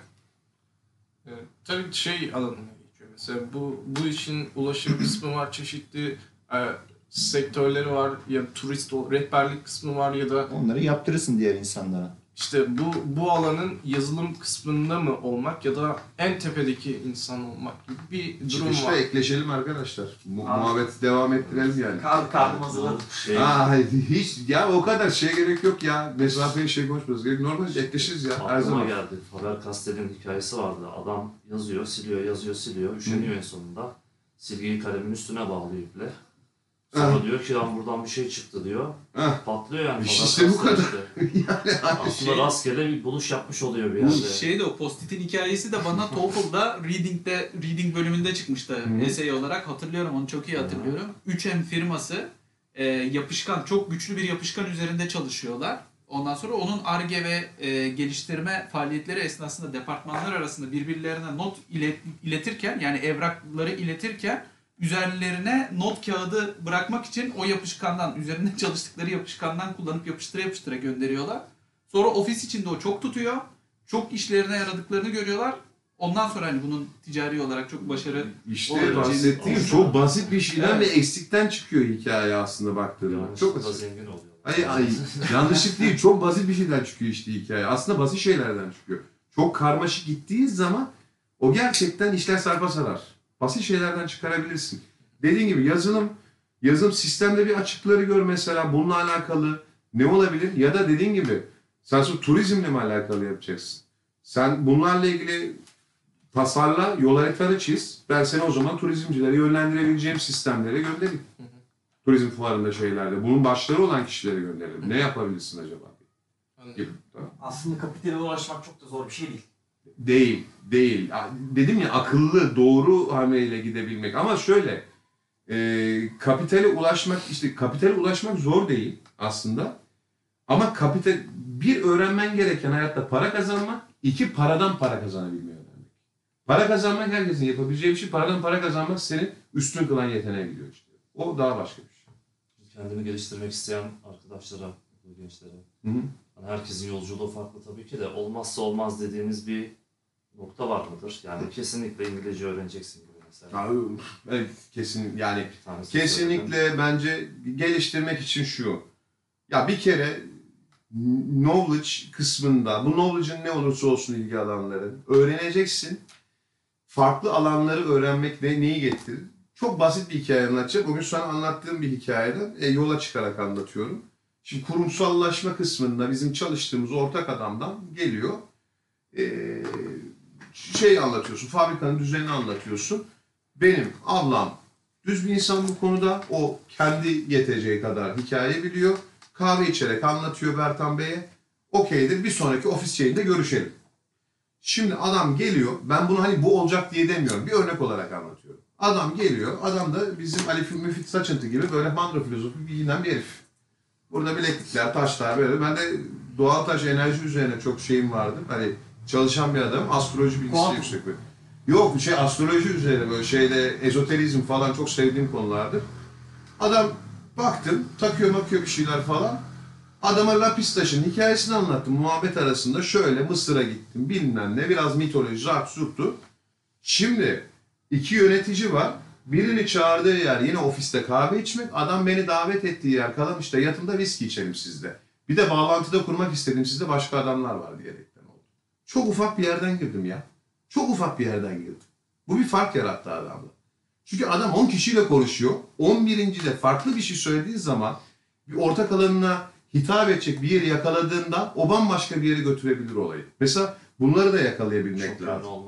Evet. Tabii şey alanına geçiyor. Mesela bu bu işin ulaşım kısmı var, çeşitli e, sektörleri var ya turist o- rehberlik kısmı var ya da Onları yaptırırsın diğer insanlara. işte bu bu alanın yazılım kısmında mı olmak ya da en tepedeki insan olmak gibi bir durum Çıkışta var. ekleşelim arkadaşlar. Mu- Abi. muhabbeti devam ettirelim yani. Kar kartım hazırladım. Şey, Aa, hiç ya o kadar şeye gerek yok ya. Mesafeye şey konuşmamız gerek. Normal ekleşiriz ya her aklıma zaman. geldi. Faber Castell'in hikayesi vardı. Adam yazıyor, siliyor, yazıyor, siliyor. Üşeniyor en sonunda. Silgiyi kalemin üstüne bağlıyor iple. Sonra diyor ki lan buradan bir şey çıktı diyor. Hah. Patlıyor yani. İşte Faber bu kadar. Castell işte. Yani aynı Aslında şey. rastgele bir buluş yapmış oluyor bir Bu yerde. Şey de o post-it'in hikayesi de bana TOEFL'da reading'de reading bölümünde çıkmıştı Hı. essay olarak hatırlıyorum onu çok iyi hatırlıyorum. üç M firması e, yapışkan çok güçlü bir yapışkan üzerinde çalışıyorlar. Ondan sonra onun Ar-Ge ve e, geliştirme faaliyetleri esnasında departmanlar arasında birbirlerine not ilet, iletirken yani evrakları iletirken üzerlerine not kağıdı bırakmak için o yapışkandan, üzerinde çalıştıkları yapışkandan kullanıp yapıştıra yapıştıra gönderiyorlar. Sonra ofis içinde o çok tutuyor. Çok işlerine yaradıklarını görüyorlar. Ondan sonra hani bunun ticari olarak çok başarı İşte Olur. bahsettiğim Olur. çok basit bir şeyden Evet. ve eksikten çıkıyor hikaye aslında baktığında. Çok Çok basit. zengin oluyor. Ay ay yanlışlık değil. Çok basit bir şeyden çıkıyor işte hikaye. Aslında basit şeylerden çıkıyor. Çok karmaşık gittiği zaman o gerçekten işler sarpa sarar. Basit şeylerden çıkarabilirsin. Dediğin gibi yazılım, yazılım sistemde bir açıkları gör mesela bununla alakalı ne olabilir? Ya da dediğin gibi sen sonra turizmle mi alakalı yapacaksın? Sen bunlarla ilgili tasarla, yol haritaları çiz. Ben seni o zaman turizmcilere yönlendirebileceğim sistemlere göndereyim. Turizm fuarında şeylerde. Bunun başları olan kişilere gönderelim. Ne yapabilirsin acaba? Gibi. Tamam. Aslında kapitale ulaşmak çok da zor bir şey değil. Değil, değil. Dedim ya akıllı, doğru hamleyle gidebilmek. Ama şöyle, e, kapitale ulaşmak, işte kapitale ulaşmak zor değil aslında. Ama kapital, bir öğrenmen gereken hayatta para kazanmak, iki paradan para kazanabilmeyi öğrenmek. Para kazanmak herkesin yapabileceği bir şey. Paradan para kazanmak seni üstün kılan yeteneğe gidiyor işte. O daha başka bir şey. Kendini geliştirmek isteyen arkadaşlara, bu gençlere. Hı hı. Yani herkesin yolculuğu farklı tabii ki de olmazsa olmaz dediğiniz bir nokta var mıdır? Yani kesinlikle İngilizce öğreneceksin gibi mesela. Abi, evet, kesin yani Bir tanesi söyledim. kesinlikle bence geliştirmek için şu. Ya bir kere knowledge kısmında, bu knowledge'ın ne olursa olsun ilgi alanları öğreneceksin. Farklı alanları öğrenmek ne, neyi getirir? Çok basit bir hikaye anlatacağım. Bugün sana anlattığım bir hikayeden e, yola çıkarak anlatıyorum. Şimdi kurumsallaşma kısmında bizim çalıştığımız ortak adamdan geliyor. Ee, şey anlatıyorsun, fabrikanın düzenini anlatıyorsun. Benim ablam düz bir insan bu konuda. O kendi yeteceği kadar hikaye biliyor. Kahve içerek anlatıyor Bertan Bey'e. Okeydir, bir sonraki ofis şeyinde görüşelim. Şimdi adam geliyor, ben bunu hani bu olacak diye demiyorum, bir örnek olarak anlatıyorum. Adam geliyor, adam da bizim Ali Müfit Saçıntı gibi böyle mandra filozofu giyinen bir herif. Burada bileklikler, taşlar böyle. Ben de doğal taş enerji üzerine çok şeyim vardı. Hani çalışan bir adam, astroloji bilgisi Kuantum. yüksek bir. Yok, şey astroloji üzerine böyle şeyde ezoterizm falan çok sevdiğim konulardır. Adam baktım, takıyor makıyor bir şeyler falan. Adama lapis taşın hikayesini anlattım. Muhabbet arasında şöyle Mısır'a gittim bilmem ne. Biraz mitoloji, zart zurttu. Şimdi iki yönetici var. Birini çağırdığı yer yine ofiste kahve içmek. Adam beni davet ettiği yer Kalamış'ta yatımda viski içelim sizde. Bir de bağlantıda kurmak istedim sizde başka adamlar var diyerekten oldu. Çok ufak bir yerden girdim ya. Çok ufak bir yerden girdim. Bu bir fark yarattı adamla. Çünkü adam on kişiyle konuşuyor. on birinci de farklı bir şey söylediği zaman bir ortak alanına hitap edecek bir yeri yakaladığında o bambaşka bir yere götürebilir olayı. Mesela bunları da yakalayabilmek Çok lazım. yönlü olmakla alakalı.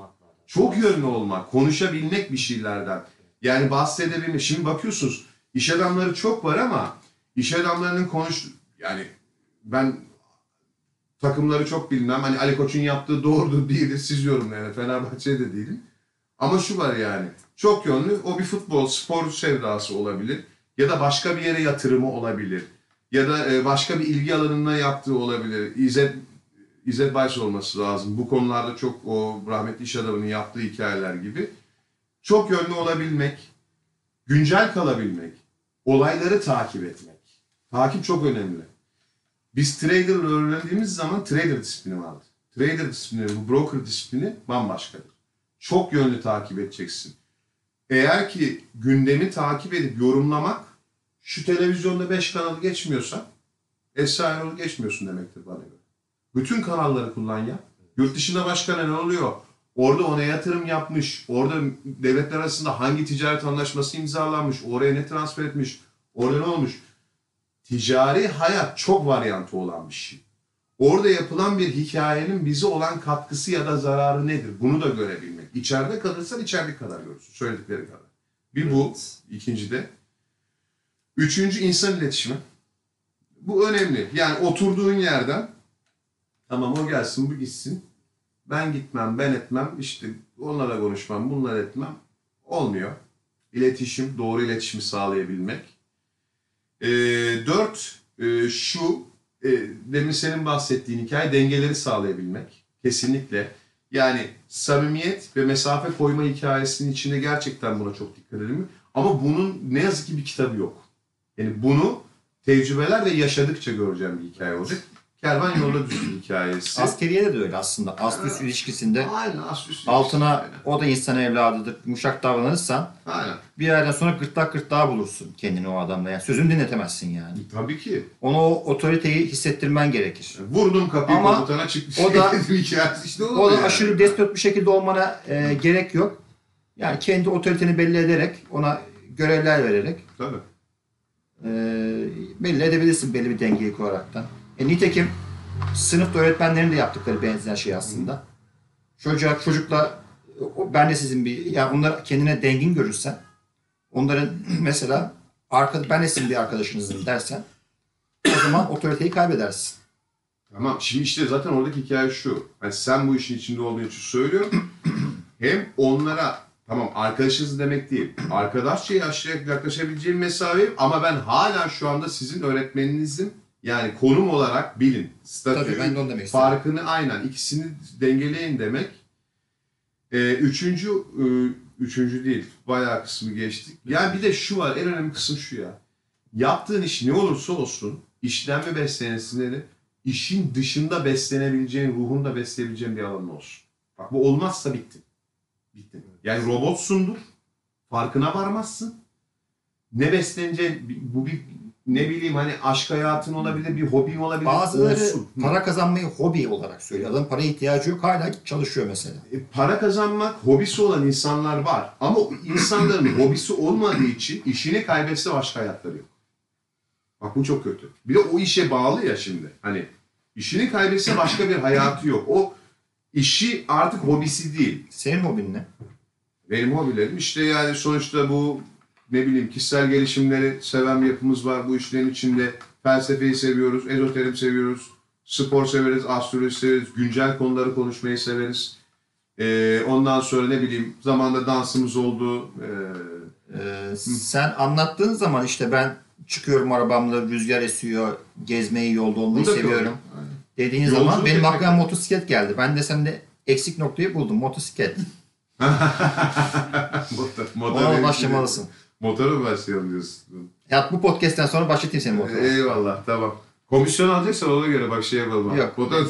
Çok yönlü olmak, konuşabilmek bir şeylerden. Yani bahsedebilmek. Şimdi bakıyorsunuz iş adamları çok var ama iş adamlarının konuş... Yani ben takımları çok bilmem. Hani Ali Koç'un yaptığı doğrudur değildir. Siz yorumlayın. Fenerbahçe'de de değilim. Ama şu var yani. Çok yönlü. O bir futbol, spor sevdası olabilir. Ya da başka bir yere yatırımı olabilir. Ya da başka bir ilgi alanına yaptığı olabilir. İzzet, İzzet Bays olması lazım. Bu konularda çok o rahmetli iş adamının yaptığı hikayeler gibi. Çok yönlü olabilmek, güncel kalabilmek, olayları takip etmek. Takip çok önemli. Biz trader öğrendiğimiz zaman trader disiplini vardır. Trader disiplini, bu broker disiplini bambaşkadır. Çok yönlü takip edeceksin. Eğer ki gündemi takip edip yorumlamak, şu televizyonda beş kanalı geçmiyorsa, Esra Erol'u geçmiyorsun demektir bana göre. Bütün kanalları kullan ya. Yurt dışında başka ne oluyor? Orada ona yatırım yapmış, orada devletler arasında hangi ticaret anlaşması imzalanmış, oraya ne transfer etmiş, orada ne olmuş? Ticari hayat çok varyantı olan bir şey. Orada yapılan bir hikayenin bize olan katkısı ya da zararı nedir? Bunu da görebilmek. İçeride kalırsan içeride kadar görürsün. Söyledikleri kadar. Bir bu. İkinci de. Üçüncü insan iletişimi. Bu önemli. Yani oturduğun yerden tamam o gelsin bu gitsin. Ben gitmem, ben etmem. İşte onlarla konuşmam, bunlar etmem. Olmuyor. İletişim, doğru iletişimi sağlayabilmek. Ee, dört, e, şu e, demin senin bahsettiğin hikaye dengeleri sağlayabilmek. Kesinlikle. Yani samimiyet ve mesafe koyma hikayesinin içinde gerçekten buna çok dikkat edelim. Ama bunun ne yazık ki bir kitabı yok. Yani bunu tecrübeler ve yaşadıkça göreceğim bir hikaye olacak. Kervan yolda düzgün hikayesi. Askeriyede de öyle aslında. Ast-üst ilişkisinde Aynen, ast-üst altına ilişkisi. o da insan evladıdır. Yumuşak davranırsan Aynen. bir yerden sonra gırtlak gırtlağa bulursun kendini o adamla. Yani sözünü dinletemezsin yani. Tabii ki. Ona o otoriteyi hissettirmen gerekir. Vurdum kapıyı Ama komutana çıktı. o da- hikayesi işte O da yani. aşırı despot bir şekilde olmana e, gerek yok. Yani kendi otoriteni belli ederek, ona görevler vererek Tabii. e, belli edebilirsin belli bir dengeyi kuraraktan. E, nitekim sınıfta öğretmenlerin de yaptıkları benzer şey aslında. Çocuğa, çocukla o, ben de sizin bir, yani onları kendine dengin görürsen, onların mesela arka, ben de sizin bir arkadaşınızım dersen, o zaman otoriteyi kaybedersin. Tamam. Şimdi işte zaten oradaki hikaye şu. Hani sen bu işin içinde olduğun için söylüyorum. Hem onlara tamam arkadaşınız demek değil. Arkadaşça yaşayarak yaklaşabileceğim mesafe ama ben hala şu anda sizin öğretmeninizim. Yani konum olarak bilin. Statü, Tabii ben de onu demek istedim. farkını aynen ikisini dengeleyin demek. Ee, üçüncü, e, üçüncü değil. Bayağı kısmı geçtik. Yani bir de şu var. En önemli kısım şu ya. Yaptığın iş ne olursa olsun işten mi beslenesin işin dışında beslenebileceğin, ruhunda besleyebileceğin bir alan olsun. Bak bu olmazsa bitti. Bitti. Yani robotsundur. Farkına varmazsın. Ne besleneceğin, bu bir ne bileyim hani aşk hayatın olabilir, bir hobin olabilir. Bazıları olsun. para kazanmayı hobi olarak söylüyor. Adam paraya ihtiyacı yok, hala çalışıyor mesela. E, para kazanmak hobisi olan insanlar var. Ama o insanların hobisi olmadığı için işini kaybetse başka hayatları yok. Bak bu çok kötü. Bir de o işe bağlı ya şimdi. Hani işini kaybetse başka bir hayatı yok. O işi artık hobisi değil. Senin hobin ne? Benim hobilerim işte yani sonuçta bu ne bileyim kişisel gelişimleri seven bir yapımız var. Bu işlerin içinde felsefeyi seviyoruz, ezoterim seviyoruz, spor severiz, astroloji severiz, güncel konuları konuşmayı severiz. Ee, ondan sonra ne bileyim zamanda dansımız oldu. Ee, Ee, sen anlattığın zaman işte ben çıkıyorum arabamla, rüzgar esiyor, gezmeyi, yolda olmayı bu da seviyorum doğru. Aynen. dediğin Yolculuk zaman benim etmek- aklıma motosiklet geldi. Ben de sende eksik noktayı buldum, motosiklet. motor, motor Ona benim başlamalısın. için- Motora mı başlayalım diyorsun? Ya bu podcast'ten sonra başlatayım seni motora. Eyvallah tamam. Komisyon alacaksan ona göre bak şey yapalım. Yok. Motor...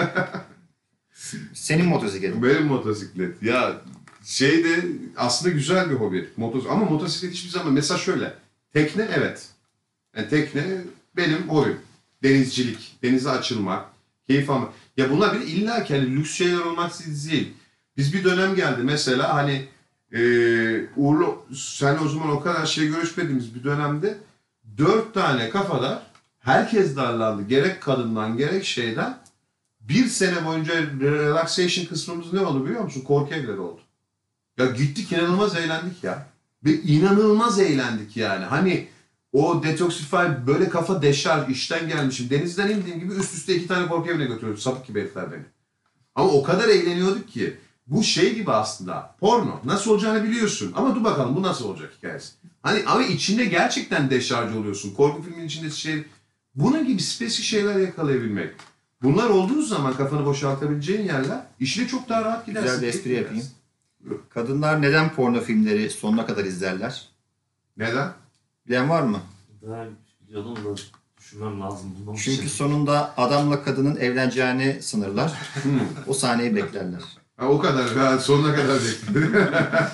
Senin motosikletin. Benim motosiklet. Ya şey de aslında güzel bir hobi. Motos ama motosiklet hiçbir zaman mesela şöyle. Tekne evet. Yani tekne benim hobim. Denizcilik, denize açılmak, keyif almak. Ya bunlar bir illa ki hani lüks şeyler olmak değil. Biz bir dönem geldi mesela hani e, Uğurlu sen o zaman o kadar şey görüşmediğimiz bir dönemde dört tane kafadar herkes darlandı. Gerek kadından gerek şeyden. Bir sene boyunca relaxation kısmımız ne oldu biliyor musun? Korku evleri oldu. Ya gittik inanılmaz eğlendik ya. Ve inanılmaz eğlendik yani. Hani o detoxify böyle kafa deşarj işten gelmişim. Denizden indiğim gibi üst üste iki tane korku evine götürüyordu. Sapık gibi herifler beni. Ama o kadar eğleniyorduk ki. Bu şey gibi aslında. Porno. Nasıl olacağını biliyorsun. Ama dur bakalım bu nasıl olacak hikayesi. Hani ama içinde gerçekten deşarj oluyorsun. Korku filminin içinde şey... Bunun gibi spesifik şeyler yakalayabilmek. Bunlar olduğu zaman kafanı boşaltabileceğin yerler işine çok daha rahat gidersin. Güzel bir espri yapayım. Kadınlar neden porno filmleri sonuna kadar izlerler? Neden? Bilen var mı? Ben biliyordum da düşünmem lazım. Bundan bir Çünkü şey. sonunda adamla kadının evleneceğini sınırlar. O sahneyi beklerler. Ha, o kadar. Ben sonuna kadar bekledim.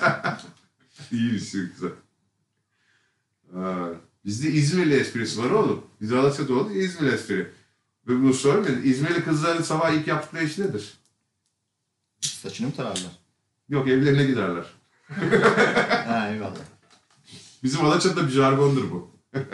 İyi bir şey güzel. Ha, bizde İzmirli esprisi var oğlum. Biz Alaçatı olduk İzmirli espri. Ve bunu sormayın. İzmirli kızların sabah ilk yaptıkları iş nedir? Saçını mı tararlar? Yok evlerine giderler. Ha eyvallah. Bizim Alaçatı'da bir jargondur bu.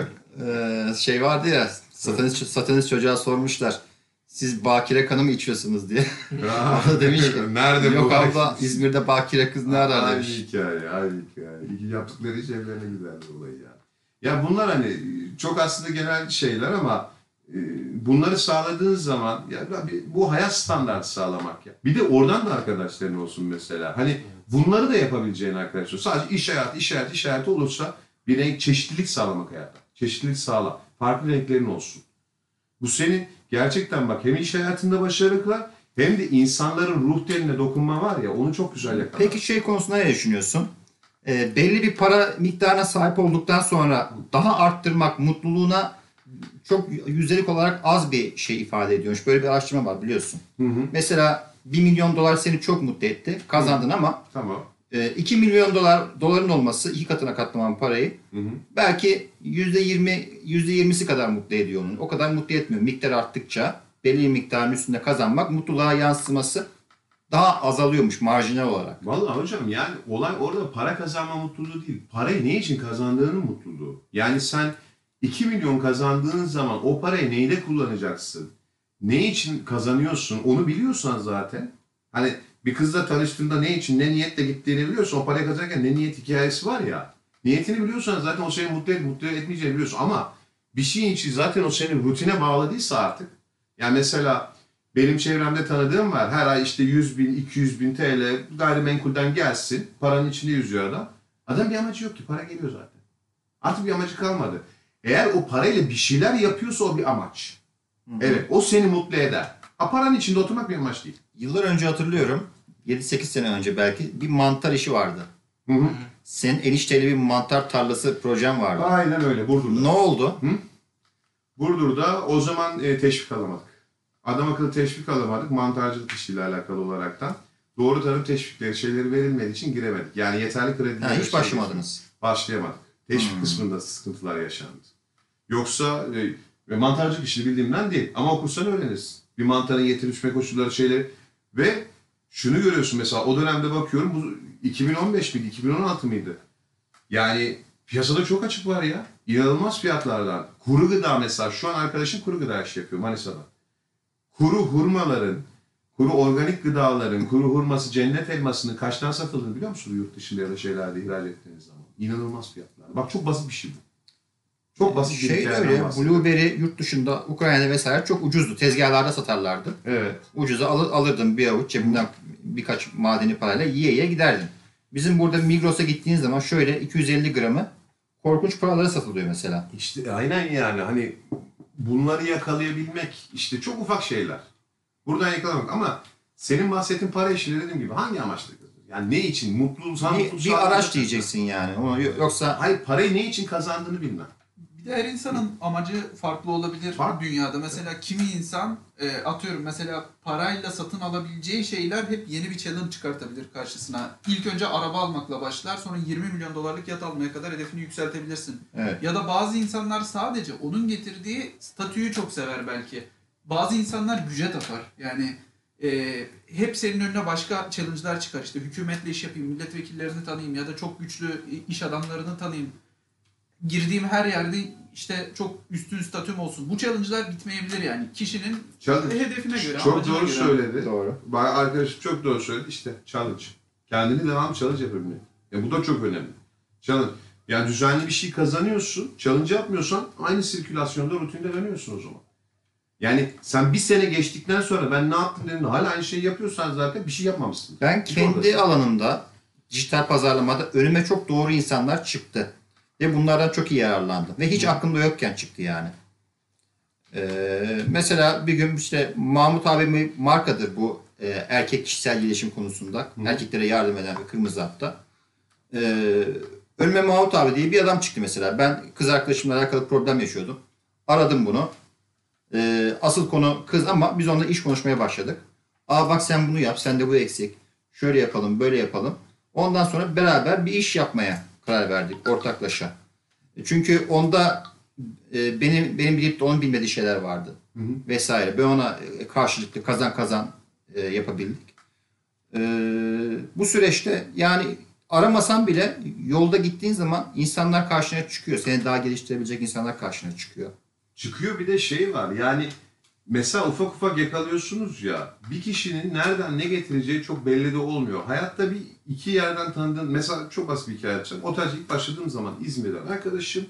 Ee, şey vardı ya, satanist, satanist çocuğa sormuşlar. Siz bakire kanı mı içiyorsunuz diye. O da demiş ki, Nerede yok bu? abla İzmir'de bakire kız ne arar Aynı demiş. hikaye, aynı hikaye. İki yaptıkları iş evlerine giderler olayı ya. Ya bunlar hani çok aslında genel şeyler ama e, bunları sağladığın zaman ya bu hayat standartı sağlamak ya. Bir de oradan da arkadaşların olsun mesela. Hani bunları da yapabileceğin arkadaşlar. Sadece iş hayatı, iş hayatı, iş hayatı olursa bir renk çeşitlilik sağlamak hayatta. Çeşitlilik sağla. Farklı renklerin olsun. Bu seni gerçekten bak hem iş hayatında başarı kılar hem de insanların ruh teline dokunma var ya onu çok güzel yakalar. Peki şey konusunda ne düşünüyorsun? Ee, belli bir para miktarına sahip olduktan sonra daha arttırmak mutluluğuna çok yüzdelik olarak az bir şey ifade ediyormuş. Böyle bir araştırma var biliyorsun. Hı hı. Mesela bir milyon dolar seni çok mutlu etti. Kazandın ama Tamam. iki milyon dolar doların olması iki katına katlaman parayı Hı hı. belki yüzde yirmi yüzde yirmisi kadar mutlu ediyor onun. O kadar mutlu etmiyor. Miktar arttıkça belli bir miktarın üstünde kazanmak mutluluğa yansıması daha azalıyormuş marjinal olarak. Vallahi hocam yani olay orada para kazanma mutluluğu değil. Parayı ne için kazandığının mutluluğu. Yani sen iki milyon kazandığın zaman o parayı neyde kullanacaksın? Ne için kazanıyorsun? Onu biliyorsan zaten. Hani bir kızla tanıştığında ne için, ne niyetle gittiğini biliyorsun. O parayı kazanırken ne niyet hikayesi var ya. Niyetini biliyorsan zaten o seni mutlu, et, mutlu etmeyeceğini biliyorsun. Ama bir şeyin için zaten o senin rutine bağlı değilse artık. Yani mesela benim çevremde tanıdığım var. Her ay işte yüz bin, iki yüz bin T L gayrimenkulden gelsin. Paranın içinde yüzüyor adam. Adam bir amacı yok ki. Para geliyor zaten. Artık bir amacı kalmadı. Eğer o parayla bir şeyler yapıyorsa o bir amaç. Hı-hı. Evet. O seni mutlu eder. Ha, paranın içinde oturmak bir amaç değil. Yıllar önce hatırlıyorum. yedi sekiz sene önce belki bir mantar işi vardı. Hı hı. Senin enişteyle bir mantar tarlası projen vardı. Aynen öyle. Burdur'da. Ne oldu? Hı? Burdur'da o zaman e, teşvik alamadık. Adam akıllı teşvik alamadık. Mantarcılık işiyle alakalı olaraktan. Doğru tarım teşvikleri şeyleri verilmediği için giremedik. Yani yeterli kredi. Ha, hiç başlamadınız. Başlayamadık. Teşvik hmm. kısmında sıkıntılar yaşandı. Yoksa e, mantarcılık işini bildiğimden değil. Ama okursan öğrenirsin. Bir mantarın yetişme koşulları şeyleri ve şunu görüyorsun mesela o dönemde bakıyorum bu iki bin on beş miydi, iki bin on altı mıydı? Yani piyasada çok açık var ya. İnanılmaz fiyatlardan. Kuru gıda mesela şu an arkadaşım kuru gıda işi yapıyor Manisa'da. Kuru hurmaların, kuru organik gıdaların, kuru hurması, cennet elmasının kaçtan satıldığını biliyor musunuz yurt dışında ya da şeylerde ihraç ettiğiniz zaman? İnanılmaz fiyatlar. Bak çok basit bir şey bu. Çok basit bir şey öyle. Blueberry yurt dışında, Ukrayna'da vesaire çok ucuzdu. Tezgahlarda satarlardı. Evet. Ucuza alır, alırdın bir avuç cebinden birkaç madeni parayla yiye yiye giderdin. Bizim burada Migros'a gittiğin zaman şöyle iki yüz elli gramı korkunç paralara satılıyor mesela. İşte aynen yani hani bunları yakalayabilmek işte çok ufak şeyler. Buradan yakalamak ama senin bahsettiğin para işleri dediğim gibi hangi amaçla? Yani ne için? Mutlu, sana bir, mutlu bir araç diyeceksin yani. Onu, yoksa hayır parayı ne için kazandığını bilmem. Bir de her insanın amacı farklı olabilir Farklı. dünyada. Mesela kimi insan e, atıyorum mesela parayla satın alabileceği şeyler hep yeni bir challenge çıkartabilir karşısına. İlk önce araba almakla başlar, sonra yirmi milyon dolarlık yat almaya kadar hedefini yükseltebilirsin. evet. Ya da bazı insanlar sadece onun getirdiği statüyü çok sever belki. Bazı insanlar güce tapar. Yani e, hep senin önüne başka challenge'lar çıkar. İşte hükümetle iş yapayım, milletvekillerini tanıyayım ya da çok güçlü iş adamlarını tanıyayım. girdiğim her yerde işte çok üstün statüm olsun. Bu challenge'lar bitmeyebilir yani. Kişinin Challenge. hedefine göre, Çok amacına doğru göre. söyledi. Doğru. Bayağı arkadaşım çok doğru söyledi. İşte challenge. Kendini devamlı challenge yapabilmek. Ya bu da çok önemli. Challenge. Yani düzenli bir şey kazanıyorsun. Challenge yapmıyorsan aynı sirkülasyonda, rutinde dönüyorsun o zaman. Yani sen bir sene geçtikten sonra ben ne yaptım dediğinde hala aynı şeyi yapıyorsan zaten bir şey yapmamışsın. Ben kendi Oradasın. alanımda dijital pazarlamada önüme çok doğru insanlar çıktı. Ve bunlardan çok iyi yararlandım. Ve hiç aklımda yokken çıktı yani. Ee, mesela bir gün işte Mahmut abim markadır bu e, erkek kişisel gelişim konusunda. Hı. Erkeklere yardım eden bir kırmızı hatta. Ee, önüme Mahmut abi diye bir adam çıktı mesela. Ben kız arkadaşımla alakalı problem yaşıyordum. Aradım bunu. Ee, asıl konu kız ama biz onunla iş konuşmaya başladık. Aa bak sen bunu yap, sende bu eksik. Şöyle yapalım, böyle yapalım. Ondan sonra beraber bir iş yapmaya karar verdik ortaklaşa. Çünkü onda e, benim benim bilip de onun bilmediği şeyler vardı. Hı hı. Vesaire. Ben ona e, karşılıklı kazan kazan e, yapabildik. E, bu süreçte yani aramasan bile yolda gittiğin zaman insanlar karşına çıkıyor. Seni daha geliştirebilecek insanlar karşına çıkıyor. Çıkıyor bir de şey var yani mesela ufak ufak yakalıyorsunuz ya bir kişinin nereden ne getireceği çok belli de olmuyor. Hayatta bir iki yerden tanıdığın mesela çok basit bir hikaye açacağım. Otelci ilk başladığım zaman İzmir'den arkadaşım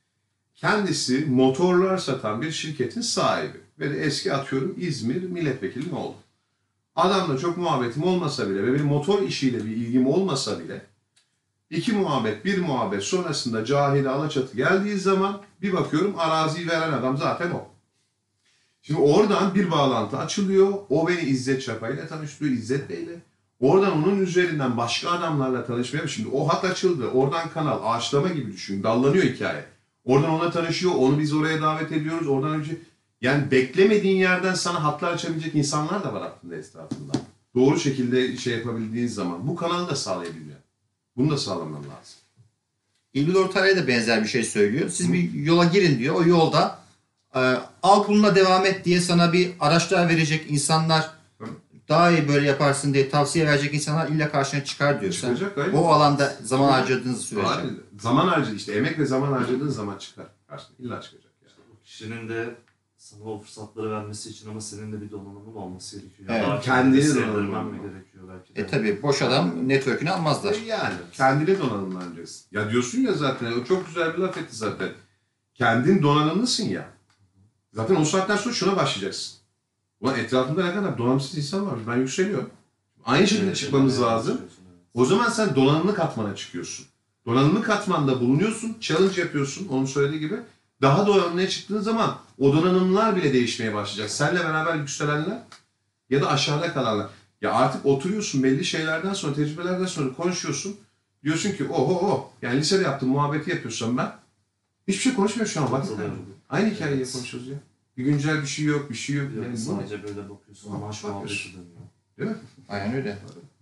kendisi motorlar satan bir şirketin sahibi ve de eski atıyorum İzmir milletvekilinin oğlu. Adamla çok muhabbetim olmasa bile ve bir motor işiyle bir ilgim olmasa bile İki muhabbet, bir muhabbet sonrasında Cahide Alaçatı geldiği zaman bir bakıyorum araziyi veren adam zaten o. Şimdi oradan bir bağlantı açılıyor. O beni İzzet Çapa'yla tanıştırıyor, İzzet Bey'le. Oradan onun üzerinden başka adamlarla tanışmaya şimdi o hat açıldı. Oradan kanal, ağaçlama gibi düşün. Dallanıyor hikaye. Oradan ona tanışıyor, onu biz oraya davet ediyoruz. Oradan önce yani beklemediğin yerden sana hatlar açabilecek insanlar da var aklında etrafında. Doğru şekilde şey yapabildiğin zaman bu kanalı da sağlayabiliyor. Bunu da sağlamam lazım. İlgili Ortaylı'ya da benzer bir şey söylüyor. Siz bir yola girin diyor. O yolda e, al bununla devam et diye sana bir araçlar verecek insanlar, Hı. daha iyi böyle yaparsın diye tavsiye verecek insanlar illa karşına çıkar diyor. Sen Çıkacak, aynen. o alanda zaman harcadığınız sürece. Aynen. Zaman harcı işte emek ve zaman harcadığın zaman çıkar. Karşına illa çıkacak yani. O kişinin de sana o fırsatları vermesi için ama senin de bir donanımın olması gerekiyor. Evet, Daha kendini kendini donanımın sevdirmen mi olmalı. gerekiyor belki de. E tabi boş adam network'ünü almazlar. E yani kendini donanımlanacaksın. Ya diyorsun ya zaten o çok güzel bir laf etti zaten. Kendin donanımlısın ya. Zaten o saatten sonra şuna başlayacaksın. Ulan etrafımda ne kadar donanımsız insan var. Ben yükseliyorum. Aynı şekilde Evet, çıkmamız evet, lazım. evet. O zaman sen donanımlı katmana çıkıyorsun. Donanımlı katmanda bulunuyorsun, challenge yapıyorsun, onun söylediği gibi. Daha donanımlıya çıktığın zaman o donanımlar bile değişmeye başlayacak. Seninle beraber yükselenler ya da aşağıda kalanlar. Ya artık oturuyorsun belli şeylerden sonra, tecrübelerden sonra konuşuyorsun. Diyorsun ki oho oh. Yani lisede yaptığım muhabbeti yapıyorsam ben. Hiçbir şey konuşmuyoruz şu an. Bak. Katılıyorum. Aynı hikayeyi Evet. konuşuyoruz ya. Bir güncel bir şey yok, bir şey yok. Yok, Yani bu ne? sadece böyle bakıyorsun ama aşk muhabbeti Bakıyorsun. dönüyor. Değil mi? Aynen öyle.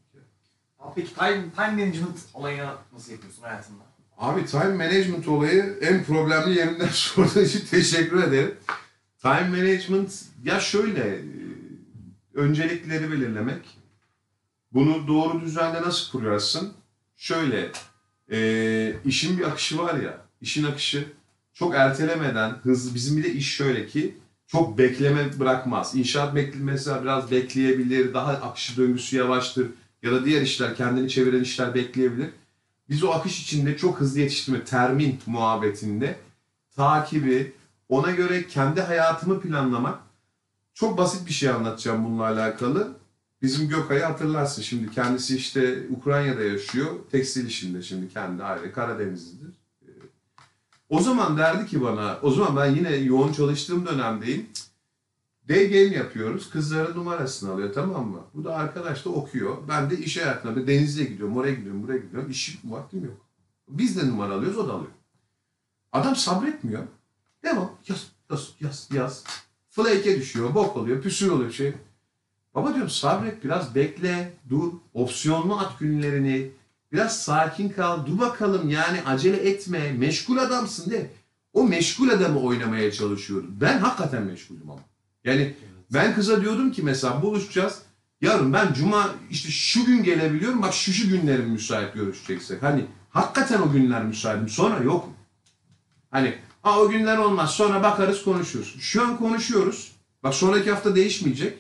Abi peki time, time management olayını nasıl yapıyorsun hayatında? Abi time management olayı en problemli yerinden sorduğun için teşekkür ederim. Time management ya şöyle e, öncelikleri belirlemek. Bunu doğru düzende nasıl kurarsın? Şöyle e, işin bir akışı var ya, işin akışı çok ertelemeden hızlı bizim bir de iş şöyle ki çok bekleme bırakmaz. İnşaat bekle mesela biraz bekleyebilir, daha akışı döngüsü yavaştır ya da diğer işler kendini çeviren işler bekleyebilir. Biz o akış içinde çok hızlı yetiştirme, termin muhabbetinde takibi, ona göre kendi hayatımı planlamak. Çok basit bir şey anlatacağım bununla alakalı. Bizim Gökay'ı hatırlarsın şimdi. Kendisi işte Ukrayna'da yaşıyor. Tekstil işinde şimdi kendi aile. Karadenizlidir. O zaman derdi ki bana, o zaman ben yine yoğun çalıştığım dönemdeyim. Day game yapıyoruz. Kızların numarasını alıyor, tamam mı? Bu da arkadaş da okuyor. Ben de iş hayatına bir Denizli'ye gidiyorum, oraya gidiyorum, buraya gidiyorum. İşim vaktim yok. Biz de numara alıyoruz, o da alıyor. Adam sabretmiyor. Devam. Yaz, yaz, yaz, yaz. Flake'e düşüyor, bok oluyor, püsür oluyor şey. Baba diyorum sabret, biraz bekle, dur. Opsiyonlu at günlerini. Biraz sakin kal, dur bakalım yani acele etme. Meşgul adamsın de. O meşgul adamı oynamaya çalışıyorum. Ben hakikaten meşgulüm ama. Yani ben kıza diyordum ki mesela buluşacağız. Yarın ben cuma işte şu gün gelebiliyorum. Bak şu şu günlerim müsait görüşeceksek. Hani hakikaten o günler müsaitim. Sonra yok. Hani Aa, o günler olmaz sonra bakarız konuşuruz. Şu an konuşuyoruz. Bak sonraki hafta değişmeyecek.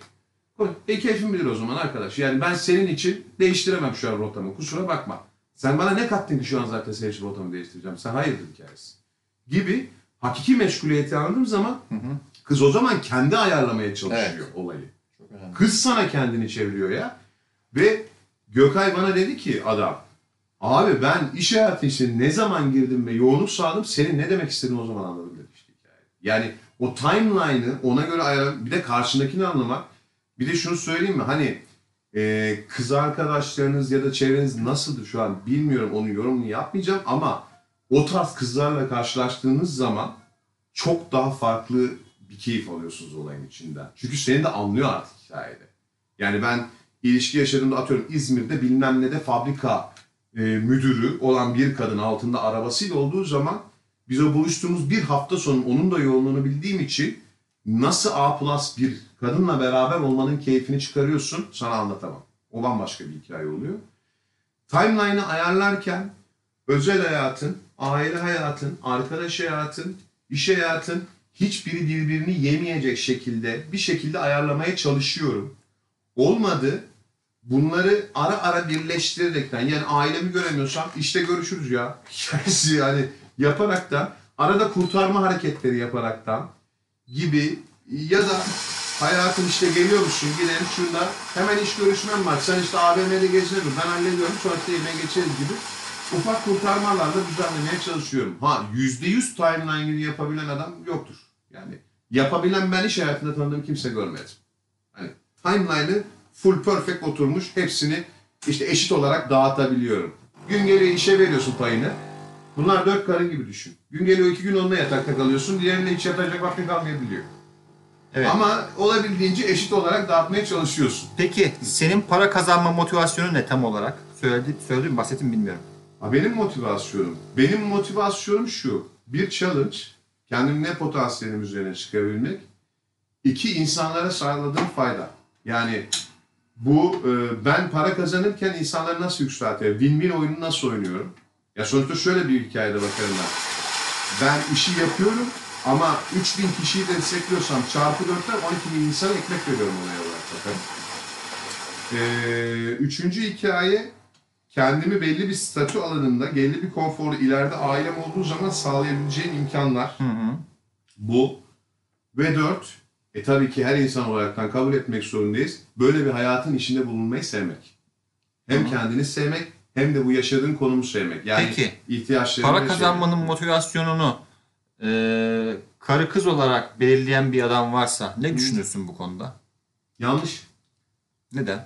E keyfin bilir o zaman arkadaş. Yani ben senin için değiştiremem şu an rotamı. Kusura bakma. Sen bana ne kattın ki şu an zaten senin için rotamı değiştireceğim. Sen hayırdır hikayesi. Gibi hakiki meşguliyeti anladığım zaman Hı hı. kız o zaman kendi ayarlamaya çalışıyor Evet. olayı. Çok önemli. Kız sana kendini çeviriyor ya. Ve Gökay bana dedi ki adam, abi ben iş hayatı için ne zaman girdim ve yoğunluk sağladım senin ne demek istediğini o zaman anladım dedi işte hikaye. Yani o timeline'ı ona göre ayarlamak, bir de karşındakini anlamak. Bir de şunu söyleyeyim mi? Hani e, kız arkadaşlarınız ya da çevreniz nasıldır şu an bilmiyorum, onun yorumunu yapmayacağım ama o tarz kızlarla karşılaştığınız zaman çok daha farklı bir keyif alıyorsunuz olayın içinden. Çünkü seni de anlıyor artık hikayede. Yani ben ilişki yaşadığımda atıyorum İzmir'de bilmem ne de fabrika e, müdürü olan bir kadın altında arabasıyla olduğu zaman biz o buluştuğumuz bir hafta sonu onun da yoğunluğunu bildiğim için nasıl A plus bir kadınla beraber olmanın keyfini çıkarıyorsun sana anlatamam. O bambaşka bir hikaye oluyor. Timeline'ı ayarlarken özel hayatın, aile hayatın, arkadaş hayatın, iş hayatın hiçbiri birbirini yemeyecek şekilde bir şekilde ayarlamaya çalışıyorum. Olmadı. Bunları ara ara birleştirerekten yani ailemi göremiyorsam işte görüşürüz ya. Yani yaparaktan arada kurtarma hareketleri yaparaktan gibi ya da hayatım işte geliyormuşsun gidelim şunda hemen iş görüşmem var. Sen işte A V M'de geziyorum ben hallediyorum sonra yemeğe geçeriz gibi ufak kurtarmalarla düzenlemeye çalışıyorum. Ha yüzde yüz timeline'ini yapabilen adam yoktur. Yani yapabilen ben iş hayatında tanıdığım kimse görmedim. Hani timeline'ı full perfect oturmuş hepsini işte eşit olarak dağıtabiliyorum. Gün geliyor işe veriyorsun payını. Bunlar dört karın gibi düşün. Gün geliyor iki gün onunla yatakta kalıyorsun. Diğerinde hiç yatacak vaktin kalmayabiliyor. Evet. Ama olabildiğince eşit olarak dağıtmaya çalışıyorsun. Peki senin para kazanma motivasyonu ne tam olarak? Söyledi, söyledim mi bahsettim mi bilmiyorum. Ha, benim motivasyonum. Benim motivasyonum şu. Bir challenge. Kendim ne potansiyelim üzerine çıkabilmek. İki insanlara sağladığım fayda. Yani bu e, ben para kazanırken insanları nasıl yükseltiyorum? Win-win oyunu nasıl oynuyorum? Ya sonuçta şöyle bir hikayede bakarım ben. Ben işi yapıyorum ama üç bin kişiyi destekliyorsam çarpı dörtten on iki bin insana ekmek veriyorum ona olarak bakarım. Ee, üçüncü hikaye kendimi belli bir statü alanında, belli bir konforu ileride ailem olduğu zaman sağlayabileceğim imkanlar. Hı hı. Bu. Ve dört, e tabii ki her insan olaraktan kabul etmek zorundayız. Böyle bir hayatın içinde bulunmayı sevmek. Hem Hı. kendini sevmek hem de bu yaşadığın konumu sevmek. Yani Peki, ihtiyaçlarını para ve kazanmanın şeyleri. motivasyonunu e, karı kız olarak belirleyen bir adam varsa ne düşünürsün bu konuda? Yanlış. Neden?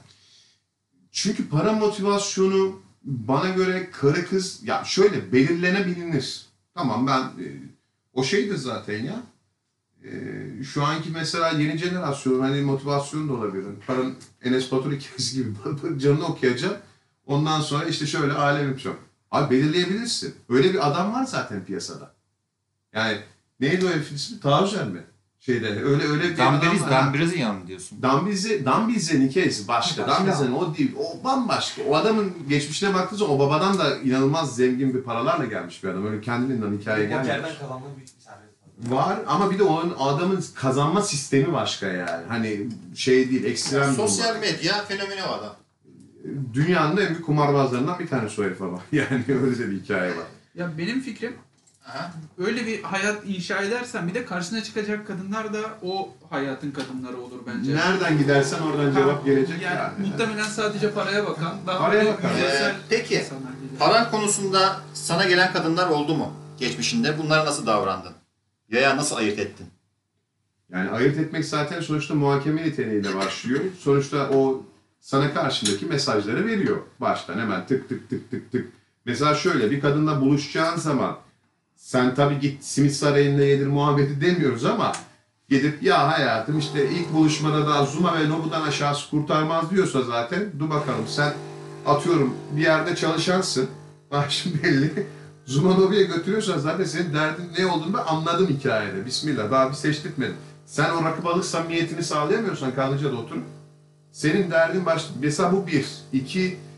Çünkü para motivasyonu bana göre karı kız ya şöyle belirlenebilir. Tamam ben e, o şeydir zaten ya. E, şu anki mesela yeni jenerasyon hani motivasyon da olabilir. Paranın Enes Batur hikayesi gibi canını okuyacağım. Ondan sonra işte şöyle alem yapacağım. Abi belirleyebilirsin. Öyle bir adam var zaten piyasada. Yani neydi o herifin ismi? Tahazer mi? Şeyde öyle öyle bir adam Dambiriz, var. Dambirizian mı diyorsun? Dambize, Dambize'nin hikayesi başka. Başka. Dambize'nin o değil. O bambaşka. O adamın geçmişine baktığı zaman o babadan da inanılmaz zengin bir paralarla gelmiş bir adam. Öyle kendiliğinden hikaye gelmemiş. Pokerden kazandığı büyük bir servet var. Var ama bir de onun adamın kazanma sistemi başka yani. Hani şey değil, ekstrem bir Sosyal durum var. medya fenomeni o adam. Dünyanın en büyük kumarbazlarından bir tanesi o herif ama. Yani öyle de bir hikaye var. Ya benim fikrim Aha. öyle bir hayat inşa edersen bir de karşına çıkacak kadınlar da o hayatın kadınları olur bence. Nereden gidersen oradan cevap Ha, gelecek yani. yani. Muhtemelen sadece paraya bakan, daha Paraya böyle bakan. yüzeysel Ee, peki, insanlar gelir. Paran konusunda sana gelen kadınlar oldu mu geçmişinde? Bunlara nasıl davrandın? Veya nasıl ayırt ettin? Yani ayırt etmek zaten sonuçta muhakeme niteliğiyle başlıyor. Sonuçta o sana karşındaki mesajları veriyor baştan hemen tık tık tık tık tık. Mesela şöyle bir kadınla buluşacağın zaman sen tabii git simit sarayında yedir muhabbeti demiyoruz ama gidip ya hayatım işte ilk buluşmada da Zuma ve Nobu'dan aşağısı kurtarmaz diyorsa zaten dur bakalım sen atıyorum bir yerde çalışansın. Başın belli. Zuma Nobu'ya götürüyorsan zaten senin derdin ne olduğunu ben anladım hikayede. Bismillah daha bir seçtirtmedim. Sen o rakı balık samimiyetini sağlayamıyorsan Kanlıca'da oturup senin derdin başta. Mesela bu bir. İki,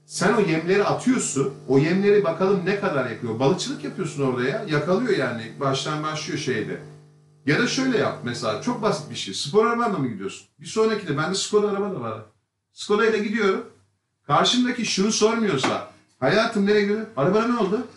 Sen o yemleri atıyorsun. O yemleri bakalım ne kadar yakıyor. Balıkçılık yapıyorsun orada ya. Yakalıyor yani. Baştan başlıyor şeyde. Ya da şöyle yap mesela. Çok basit bir şey. Spor arabayla mı gidiyorsun? Bir sonraki de bende Skoda araba da var. Skoda ile gidiyorum. Karşımdaki şunu sormuyorsa hayatım nereye gidiyor? Arabana ne oldu?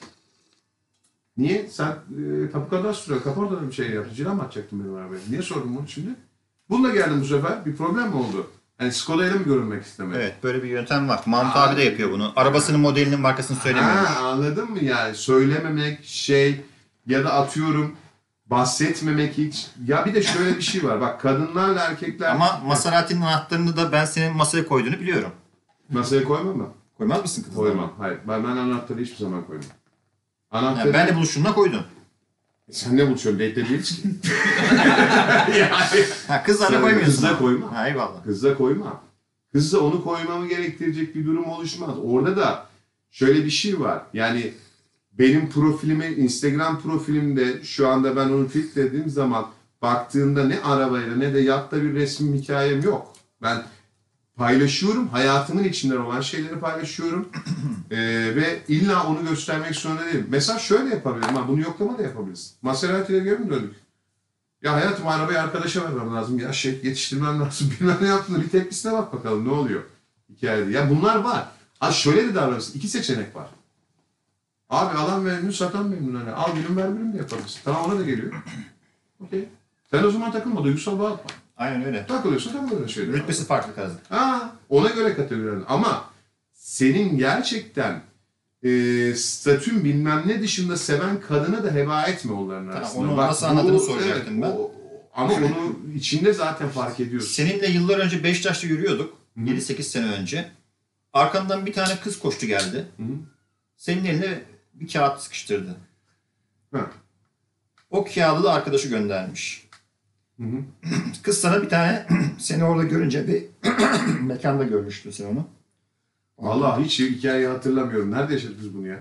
Niye? Sen e, tapu kadar sürüyor. Kaportada bir şey yaptın. Cila mı atacaktın benim arabaya? Niye sordun bunu şimdi? Bununla geldim bu sefer. Bir problem mi oldu? Hani Skoda ile mi görünmek istemedi? Evet, böyle bir yöntem var. Mahmut abi de yapıyor bunu. Arabasının modelinin markasını söylemiyor. Ha, anladın mı yani? Söylememek şey ya da atıyorum bahsetmemek hiç. Ya bir de şöyle bir şey var. Bak kadınlarla erkekler... Ama Maserati'nin anahtarını da ben senin masaya koyduğunu biliyorum. Masaya koymam mı? Koymaz mısın kızım? Koymam. Hayır. Ben, ben anahtarı hiçbir zaman koymam. Anahtarı... Yani benle buluştuğunda koydun. Sen ne buluşuyorsun? Date değiliz ki. yani... Ha, kızlarla Sen koymuyorsun. kızla koyma. Ha, eyvallah. Kızla koyma. Kızla onu koymamı gerektirecek bir durum oluşmaz. Orada da şöyle bir şey var. Yani benim profilimi, Instagram profilimde şu anda ben onu filtrelediğim zaman baktığımda ne arabayla ne de yatta bir resmim, hikayem yok. Ben paylaşıyorum. Hayatımın içinden olan şeyleri paylaşıyorum. ee, ve illa onu göstermek zorunda değilim. Mesela şöyle yapabilirim. Ha, bunu yoklama da yapabiliriz. Maserati'ye geri mi döndük? Ya hayatım arabayı arkadaşa vermem lazım. Ya şey yetiştirmem lazım. Bilmem ne yaptığını bir tepkisine bak bakalım ne oluyor hikayede. Ya bunlar var. Ha şöyle de davranırsın. İki seçenek var. Abi alan memnun, satan memnun. Hani al birim ver birim de yaparız. Tamam ona da geliyor. Okey. Sen o zaman takılma. Duygusal bağ atma. Aynen öyle. Takılıyorsun takılıyorsun şeyler. Rütbesi farklı kazın. Ha, ona göre kategorilerin. Ama senin gerçekten e, statün bilmem ne dışında seven kadını da heba etme onların Tamam, arasında. onu Bak, nasıl bu- anladığını soracaktım evet, ben. o- ama onu içinde zaten fark ediyorsun. Seninle yıllar önce Beşiktaş'ta yürüyorduk. Hı. yedi sekiz sene önce. Arkandan bir tane kız koştu geldi. Hı hı. Senin eline bir kağıt sıkıştırdı. Ha. O kağıdı da arkadaşı göndermiş. Hı hı. Kız sana bir tane seni orada görünce bir mekanda görmüştün sen onu. Vallahi hiç hikayeyi hatırlamıyorum. Nerede yaşadık biz bunu ya?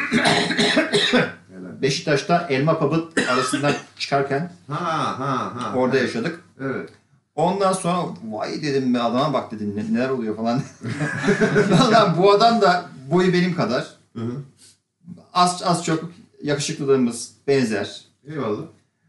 Helal. Beşiktaş'ta Elma Pub'ın arasından çıkarken Ha ha ha. orada evet. yaşadık. Evet. Ondan sonra vay dedim be adama bak dedim ne- neler oluyor falan. Vallahi bu adam da boyu benim kadar. Hı hı. Az az çok yakışıklılığımız benzer. Eyvallah.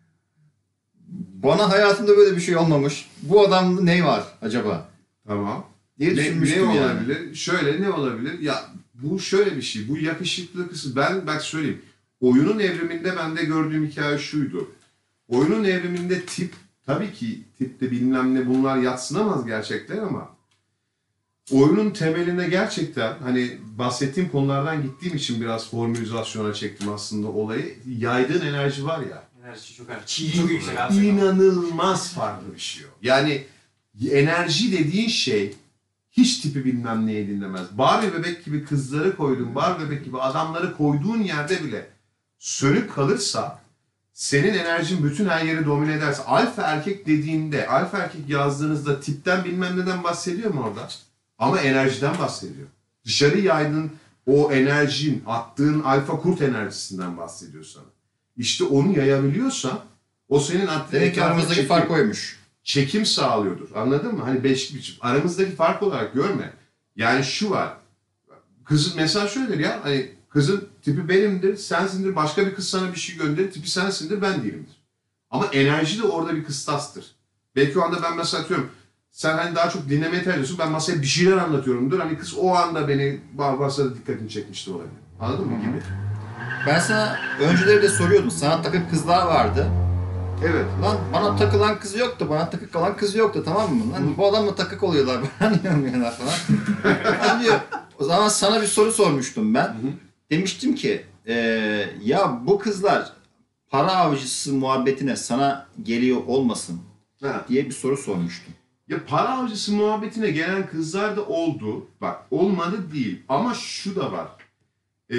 Bana hayatımda böyle bir şey olmamış. Bu adamda ne var acaba Tamam. diye Ne, düşünmüştüm ne yani. olabilir? Şöyle ne olabilir? Ya bu şöyle bir şey. Bu yakışıklı kısım. Ben bak söyleyeyim. Oyunun evriminde bende gördüğüm hikaye şuydu. Oyunun evriminde tip, tabii ki tipte bilmem ne bunlar yadsınamaz gerçekler ama oyunun temeline gerçekten hani bahsettiğim konulardan gittiğim için biraz formülizasyona çektim aslında olayı. Yaydığın enerji var ya. Enerji çok önemli. Çiğ çok yüksek abi. İnanılmaz farklı bir şey o. Yani enerji dediğin şey hiç tipi bilmem neyi dinlemez. Barbie bebek gibi kızları koyduğun, Barbie bebek gibi adamları koyduğun yerde bile sönük kalırsa senin enerjin bütün her yeri domine ederse alfa erkek dediğinde, alfa erkek yazdığınızda tipten bilmem neden bahsediyor mu orada? Ama enerjiden bahsediyor. Dışarı yaydığın o enerjin, attığın alfa kurt enerjisinden bahsediyor sana. İşte onu yayabiliyorsan o senin attığın Demek ki aramızdaki çekim, fark oymuş. çekim sağlıyordur. Anladın mı? Hani beş biçim. Aramızdaki fark olarak görme. Yani şu var. Kızın mesela şöyledir ya. Hani kızın tipi benimdir, sensindir. Başka bir kız sana bir şey gönderir. Tipi sensindir, ben değilimdir. Ama enerji de orada bir kıstastır. Belki o anda ben mesela atıyorum. Sen hani daha çok dinlemeye terliyorsun. Ben masaya bir şeyler anlatıyorumdur. Hani kız o anda beni masada dikkatini çekmiştir olabilir. Anladın mı? Gibi. Ben sana önceleri de soruyordum. Sana takık kızlar vardı. Evet. Lan bana takılan kız yoktu. Bana takık kalan kız yoktu, tamam mı? Lan bu adamla takık oluyorlar. Bana niye olmuyorlar falan. Ben diyor, o zaman sana bir soru sormuştum ben. Hı hı. Demiştim ki e, ya bu kızlar para avcısı muhabbetine sana geliyor olmasın Ha. diye bir soru sormuştum. Ya para avcısı muhabbetine gelen kızlar da oldu. Bak olmadı değil. Ama şu da var. Ee,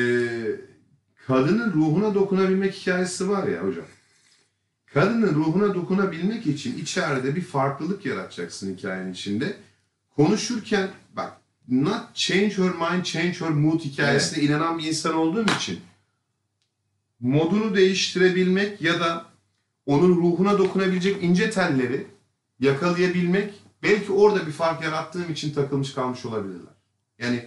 kadının ruhuna dokunabilmek hikayesi var ya hocam. Kadının ruhuna dokunabilmek için içeride bir farklılık yaratacaksın hikayenin içinde. Konuşurken bak not change her mind, change her mood hikayesine inanan bir insan olduğum için modunu değiştirebilmek ya da onun ruhuna dokunabilecek ince telleri yakalayabilmek belki orada bir fark yarattığım için takılmış kalmış olabilirler. Yani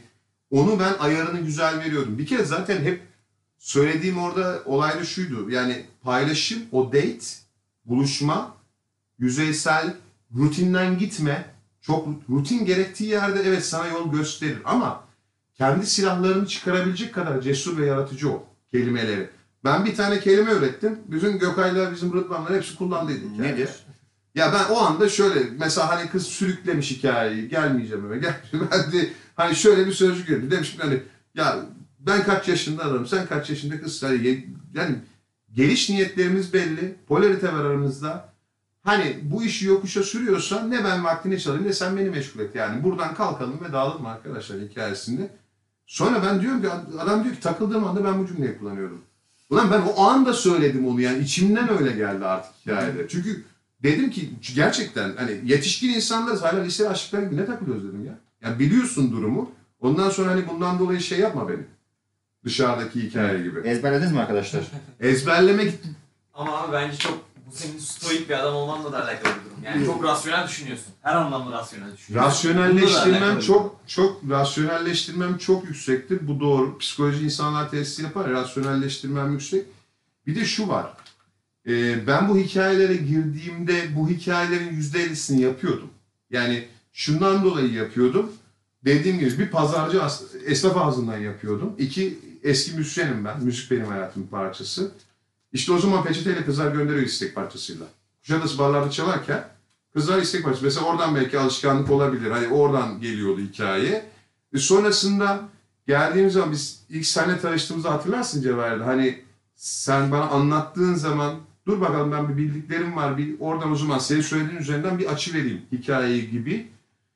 onu ben ayarını güzel veriyordum. Bir kere zaten hep söylediğim orada olay da şuydu. Yani paylaşım, o date, buluşma, yüzeysel, rutinden gitme. Çok rutin gerektiği yerde evet sana yol gösterir ama kendi silahlarını çıkarabilecek kadar cesur ve yaratıcı ol kelimeleri. Ben bir tane kelime öğrettim. Bütün Gökay'la bizim Rıdvan'la hepsi kullandıydık. Yani. Nedir? Ya ben o anda şöyle mesela hani kız sürüklemiş hikayeyi gelmeyeceğim eve gelmeyeceğim. Ben de hani şöyle bir sözcük gördüm. Demiş ki hani ya ben kaç yaşında adamım sen kaç yaşında kızsın. Yani, yani geliş niyetlerimiz belli. Polarite var aramızda. Hani bu işi yokuşa sürüyorsa ne ben vaktini çalayım ne sen beni meşgul et. Yani buradan kalkalım ve dağılalım arkadaşlar hikayesinde. Sonra ben diyorum ki adam diyor ki takıldığım anda ben bu cümleyi kullanıyorum. Ulan ben o anda söyledim onu yani içimden öyle geldi artık hikayede. Çünkü dedim ki gerçekten hani yetişkin insanlarız hala lise aşıkları gibi ne takılıyoruz dedim ya. Yani biliyorsun durumu. Ondan sonra hani bundan dolayı şey yapma beni. Dışarıdaki hikaye gibi. Ezberlediniz mi arkadaşlar? Ezberlemek Ama abi bence çok bu senin stoik bir adam olmanla da alakalı bir durum. Yani çok rasyonel düşünüyorsun. Her anlamda rasyonel düşünüyorsun. Bununla da rasyonelleştirmem alakalı. çok çok rasyonelleştirmem çok yüksektir. Bu doğru. Psikoloji insanlar testi yapar. Rasyonelleştirmem yüksek. Bir de şu var. Ee, ben bu hikayelere girdiğimde bu hikayelerin yüzde ellisini yapıyordum. Yani şundan dolayı yapıyordum. Dediğim gibi bir pazarcı esnaf ağzından yapıyordum. İki eski müzisyenim ben. Müzik benim hayatımın parçası. İşte o zaman peçeteyle kızlar gönderiyor istek parçasıyla. Kuşadası barlarda çalarken kızlar istek parçası. Mesela oradan belki alışkanlık olabilir. Hani oradan geliyordu hikaye. E sonrasında geldiğimiz zaman biz ilk seninle tanıştığımızda hatırlarsın Cevher'de. Hani sen bana anlattığın zaman dur bakalım ben bir bildiklerim var. Bir oradan o zaman senin söylediğin üzerinden bir açı vereyim hikayeyi gibi.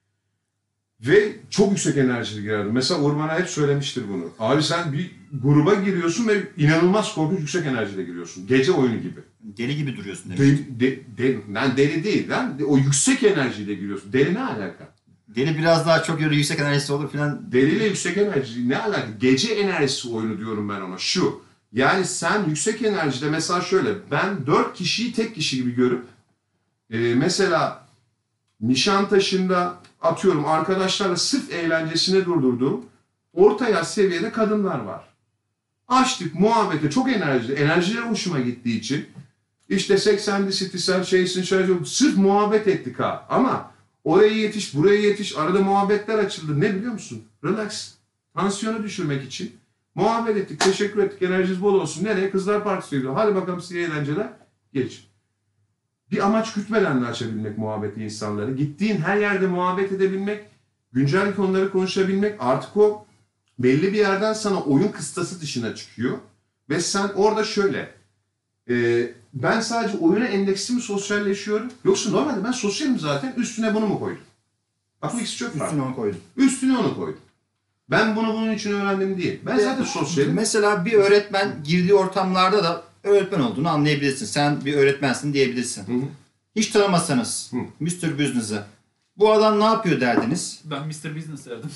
Ve çok yüksek enerjili girerdim. Mesela Uğur bana hep söylemiştir bunu. Abi sen bir gruba giriyorsun ve inanılmaz korkunç yüksek enerjiyle giriyorsun. Gece oyunu gibi. Deli gibi duruyorsun demiştim. De, de, de, lan deli değil lan. O yüksek enerjiyle giriyorsun. Deli ne alaka? Deli biraz daha çok yürü yüksek enerjisi olur filan. Deliyle yüksek enerji ne alaka? Gece enerjisi oyunu diyorum ben ona. Şu. Yani sen yüksek enerjide mesela şöyle. Ben dört kişiyi tek kişi gibi görüp e, mesela Nişantaşı'nda atıyorum arkadaşlarla sırf eğlencesine durdurduğum orta yaş seviyede kadınlar var. Açtık muhabbete çok enerjili. Enerjiler hoşuma gittiği için işte seksenli sitesel şeysin şöyle sırf muhabbet ettik ha. Ama oraya yetiş buraya yetiş arada muhabbetler açıldı. Ne biliyor musun? Relax. Tansiyonu düşürmek için. Muhabbet ettik. Teşekkür ettik. Enerjiniz bol olsun. Nereye? Kızlar Partisi diyor. Hadi bakalım size eğlenceler. Geç. Bir amaç gütmeden de açabilmek muhabbeti insanları. Gittiğin her yerde muhabbet edebilmek, güncel konuları konuşabilmek artık o belli bir yerden sana oyun kıstası dışına çıkıyor. Ve sen orada şöyle, e, ben sadece oyuna endeksli mi sosyalleşiyorum? Yoksa normalde ben sosyalim zaten üstüne bunu mu koydum? Bak bu ikisi çok farklı. Üstüne onu koydum. Üstüne onu koydum. Ben bunu bunun için öğrendim değil. Ben zaten sosyalim. Mesela bir öğretmen girdiği ortamlarda da öğretmen olduğunu anlayabilirsin. Sen bir öğretmensin diyebilirsin. Hı hı. Hiç tanımasanız Hı. mister Business'ı bu adam ne yapıyor derdiniz? Ben mister Business derdim.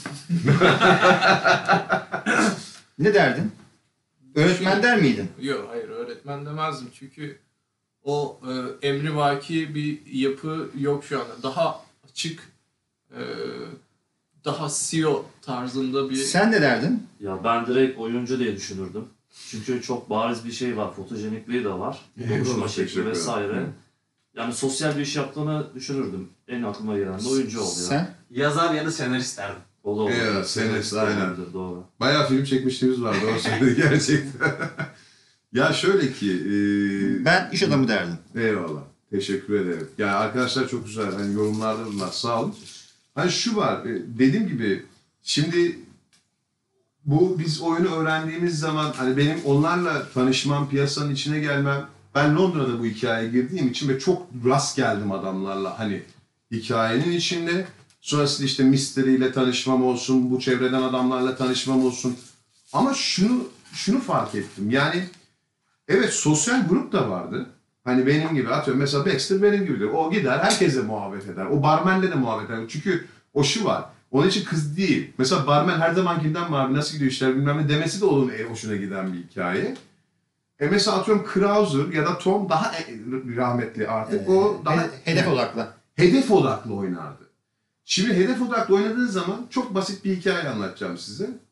Ne derdin? Öğretmen der miydin? Yok hayır öğretmen demezdim çünkü o e, emrivaki bir yapı yok şu anda. Daha açık, e, daha C E O tarzında bir... Sen ne derdin? Ya ben direkt oyuncu diye düşünürdüm. Çünkü çok bariz bir şey var. Fotojenikliği de var. Konuşma Eyvallah, şekli teşekkür vesaire. ederim. Yani sosyal bir iş yaptığını düşünürdüm. En aklıma gelen de oyuncu oluyor. Sen? Yazar ya da senarist derdim. O da olur. Evet, senarist, aynen. Olabilir, doğru. Bayağı film çekmişliğimiz var. Doğru söyledi gerçekten. Ya şöyle ki... E, Ben iş adamı derdim. Eyvallah. Teşekkür ederim. Yani arkadaşlar çok güzel. Hani yorumlarda bunlar. Sağ olun. Hani şu var. e, Dediğim gibi şimdi bu biz oyunu öğrendiğimiz zaman hani benim onlarla tanışmam, piyasanın içine gelmem. Ben Londra'da bu hikayeye girdiğim için ve çok rast geldim adamlarla hani hikayenin içinde. Sonrasında işte Mystery ile tanışmam olsun, bu çevreden adamlarla tanışmam olsun. Ama şunu şunu fark ettim. Yani evet sosyal grup da vardı. Hani benim gibi atıyorum mesela Baxter benim gibidir. O gider herkesle muhabbet eder. O barmenle de muhabbet eder. Çünkü o şu var. Onun için kız değil. Mesela barmen her zamankinden var. Nasıl gidiyor işler bilmem ne demesi de onun en hoşuna giden bir hikaye. E mesela atıyorum Krauser ya da Tom daha rahmetli artık. O daha He- hedef odaklı. hedef odaklı oynardı. Şimdi hedef odaklı oynadığın zaman çok basit bir hikaye anlatacağım size.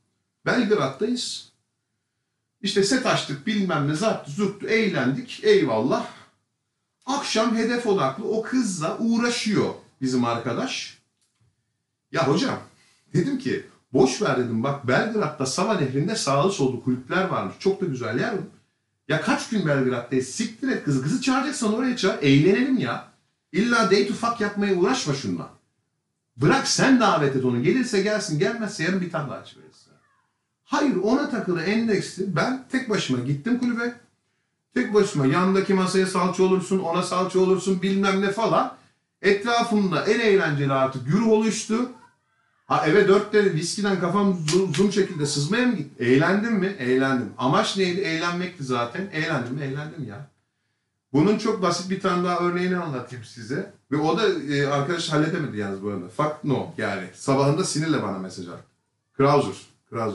Belgrad'dayız. İşte set açtık bilmem ne zarttı zurttu eğlendik eyvallah. Akşam hedef odaklı o kızla uğraşıyor bizim arkadaş. Ya hocam dedim ki boş ver dedim bak Belgrad'da Sava Nehri'nde sağlı sollu kulüpler varmış. Çok da güzel yer mi? Ya kaç gün Belgrad'dayız siktir et kızı. Kızı çağıracaksan oraya çağır. Eğlenelim ya. İlla day to fuck yapmaya uğraşma şunla. Bırak sen davet et onu. Gelirse gelsin gelmezse yarın bir tane daha açıveririz. Hayır ona takılı endeksli. Ben tek başıma gittim kulübe. Tek başıma yanındaki masaya salça olursun, ona salça olursun bilmem ne falan. Etrafımda en eğlenceli artık güruh oluştu. Ha eve dört tane viskiden kafam zoom, zoom şekilde sızmaya mı gitti? Eğlendim mi? Eğlendim. Amaç neydi? Eğlenmekti zaten. Eğlendim mi? Eğlendim ya. Bunun çok basit bir tane daha örneğini anlatayım size. Ve o da e, arkadaş halledemedi yalnız bu arada. Fuck no yani. Sabahında sinirle bana mesaj attı. Krauser. Krauser.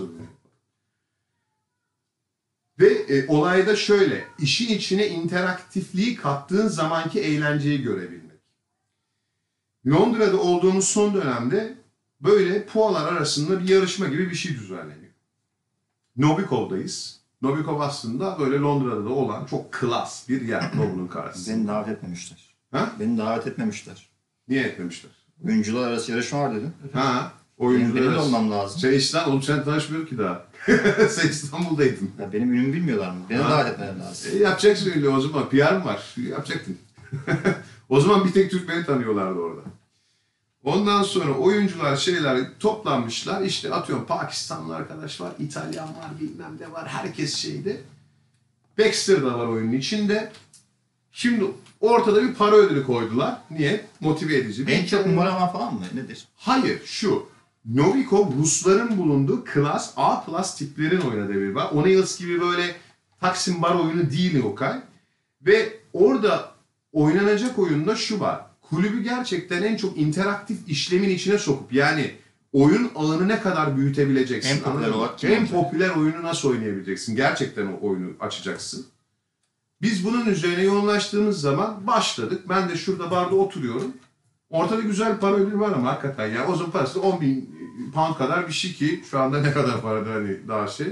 Ve e, olayda şöyle. İşin içine interaktifliği kattığın zamanki eğlenceyi görebilmek. Londra'da olduğumuz son dönemde böyle pualar arasında bir yarışma gibi bir şey düzenleniyor. Novikov'dayız. Novikov aslında böyle Londra'da da olan çok klas bir yer Novu'nun karşısında. Beni davet etmemişler. Ha? Beni davet etmemişler. Niye etmemişler? Oyuncular arası yarışma var dedim. Ha, Benim oyuncular belli arası. olmam lazım. Sen İstanbul, oğlum sen tanışmıyor ki daha. Sen İstanbul'daydın. Ya benim ünümü bilmiyorlar mı? Beni Ha. davet etmeleri lazım. E, yapacaksın öyle o zaman. P R mı var? Yapacaktın. O zaman bir tek Türkmen'i tanıyorlardı orada. Ondan sonra oyuncular şeyler toplanmışlar. İşte atıyorum Pakistanlı arkadaş var, İtalyan var, bilmem ne var. Herkes şeyde. Baxter da var oyunun içinde. Şimdi ortada bir para ödülü koydular. Niye? Motive edici. En çok numara var falan mı? Nedir? Hayır, şu. Novikov Rusların bulunduğu klas A plus tiplerin oynadığı bir var. O'Neill's gibi böyle Taksim bar oyunu değil Okay. Ve orada oynanacak oyunda şu var. Kulübü gerçekten en çok interaktif işlemin içine sokup yani oyun ağını ne kadar büyütebileceksin. En popüler anladın mı? olarak kim En olacak? popüler oyunu nasıl oynayabileceksin? Gerçekten o oyunu açacaksın. Biz bunun üzerine yoğunlaştığımız zaman başladık. Ben de şurada barda oturuyorum. Ortada güzel para ödülü var ama hakikaten ya. O zaman parası da on bin pound kadar bir şey ki şu anda ne kadar paradır hani daha şey.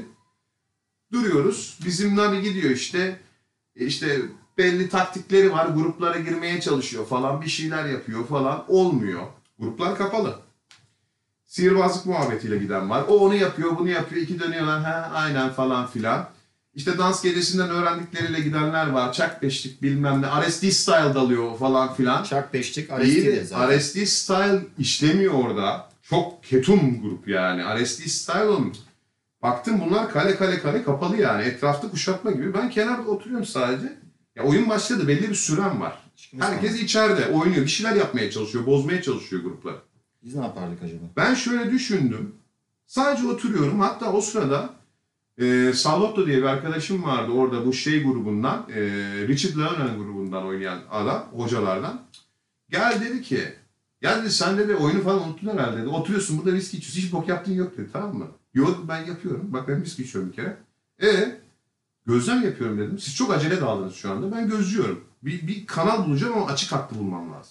Duruyoruz. Bizim Navi gidiyor işte. İşte belli taktikleri var. Gruplara girmeye çalışıyor falan. Bir şeyler yapıyor falan. Olmuyor. Gruplar kapalı. Sihirbazlık muhabbetiyle giden var. O onu yapıyor, bunu yapıyor. İki dönüyorlar. Ha aynen falan filan. İşte dans gecesinden öğrendikleriyle gidenler var. Çak beşlik bilmem ne. R S D style dalıyor falan filan. Çark beşlik, İyi Aresti'de de zaten. R S D style işlemiyor orada. Çok ketum grup yani. R S D style olmuş. Baktım bunlar kale kale kale kapalı yani. Etrafta kuşatma gibi. Ben kenarda oturuyorum sadece. Ya oyun başladı. Belli bir süren var. Herkes içeride oynuyor. Bir şeyler yapmaya çalışıyor. Bozmaya çalışıyor gruplar. Biz ne yapardık acaba? Ben şöyle düşündüm. Sadece oturuyorum. Hatta o sırada e, Salotto diye bir arkadaşım vardı orada bu şey grubundan. E, Richard Leonard grubundan oynayan adam. Hocalardan. Gel dedi ki ya dedi sen dedi oyunu falan unuttun herhalde dedi. Oturuyorsun burada viski içiyorsun. Hiç bok yaptığın yok dedi tamam mı? Yok ben yapıyorum. Bak ben viski içiyorum bir kere. E gözlem yapıyorum dedim. Siz çok acele daldınız şu anda. Ben gözlüyorum. Bir, bir kanal bulacağım ama açık hattı bulmam lazım.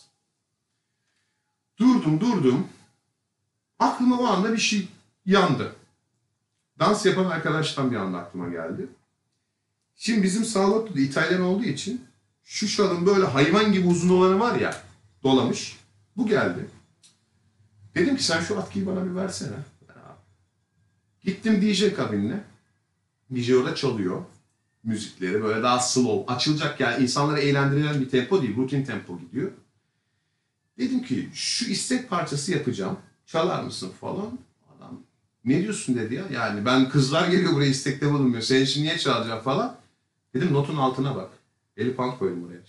Durdum durdum. Aklıma o anda bir şey yandı. Dans yapan arkadaştan bir anda aklıma geldi. Şimdi bizim Salotto'da İtalyan olduğu için şu şalın böyle hayvan gibi uzun olanı var ya dolamış. Bu geldi. Dedim ki sen şu atkıyı bana bir versene. Gittim D J kabinine. D J orada çalıyor. Müzikleri böyle daha slow. Açılacak yani insanları eğlendiren bir tempo değil. Rutin tempo gidiyor. Dedim ki şu istek parçası yapacağım. Çalar mısın falan. Adam ne diyorsun dedi ya. Yani ben kızlar geliyor buraya istekte bulunmuyor. Sen için niye çalacağım falan. Dedim notun altına bak. elli pound koydum buraya.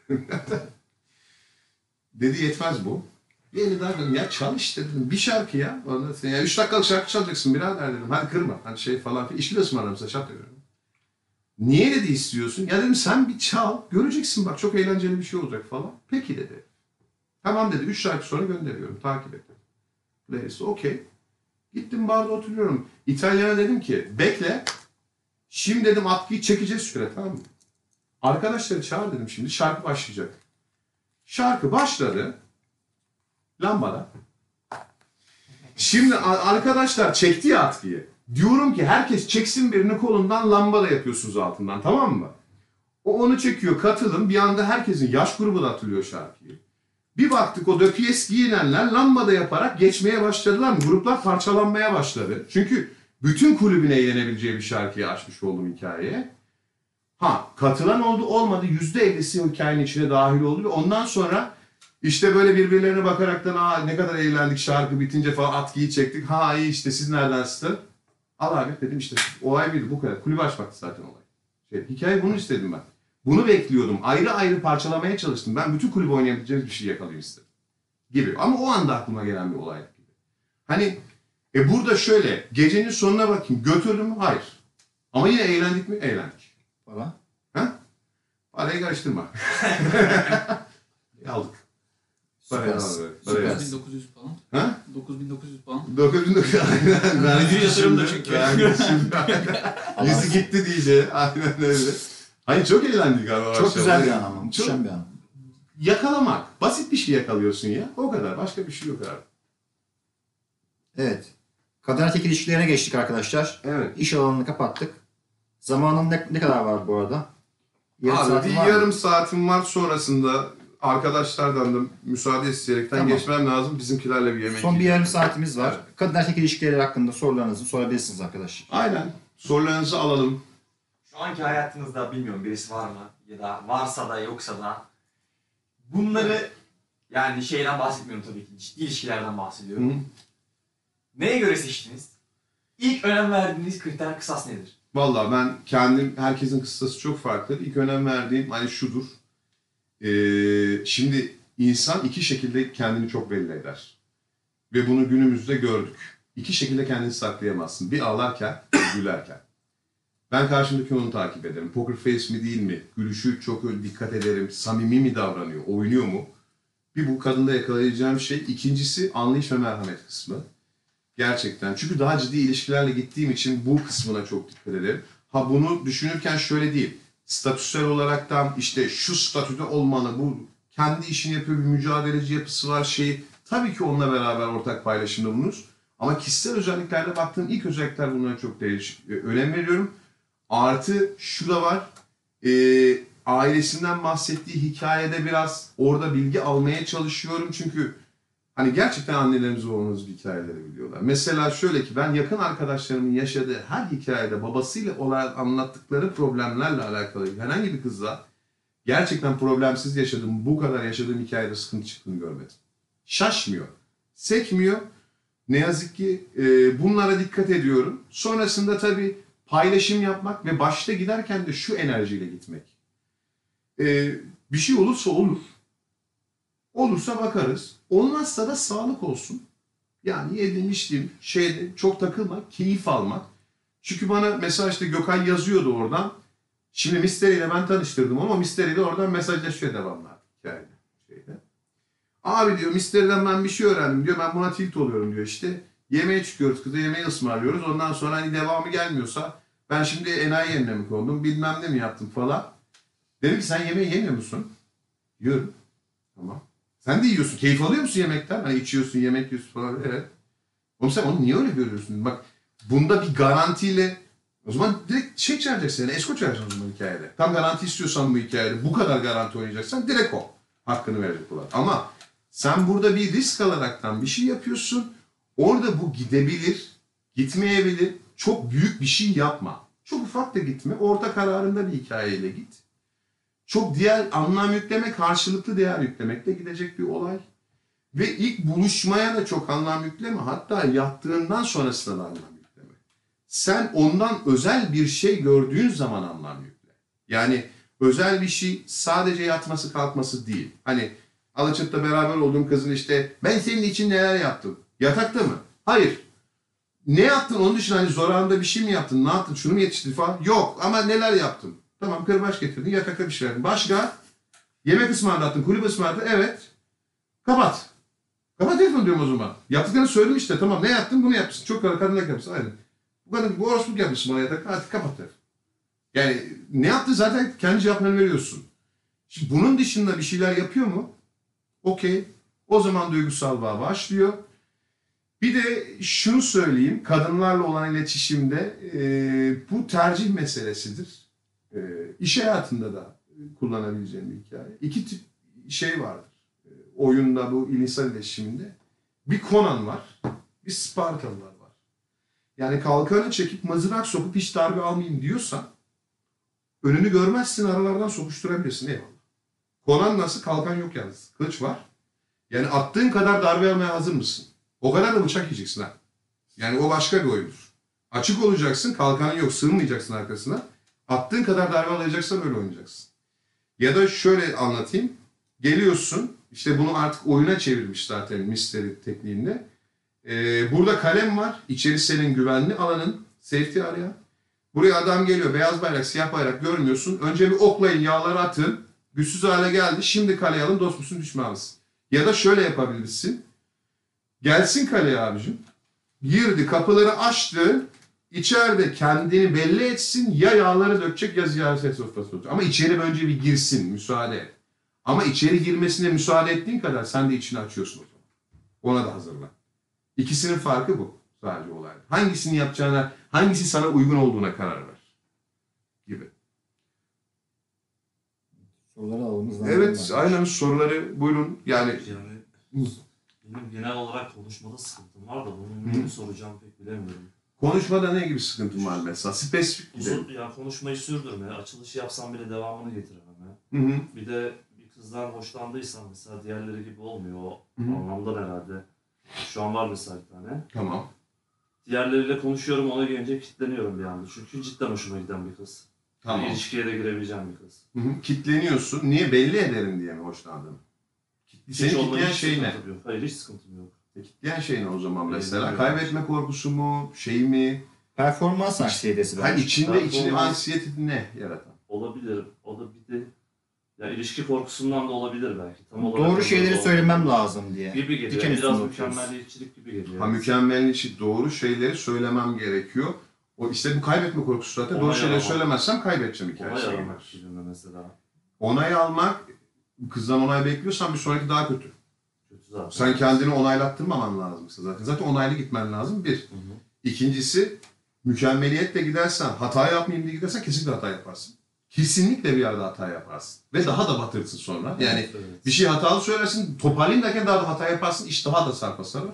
Dedi yetmez bu. Bir eli daha dedim ya çal işte dedim. Bir şarkı ya. Ondan sonra ya üç dakikalık şarkı çalacaksın birader dedim. Hadi kırma. Hani şey falan. İşli ısmarlamışsa şart ediyorum. Niye dedi istiyorsun? Ya dedim sen bir çal. Göreceksin bak çok eğlenceli bir şey olacak falan. Peki dedi. Tamam dedi. Üç şarkı sonra gönderiyorum. Takip et. Playlist okey. Gittim barda oturuyorum. İtalyana dedim ki bekle. Şimdi dedim atkıyı çekeceğiz süre tamam mı? Arkadaşları çağır dedim şimdi. Şarkı başlayacak. Şarkı başladı. Lambada. Şimdi arkadaşlar çekti ya atkıyı. Diyorum ki herkes çeksin birini kolundan, lambada yapıyorsunuz altından, tamam mı? O onu çekiyor, katılın. Bir anda herkesin yaş grubu da hatırlıyor şarkıyı. Bir baktık o döpiyes giyinenler lambada yaparak geçmeye başladılar mı? Gruplar parçalanmaya başladı. Çünkü bütün kulübün eğlenebileceği bir şarkıyı açmış oldum hikayeye. Ha, katılan oldu olmadı, yüzde ellisi o hikayenin içine dahil oldu ve ondan sonra işte böyle birbirlerine bakaraktan aa ne kadar eğlendik şarkı bitince falan, atkıyı çektik. Ha iyi işte siz neredensiniz? Al abi dedim, işte olay buydu, bu kadar. Kulübü açmaktı zaten olay. Şey, hikaye bunu istedim ben. Bunu bekliyordum. Ayrı ayrı parçalamaya çalıştım. Ben bütün kulübü oynayabileceğimiz bir şey yakalayayım istedim. Gibi. Ama o anda aklıma gelen bir olay gibi. Hani e burada şöyle, gecenin sonuna bakayım. Götürdüm mü? Hayır. Ama yine eğlendik mi? Eğlendik. Para. Ha? Parayı karıştırma. Aldık. Parayı Süpersin. aldık. Parayı aldık. dokuz bin dokuz yüz pound. Ha? dokuz bin dokuz yüz pound. dokuz bin dokuz yüz. Aynen. Vergi yatırım da şimdi. çünkü. Vergi şimdi. Yüzü gitti diyece. Aynen öyle. Hani çok eğlendik abi. Çok güzel bir an ama. Muhteşem bir an. Yakalamak. Basit bir şey yakalıyorsun ya. O kadar. Başka bir şey yok abi. Evet. Kadın erkek ilişkilerine geçtik arkadaşlar. Evet. İş alanını kapattık. Zamanın ne, ne kadar var bu arada? Yarım Abi saatin bir var mı? yarım saatim var, sonrasında arkadaşlardan da müsaade isteyerekten Tamam. geçmem lazım. Bizimkilerle bir yemek Son bir yiyeceğim. yarım saatimiz var. Evet. Kadın erkek ilişkileri hakkında sorularınızı sorabilirsiniz arkadaşlar. Aynen. Sorularınızı alalım. Şu anki hayatınızda bilmiyorum birisi var mı? Ya da varsa da yoksa da bunları, yani şeyden bahsetmiyorum tabii ki. Ciddi ilişkilerden bahsediyorum. Hı. Neye göre seçtiniz? İlk önem verdiğiniz kriter, kısas nedir? Vallahi ben kendim, herkesin kıssası çok farklı. İlk önem verdiğim hani şudur. Ee, şimdi insan iki şekilde kendini çok belli eder. Ve bunu günümüzde gördük. İki şekilde kendini saklayamazsın. Bir ağlarken, bir gülerken. Ben karşımdaki onu takip ederim. Poker face mi değil mi? Gülüşü çok öyle dikkat ederim. Samimi mi davranıyor? Oynuyor mu? Bir bu kadında yakalayacağım şey. İkincisi anlayış ve merhamet kısmı. Gerçekten. Çünkü daha ciddi ilişkilerle gittiğim için bu kısmına çok dikkat ederim. Ha bunu düşünürken şöyle değil. Statüsel olaraktan işte şu statüde olmalı, bu kendi işini yapıyor, bir mücadeleci yapısı var şeyi. Tabii ki onunla beraber ortak paylaşımda bulunuruz. Ama kişisel özelliklerde baktığım ilk özellikler bunlara çok değişik. Önem veriyorum. Artı şu da var. E, ailesinden bahsettiği hikayede biraz orada bilgi almaya çalışıyorum. Çünkü hani gerçekten annelerimiz babalarımız bir hikayeleri biliyorlar. Mesela şöyle ki ben yakın arkadaşlarımın yaşadığı her hikayede babasıyla olan anlattıkları problemlerle alakalı herhangi bir kızla gerçekten problemsiz yaşadığım, bu kadar yaşadığım hikayede sıkıntı çıktığını görmedim. Şaşmıyor, sekmiyor. Ne yazık ki e, bunlara dikkat ediyorum. Sonrasında tabii paylaşım yapmak ve başta giderken de şu enerjiyle gitmek. E, bir şey olursa olur. Olursa bakarız. Olmazsa da sağlık olsun. Yani yedim içtim şeyde çok takılmak, keyif almak. Çünkü bana mesela işte Gökay yazıyordu oradan. Şimdi Mystery ile ben tanıştırdım ama Mystery ile oradan mesajlaşıyor devamlı artık hikayede. Şeyde. Abi diyor Mystery'den ben bir şey öğrendim diyor. Ben buna tilt oluyorum diyor işte. Yemeğe çıkıyoruz, kıza yemeği ısmarlıyoruz. Ondan sonra hani devamı gelmiyorsa ben şimdi enayi yerine mi kondum bilmem ne mi yaptım falan. Dedim ki sen yemeği yemiyor musun? Yiyorum. Tamam. Sen de yiyorsun. Keyif alıyor musun yemekten? Hani içiyorsun, yemek yiyorsun falan. Evet. Oğlum sen onu niye öyle görüyorsun? Bak bunda bir garantiyle o zaman direkt şey çağıracaksın. Yani esko çağıracaksın o zaman hikayede. Tam garanti istiyorsan bu hikayede bu kadar garanti oynayacaksan direkt o. Hakkını verecek olan. Ama sen burada bir risk alaraktan bir şey yapıyorsun. Orada bu gidebilir, gitmeyebilir. Çok büyük bir şey yapma. Çok ufak da gitme. Orta kararında bir hikayeyle git. Çok diğer anlam yükleme, karşılıklı değer yüklemekle gidecek bir olay. Ve ilk buluşmaya da çok anlam yükleme. Hatta yattığından sonrasında da anlam yükleme. Sen ondan özel bir şey gördüğün zaman anlam yükle. Yani özel bir şey sadece yatması kalkması değil. Hani Alaçatı'da beraber olduğum kızın işte ben senin için neler yaptım. Yatakta mı? Hayır. Ne yaptın onun dışında hani zor anda bir şey mi yaptın? Ne yaptın? Şunu mu yetiştirdin falan? Yok ama neler yaptım? Tamam kırbaç getirdin, yatakta bir şey verdin. Başka? Yemek ısmarlattın, kulüp ısmarlattın. Evet. Kapat. Kapat telefonu diyorum o zaman. Yaptıklarını söyledim işte. Tamam ne yaptın? Bunu yapmışsın. Çok kadar kadınlık yapmışsın. Aynen. Bu kadar bu orospuluk yapmışsın bana yatakta. Hadi kapat telefonu. Yani ne yaptın zaten kendi cevaplarını veriyorsun. Şimdi bunun dışında bir şeyler yapıyor mu? Okey. O zaman duygusal bağ başlıyor. Bir de şunu söyleyeyim, kadınlarla olan iletişimde e, bu tercih meselesidir. E, iş hayatında da kullanabileceğim bir hikaye. İki tip şey vardır. E, oyunda bu insan iletişiminde. Bir Conan var, bir Spartalılar var. Yani kalkanı çekip mızrak sokup hiç darbe almayayım diyorsan önünü görmezsin, aralardan sokuşturabilirsin. Eyvallah. Conan nasıl? Kalkan yok yalnız. Kılıç var. Yani attığın kadar darbe almaya hazır mısın? O kadar da bıçak yiyeceksin ha. Yani o başka bir oyundur. Açık olacaksın, kalkanın yok, sığınmayacaksın arkasına. Attığın kadar darbe alacaksan öyle oynayacaksın. Ya da şöyle anlatayım. Geliyorsun, işte bunu artık oyuna çevirmiş zaten Mystery tekniğinde. Ee, burada kalem var, içerisi senin güvenli alanın, safety area. Buraya adam geliyor, beyaz bayrak, siyah bayrak görmüyorsun. Önce bir oklayın, yağları atın. Güçsüz hale geldi, şimdi kaleye alın, dost musun, düşman mısın? Ya da şöyle yapabilirsin. Gelsin kaleye abicim. Girdi, kapıları açtı. İçeride kendini belli etsin. Ya yağları dökecek ya ziyaret sofrası olacak. Ama içeri önce bir girsin, müsaade et. Ama içeri girmesine müsaade ettiğin kadar sen de içini açıyorsun o zaman. Ona da hazırlan. İkisinin farkı bu sadece olayda. Hangisini yapacağına, hangisi sana uygun olduğuna karar ver. Gibi. Soruları alalım. Evet, aynen soruları buyurun. Yani Yani benim genel olarak konuşmada sıkıntım var da bunu ne soracağım pek bilemiyorum. konuşmada ne gibi sıkıntın var mesela? Spesifik Uzun, gidelim. ya konuşmayı sürdürme, açılışı yapsam bile devamını getiremem. Hı hı. Bir de bir kızdan hoşlandıysam mesela diğerleri gibi olmuyor o Hı hı. anlamda herhalde. Şu an var mesela bir tane. Tamam. Diğerleriyle konuşuyorum, ona gelince kilitleniyorum bir anda. Çünkü cidden hoşuma giden bir kız. Tamam. Bir ilişkiye de girebileceğim bir kız. Hı hı. Kitleniyorsun. Niye? Belli ederim diye mi hoşlandın? Seni Hiç onunla kitleyen hiç şey ne? sıkıntım yok. Hayır, hiç sıkıntım yok. E, Kitleyen şey ne o zaman mesela? Bilmiyorum. Kaybetme korkusu mu? Şey mi? Performans anksiyetesi Hayır, bence. içinde Ben içinde olmaz. anksiyete ne yaratan? Olabilir. O da bir de ya ilişki korkusundan da olabilir belki. Tam olarak Doğru şeyleri olabilir. söylemem lazım diye. Gibi geliyor. Diken üstünde Biraz oturuyoruz. mükemmelliyetçilik gibi geliyor. Ha, mükemmeliyetçi doğru şeyleri söylemem gerekiyor. O işte bu kaybetme korkusu zaten. Onay Doğru şeyleri aramak. söylemezsem kaybedeceğim Onay hikayesi. aramak filmde mesela. Onay almak, kızdan onay bekliyorsan bir sonraki daha kötü. Kötü zaten. Sen kendini onaylattırmaman lazım zaten. Zaten onaylı gitmen lazım bir. Hı hı. İkincisi, mükemmeliyetle gidersen, hata yapmayayım diye gidersen kesinlikle hata yaparsın. Kesinlikle bir yerde hata yaparsın. Ve daha da batırırsın sonra. Yani Evet. bir şey hatalı söylersin, toparlayayım derken daha da hata yaparsın, iş daha da sarpa sarar.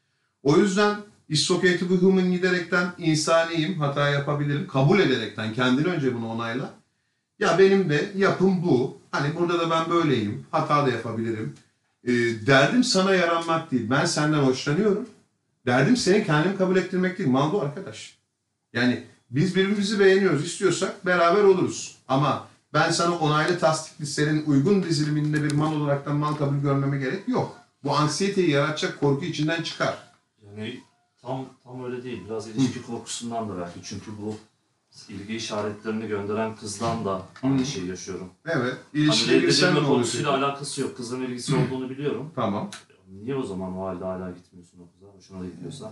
O yüzden it's okay to be human giderekten insaniyim, hata yapabilirim, kabul ederekten kendini önce bunu onayla. Ya benim de yapım bu. Hani burada da ben böyleyim, hata da yapabilirim. E, derdim sana yaranmak değil. Ben senden hoşlanıyorum. Derdim seni kendimi kabul ettirmek değil. Mal bu arkadaş. Yani biz birbirimizi beğeniyoruz. İstiyorsak beraber oluruz. Ama ben sana onaylı tasdikli senin uygun diziliminde bir mal olaraktan mal kabul görmeme gerek yok. Bu anksiyeteyi yaratacak korku içinden çıkar. Yani tam tam öyle değil. Biraz ilişki korkusundan da belki. Çünkü bu ilgi işaretlerini gönderen kızdan da aynı şeyi yaşıyorum. Evet. Hani İlişkiye girsen ne reddedilme olur? konusuyla alakası yok. Kızın ilgisi olduğunu biliyorum. Tamam. Niye o zaman o halde hala gitmiyorsun o kıza? Hoşuna da gidiyorsa.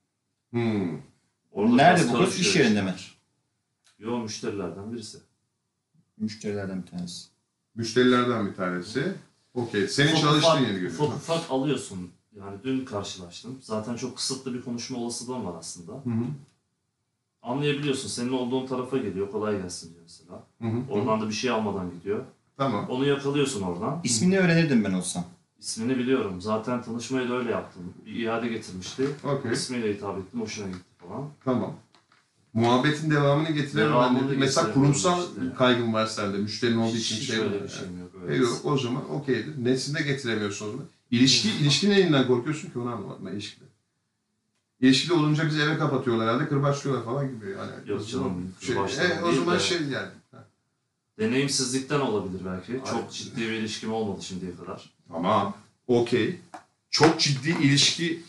Hmm. Orada Nerede biraz bu kız? İş karışıyor yerinde mi? işte. Yo, müşterilerden birisi. Müşterilerden bir tanesi. Müşterilerden bir tanesi. Okey. Senin Ufak çalıştığın ufak- yeri görüyorum. Ufak ufak alıyorsun. Yani dün karşılaştım. Zaten çok kısıtlı bir konuşma olasılığım var aslında. Hı hı. Anlayabiliyorsun. Senin olduğun tarafa geliyor. Kolay gelsin diyor mesela. Hı hı. Oradan da bir şey almadan gidiyor. Tamam. Onu yakalıyorsun oradan. İsmini öğrenirdim ben olsam. İsmini biliyorum. Zaten tanışmayı da öyle yaptım. Bir iade getirmişti. Okey. İsmiyle hitap ettim. Hoşuna gitti falan. Tamam. Muhabbetin devamını getirelim. Devamını Ben de. Mesela getirelim kurumsal işte. kaygın var sende. Müşterinin olduğu için Hiç şey öyle var. bir şeyim yok. E Evet. yok, o zaman okeydir. Nesinde getiremiyorsun o zaman. İlişki, ilişki neyinden korkuyorsun ki onu anlamadım ben ilişkide. İlişkide olunca bizi eve kapatıyorlar herhalde, kırbaçlıyorlar falan gibi. Yani, Yok canım, Şey, kırbaçlama e, o değil zaman de- şey yani. Ha, Deneyimsizlikten olabilir belki. Aynen. Çok ciddi bir ilişkim olmadı şimdiye kadar. Tamam, okey. Çok ciddi ilişki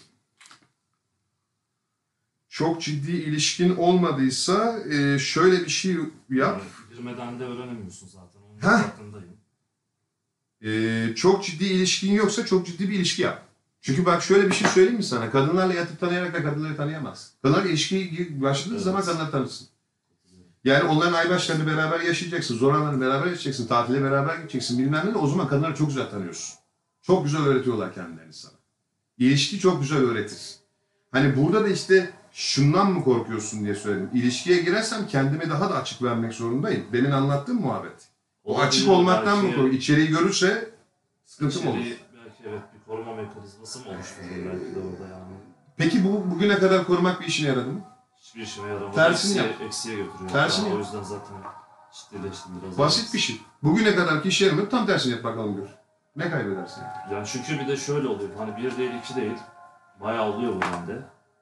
çok ciddi ilişkin olmadıysa e, şöyle bir şey yap. Yani girmeden de öğrenemiyorsun zaten. Onun Heh. farkındayım. E, çok ciddi ilişkin yoksa çok ciddi bir ilişki yap. Çünkü bak şöyle bir şey söyleyeyim mi sana? Kadınlarla yatıp tanıyarak da kadınları tanıyamazsın. Kadınlar ilişkiye gir- başladığı Evet. zaman kadınları tanırsın. Yani onların aybaşlarını beraber yaşayacaksın, zor anlarını beraber yaşayacaksın, tatile beraber gideceksin bilmem ne de o zaman kadınları çok güzel tanıyorsun. Çok güzel öğretiyorlar kendilerini sana. İlişki çok güzel öğretir. Hani burada da işte şundan mı korkuyorsun diye söyledim. İlişkiye girersem kendimi daha da açık vermek zorundayım. Benim anlattığım muhabbet. O açık olmaktan mı korkuyor? İçeriği görürse sıkıntı mı olur? İçeriği belki evet bir koruma mekanizması mı oluşturur belki de orada yani. Peki bu bugüne kadar korumak bir işine yaradı mı? Hiçbir işime yaramadı. Tersini eksiye, yap. eksiye götürüyor. Tersini Yani yap. o yüzden zaten ciddileştim biraz. Basit bir şey. Bugüne kadar ki işe yaramıyor. Tam tersini yap bakalım gör. Ne kaybedersin? Yani çünkü bir de şöyle oluyor. Hani bir değil iki değil. Bayağı oluyor bu bende.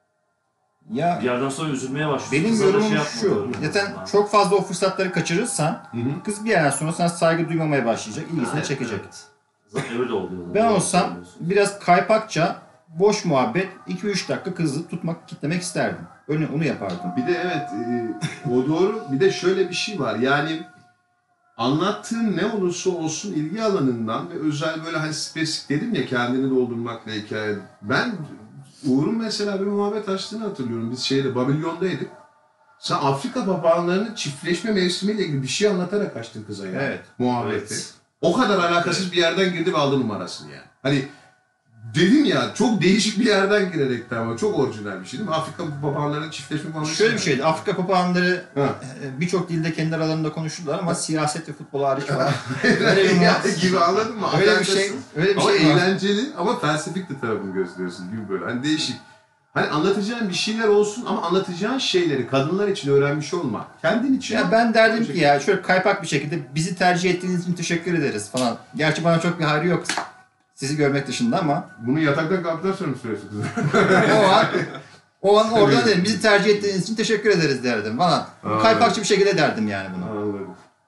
Ya Bir yerden sonra üzülmeye başlıyorsun. benim Kıza da yorumum yapma şu. diyorum en Zaten azından. çok fazla o fırsatları kaçırırsan Hı hı. kız bir yerden sonra sana saygı duymamaya başlayacak. ilgisini Evet, çekecek. evet. Zaten öyle oluyor. Ben Doğru olsam söylüyorsun. biraz kaypakça boş muhabbet iki üç dakika kızı tutmak, kitlemek isterdim. Öyle onu yapardım. Bir de evet e, o doğru. Bir de şöyle bir şey var. Yani anlattığın ne olursa olsun ilgi alanından ve özel böyle hani spesifik dedim ya kendini doldurmakla hikaye. Ben Uğur'un mesela bir muhabbet açtığını hatırlıyorum. Biz şeyde Babilyon'daydık. Sen Afrika papağanlarının çiftleşme mevsimiyle ilgili bir şey anlatarak açtın kıza ya. Evet. Muhabbeti. Evet. O kadar alakasız bir yerden girdi ve aldı numarasını yani. Hani dedim ya çok değişik bir yerden girerek ama çok orijinal bir şey değil mi? Afrika papağanlarının çiftleşme muhabbeti. Şöyle bir şeydi. Afrika papağanları Ha. e, birçok dilde kendi aralarında konuşurlar ama siyaset ve futbol hariç falan. Öyle bir Yani muhabbet. gibi anladın mı? Öyle bir Alakasız. şey, öyle bir Ama şey var. eğlenceli ama felsefik de tarafını gösteriyorsun gibi böyle. Hani değişik. Hani anlatacağın bir şeyler olsun ama anlatacağın şeyleri kadınlar için öğrenmiş olma. Kendin için. Ya ben derdim ki ya şöyle kaypak bir şekilde bizi tercih ettiğiniz için teşekkür ederiz falan. Gerçi bana çok bir hayrı yok sizi görmek dışında ama Bunu yataktan kalktıktan sonra mı söylüyorsun kızım? o an o an oradan dedim bizi tercih ettiğiniz için teşekkür ederiz derdim falan. Aa, Kaypakçı bir şekilde derdim yani bunu. Anladım.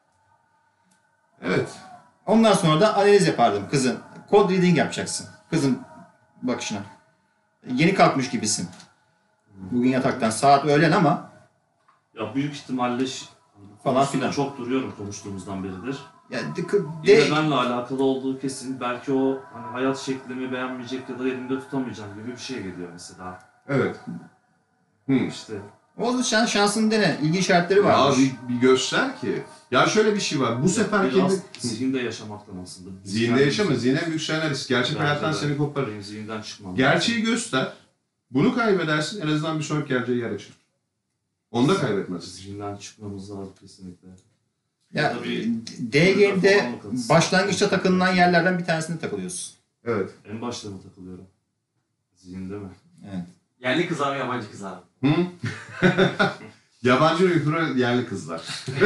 Evet. Ondan sonra da analiz yapardım kızın. Code reading yapacaksın. Kızın bakışına. Yeni kalkmış gibisin. Bugün yataktan saat öğlen ama Ya büyük ihtimalle ş- Falan falan filan. çok duruyorum konuştuğumuzdan beridir. ya de, Yine de, benle alakalı olduğu kesin. Belki o hani hayat şeklimi beğenmeyecek ya da elimde tutamayacağım gibi bir şey geliyor mesela. Evet. Hı. İşte o şans, şansını dene. İlgi işaretleri Ya varmış. bir, bir göster ki. Ya şöyle bir şey var. Bu sefer biraz kendi... zihinde yaşamaktan aslında. Zihinde yaşama. Zihine büyük şeyler risk. Gerçek Bence hayattan de. seni koparır. Benim zihinden çıkmam. Gerçeği göster. Bunu kaybedersin. En azından bir sonraki gerçeği yer açılır. Onu da kaybetmezsin. Zihinden çıkmamız lazım kesinlikle. Ya Ya da bir- D G'de Falan mı katılsın? başlangıçta takılınan yerlerden bir tanesine takılıyorsun. Evet. En başta mı takılıyorum? Zihinde mi? Evet. Yerli kızlar mı yabancı kızlar mı? Hı? Yabancı uykuru yerli kızlar.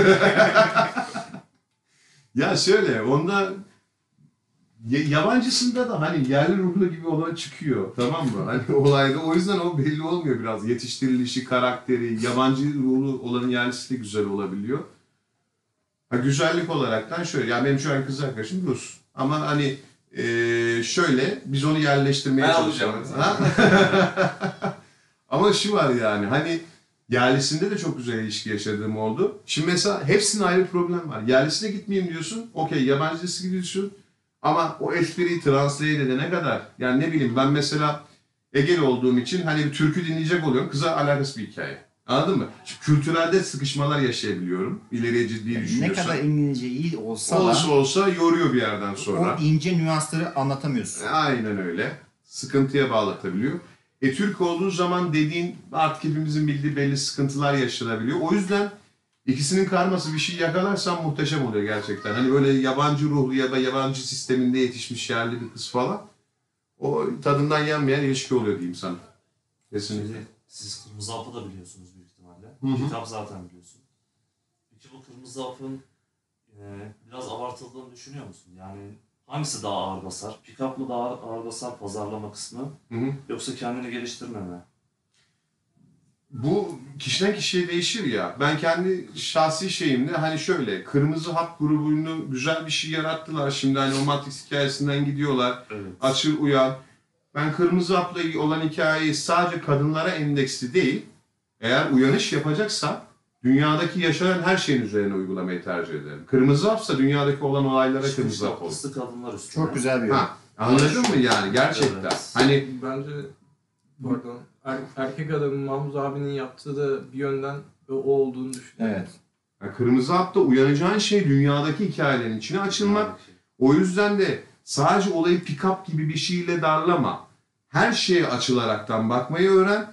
Ya şöyle, onda ya- yabancısında da hani yerli ruhlu gibi olan çıkıyor, tamam mı? Hani olayda o yüzden o belli olmuyor biraz. Yetiştirilişi, karakteri, yabancı ruhlu olanın yerlisi de güzel olabiliyor. Ha, güzellik olaraktan şöyle, yani benim şu an kız arkadaşım Rus. Ama hani eee, şöyle, biz onu yerleştirmeye Ben çalışıyoruz. alacağım. Ha? Ama şu var yani, hani yerlisinde de çok güzel ilişki yaşadığım oldu. Şimdi mesela hepsinin ayrı problem var. Yerlisine gitmeyeyim diyorsun, okey, yabancısı gidiyorsun. Ama o espriyi translate edene kadar, yani ne bileyim ben mesela Egeli olduğum için hani bir türkü dinleyecek oluyorum, kıza alakasız bir hikaye. Anladın mı? Çünkü kültürelde sıkışmalar yaşayabiliyorum. İleriye ciddi Ne düşünüyorsam. kadar İngilizce iyi olsa Olsa da olsa yoruyor bir yerden sonra. o ince nüansları anlatamıyorsun. Aynen öyle. Sıkıntıya bağlatabiliyor. E Türk olduğu zaman dediğin artık hepimizin bildiği belli sıkıntılar yaşanabiliyor. O yüzden ikisinin karması bir şey yakalarsan muhteşem oluyor gerçekten. Hani böyle yabancı ruhlu ya da yabancı sisteminde yetişmiş yerli bir kız falan. O tadından yenmeyen ilişki oluyor diyeyim sana. Kesinlikle. Şimdi siz Kırmızı Hap'ı da biliyorsunuz büyük ihtimalle. Hı hı. Kitap zaten biliyorsun. Peki bu Kırmızı Hap'ın e, biraz abartıldığını düşünüyor musun? Yani hangisi daha ağır basar? Pick-up mı daha ağır basar pazarlama kısmı? Hı hı. Yoksa kendini geliştirme mi? Bu kişiden kişiye değişir ya. Ben kendi şahsi şeyimde hani şöyle Kırmızı Hap grubunu güzel bir şey yarattılar. Şimdi hani o Matrix hikayesinden gidiyorlar. Evet. Açıl uyan. Ben Kırmızı Hap'la olan hikayeyi sadece kadınlara endeksli değil, eğer uyanış yapacaksa dünyadaki yaşanan her şeyin üzerine uygulamayı tercih ederim. Kırmızı Hap'sa dünyadaki olan olaylara Kırmızı Hap olur. Kıslı kadınlar üstüne. Çok güzel bir yorum. Ha, anladın mı yani gerçekten? Evet. Hani Bence pardon er- erkek adamın Mahmut abinin yaptığı da bir yönden o olduğunu düşünüyorum. Evet. ya Kırmızı Hap'ta uyanacağın şey dünyadaki hikayelerin içine açılmak. Dünyadaki. O yüzden de sadece olayı pick-up gibi bir şeyle darlama. Her şeye açılaraktan bakmayı öğren.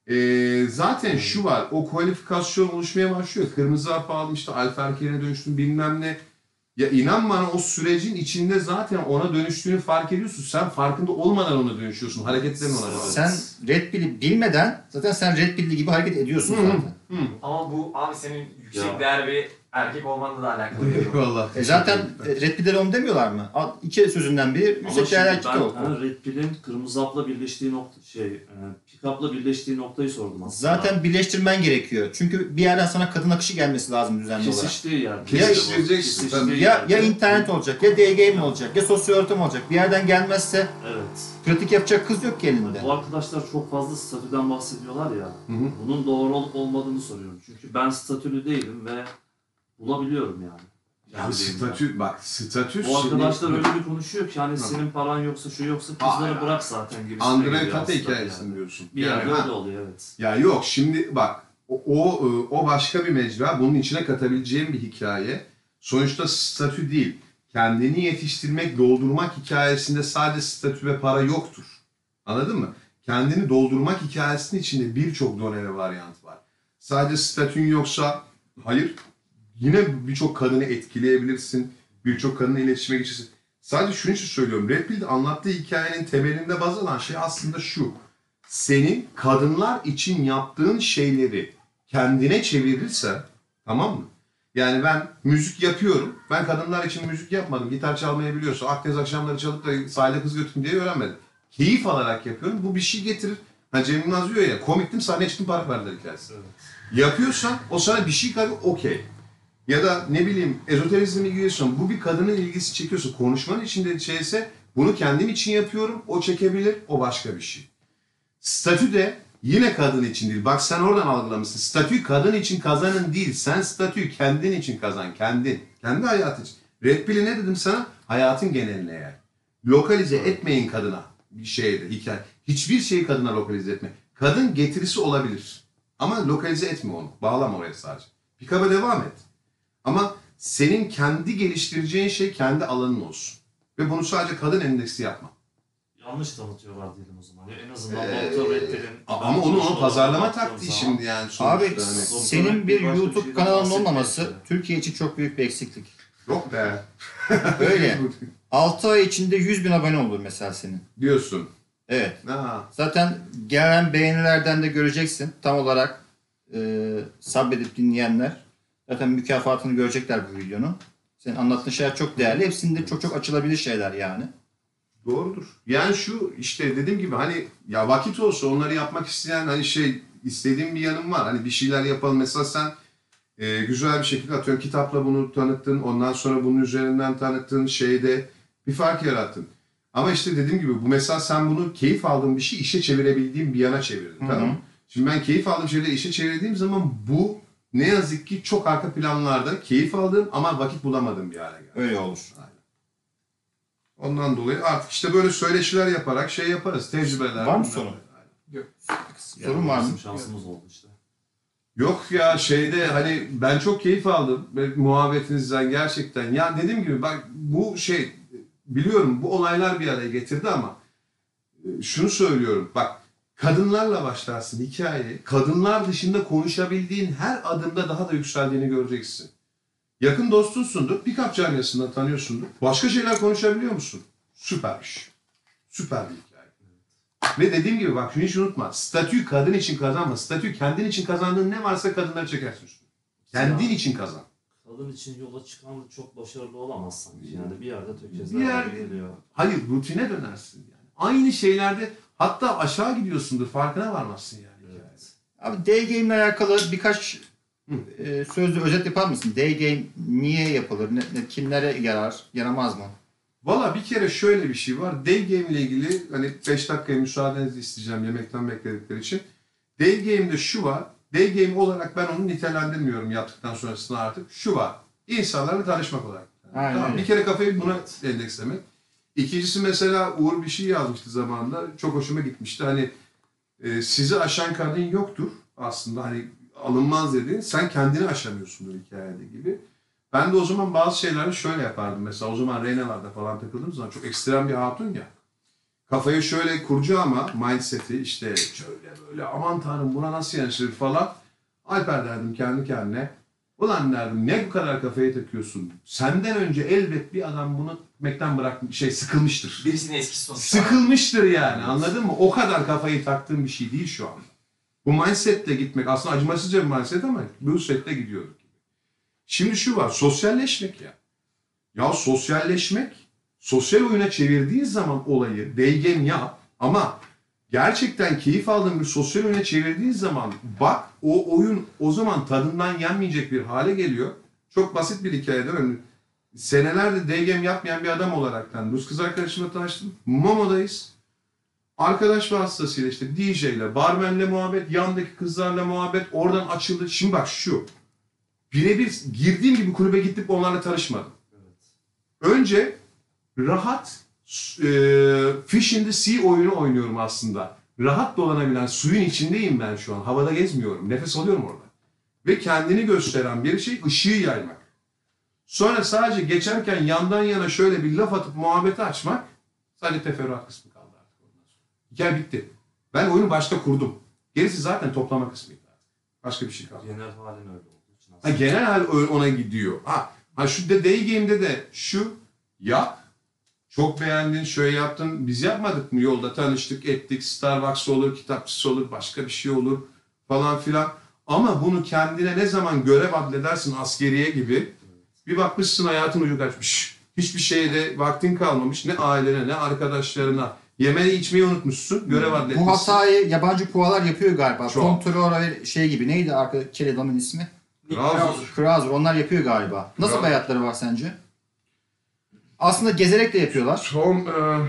Ee, zaten şu var, o kualifikasyon oluşmaya başlıyor. Kırmızı hap aldım, işte alfa erkeğine dönüştüm bilmem ne. Ya inan bana o sürecin içinde zaten ona dönüştüğünü fark ediyorsun. Sen farkında olmadan ona dönüşüyorsun. Hareketlerin ona dönüşüyor. Sen Red Pill'i bilmeden zaten sen Red Pill'li gibi hareket ediyorsun zaten. Ama bu abi senin yüksek Ya. değer bir erkek olmanla da alakalı. Eyvallah. E zaten Red Pill'leri onu demiyorlar mı? Al, İki sözünden biri Ama yüksek şimdi değerli erkek ben ol. hani Red Pill'in kırmızı hapla birleştiği nokta şey, e, pick-up'la birleştiği noktayı sordum aslında. Zaten birleştirmen gerekiyor. Çünkü bir yerden sana kadın akışı gelmesi lazım düzenli olarak. kesiştiği yer. Kesiştireceksin Kesiştiği tabii. Ya, yerde- ya internet olacak, ya D-Game olacak, ya sosyal ortam olacak. Bir yerden gelmezse Evet. pratik yapacak kız yok ki elinde. Bu arkadaşlar çok fazla statüden bahsediyorlar ya. Hı hı. Bunun doğru olup olmadığını soruyorum. Çünkü ben statülü değilim ve bulabiliyorum yani. Ya Yani statü, bak statü... Bu arkadaşlar şimdi- öyle bir konuşuyor ki hani senin paran yoksa şu yoksa kızları Aa, bırak zaten gibi. Andre Tate hikayesini diyorsun. Bir yerde Yani, ha. öyle oluyor evet. Ya yok şimdi bak o, o o başka bir mecra. Bunun içine katabileceğim bir hikaye. Sonuçta statü değil. Kendini yetiştirmek, doldurmak hikayesinde sadece statü ve para yoktur. Anladın mı? Kendini doldurmak hikayesinin içinde birçok done ve varyant var. Sadece statün yoksa hayır. Yine birçok kadını etkileyebilirsin. Birçok kadınla iletişime geçirsin. Sadece şunu için söylüyorum. Red Pill'de anlattığı hikayenin temelinde baz alan şey aslında şu. Senin kadınlar için yaptığın şeyleri kendine çevirirsen, tamam mı? Yani ben müzik yapıyorum. Ben kadınlar için müzik yapmadım. Gitar çalmayı biliyorsa Akdeniz akşamları çalıp da sahile kız götürün diye öğrenmedim. Keyif alarak yapıyorum. Bu bir şey getirir. Ha Cem Yılmaz diyor ya, komiktim sahneye çıktım para verdiler hikayesi. Yapıyorsan o sana bir şey kaybı okey. Ya da ne bileyim ezoterizme giriyorsun. Bu bir kadının ilgisi çekiyorsa, konuşmanın içinde şeyse bunu kendim için yapıyorum. O çekebilir, o başka bir şey. Statü de yine kadın için değil. Bak sen oradan algılamışsın. Statü kadın için kazanın değil. Sen statüyü kendin için kazan. Kendin. Kendi hayatın için. Red Pill'i ne dedim sana? Hayatın geneline yani. Lokalize etmeyin kadına. Bir şeyde, hikaye. Hiçbir şeyi kadına lokalize etme. Kadın getirisi olabilir. Ama lokalize etme onu. Bağlama oraya sadece. Pick-up'a devam et. Ama senin kendi geliştireceğin şey kendi alanın olsun. Ve bunu sadece kadın endeksli yapma. Yanlış tanıtıyorlar diyelim o zaman. Ya en azından Ee, Doktor Red'lerin... Ama onu onu pazarlama taktiği şimdi yani sonuçta. Abi hani. senin bir Başka bir YouTube şeyden kanalının bahsetmiyor olmaması işte. Türkiye için çok büyük bir eksiklik. Yok be. Öyle. altı ay içinde yüz bin abone olur mesela senin. Diyorsun. Evet. Ha. Zaten gelen beğenilerden de göreceksin. Tam olarak e, sabredip dinleyenler zaten mükafatını görecekler bu videonun. Senin anlattığın şeyler çok değerli. Hepsinde çok çok açılabilir şeyler yani. Doğrudur. Yani şu işte dediğim gibi hani ya vakit olsa onları yapmak isteyen hani şey istediğim bir yanım var. Hani bir şeyler yapalım. Mesela sen e, güzel bir şekilde atıyorum kitapla bunu tanıttın. Ondan sonra bunun üzerinden tanıttığın şeyde bir fark yarattın. Ama işte dediğim gibi bu mesela sen bunu keyif aldığın bir şey işe çevirebildiğin bir yana çevirdin. Hı hı. Tamam mı? Şimdi ben keyif aldığım şeyleri işe çevirdiğim zaman bu ne yazık ki çok arka planlarda keyif aldığım ama vakit bulamadığım bir hale geldi. Öyle olur. Ondan dolayı artık işte böyle söyleşiler yaparak şey yaparız. Tecrübeler. Var mı bunlar. sorun? Yok. Sorun var mı? Bizim şansımız oldu işte. Yok ya şeyde hani ben çok keyif aldım ve muhabbetinizden gerçekten. Ya dediğim gibi bak bu şey biliyorum bu olaylar bir araya getirdi ama e, şunu söylüyorum bak kadınlarla başlarsın hikaye. Kadınlar dışında konuşabildiğin her adımda daha da yükseldiğini göreceksin. Yakın dostunsundur, pick-up camiasından tanıyorsundur. Başka şeyler konuşabiliyor musun? Süper bir şey. Süper bir hikaye. Ve dediğim gibi bak şunu hiç unutma. Statü kadın için kazanma. Statü kendin için kazandığın ne varsa kadınları çekersin üstüne. Kendin için kazan. Kadın için yola çıkan da çok başarılı olamaz sanki. Yani bir yerde Bir tökezler yer- geliyor. Hayır rutine dönersin yani. Aynı şeylerde hatta aşağı gidiyorsundur farkına varmazsın yani. Evet. Abi D-Game ile alakalı birkaç e, sözlü özet yapar mısın? D-Game niye yapılır? Ne, ne- kimlere yarar? Yaramaz mı? Valla bir kere şöyle bir şey var. Day game ile ilgili hani beş dakikaya müsaadenizi isteyeceğim yemekten bekledikleri için. Day game'de şu var. Day game olarak ben onu nitelendirmiyorum yaptıktan sonrasında artık. Şu var. İnsanlarla tanışmak olarak. Aynen Tamam, öyle. bir kere kafayı buna endekslemek. İkincisi mesela Uğur bir şey yazmıştı zamanında. Çok hoşuma gitmişti. Hani e, sizi aşan kadın yoktur aslında. Hani alınmaz dediğin. Sen kendini aşamıyorsundur hikayede gibi. Ben de o zaman bazı şeyleri şöyle yapardım. Mesela o zaman Reynalar'da falan takıldığım zaman çok ekstrem bir hatun ya. kafayı şöyle kuracağıma mindset'i işte şöyle böyle aman tanrım buna nasıl yanaşır falan. Alper derdim kendi kendine. Ulan derdim ne bu kadar kafaya takıyorsun? Senden önce elbet bir adam bunu etmekten bırakmış, şey sıkılmıştır. Birisinin eskisi sonuçta. Sıkılmıştır yani anladın mı? O kadar kafayı taktığım bir şey değil şu anda. Bu mindsetle gitmek aslında acımasızca bir mindset ama bu setle gidiyorduk. Şimdi şu var, sosyalleşmek ya. Ya sosyalleşmek, sosyal oyuna çevirdiğin zaman olayı day game yap ama gerçekten keyif aldığın bir sosyal oyuna çevirdiğin zaman bak o oyun o zaman tadından yenmeyecek bir hale geliyor. Çok basit bir hikayeden önce. Senelerde day game yapmayan bir adam olaraktan Rus kız arkadaşımla tanıştım. Momo'dayız. Arkadaş vasıtasıyla işte D J ile, barmenle muhabbet, yandaki kızlarla muhabbet, oradan açıldı. Şimdi bak şu, birebir girdiğim gibi kulübe gidip onlarla tanışmadım. Önce rahat e, fish in the sea oyunu oynuyorum aslında. Rahat dolanabilen suyun içindeyim ben şu an. Havada gezmiyorum. Nefes alıyorum orada. Ve kendini gösteren bir şey ışığı yaymak. Sonra sadece geçerken yandan yana şöyle bir laf atıp muhabbeti açmak sadece teferruat kısmı kaldı artık ondan sonra. Hikaye bitti. Ben oyunu başta kurdum. Gerisi zaten toplama kısmıydı artık. Başka bir şey kaldı. Genel halin öyle olduğu için Ha, aslında. genel hal ona gidiyor. Ha, ha şu de day game'de de şu yap. Çok beğendin, şöyle yaptın. Biz yapmadık mı yolda tanıştık, ettik. Starbucks olur, kitapçısı olur, başka bir şey olur falan filan. Ama bunu kendine ne zaman görev adledersin askeriye gibi bir bakmışsın hayatın ucu kaçmış. Hiçbir şeye de vaktin kalmamış. Ne ailene ne arkadaşlarına. Yemeği içmeyi unutmuşsun. Görev adletmişsin. Bu hatayı yabancı pualar yapıyor galiba. Çok. Kontrol ve şey gibi. Neydi arka kel adamın ismi? Razor. Krauser. Onlar yapıyor galiba. Nasıl Krauser. hayatları var sence? Aslında gezerek de yapıyorlar. Tom e,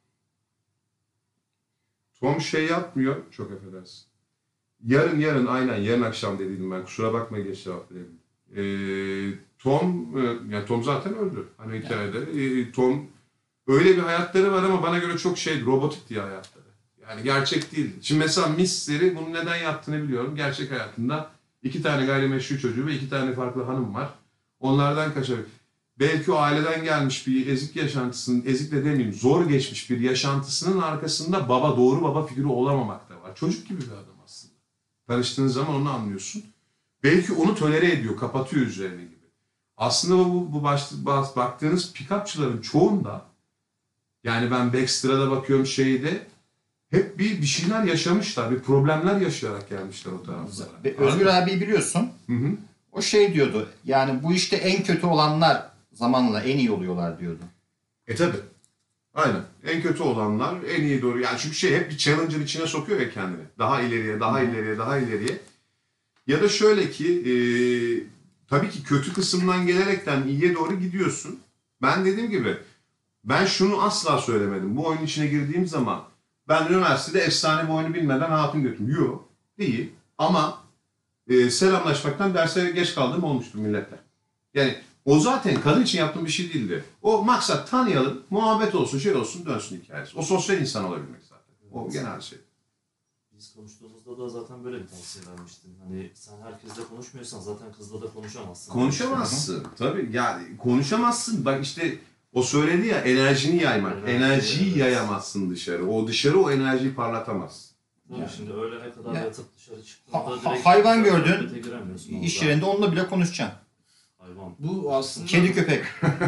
Tom şey yapmıyor. Çok affedersin. Yarın yarın aynen yarın akşam dediydim ben. Kusura bakma geç cevap verebilirim. E, Tom e, yani Tom zaten öldü. Hani hikayede. E, Tom öyle bir hayatları var ama bana göre çok şey robotik diye hayatları. Yani gerçek değil. Şimdi mesela Mystery bunu neden yaptığını biliyorum. Gerçek hayatında iki tane gayrimeşru çocuğu ve iki tane farklı hanım var. Onlardan kaçabilir. Belki o aileden gelmiş bir ezik yaşantısının, ezik de demeyeyim, zor geçmiş bir yaşantısının arkasında baba, doğru baba figürü olamamak da var. Çocuk gibi bir adam aslında. Tanıştığınız zaman onu anlıyorsun. Belki onu tolere ediyor, kapatıyor üzerine gibi. Aslında bu, bu baş, baş, baktığınız pick-upçıların çoğunda, yani ben Baxter'a bakıyorum şeyde, hep bir, bir şeyler yaşamışlar, bir problemler yaşayarak gelmişler o taraflara. Ve Özgür abi biliyorsun. Hı hı. O şey diyordu. Yani bu işte en kötü olanlar zamanla en iyi oluyorlar diyordu. E tabi. Aynen. En kötü olanlar en iyi doğru. Yani çünkü şey hep bir challenge'ın içine sokuyor ya kendini. Daha ileriye, daha ileriye, daha ileriye. Ya da şöyle ki e, tabii ki kötü kısımdan gelerekten iyiye doğru gidiyorsun. Ben dediğim gibi ben şunu asla söylemedim. Bu oyunun içine girdiğim zaman ben üniversitede efsane bir oyunu bilmeden hatun götürdüm. Yok. Değil. Ama e, selamlaşmaktan derse geç kaldığım olmuştur milletle. Yani o zaten kadın için yaptığım bir şey değildi. O maksat tanıyalım, muhabbet olsun, şey olsun, dönsün hikayesi. O sosyal insan olabilmek zaten. O genel şey. Biz konuştuğumuzda da zaten böyle bir tavsiye vermiştin. Hani sen herkesle konuşmuyorsan zaten kızla da konuşamazsın. Konuşamazsın. Tabii yani konuşamazsın. Bak işte o söyledi ya enerjini yaymak. Evet, Enerjiyi evet. yayamazsın dışarı. O dışarı o enerjiyi parlatamaz. Tabii Yani. şimdi öğlene kadar Ya. yatıp dışarı çıktığında Ha- direkt hayvan zaten gördün, muhabbete giremiyorsun İş orada. yerinde onunla bile konuşacaksın. Hayvan. Bu aslında Kedi köpek.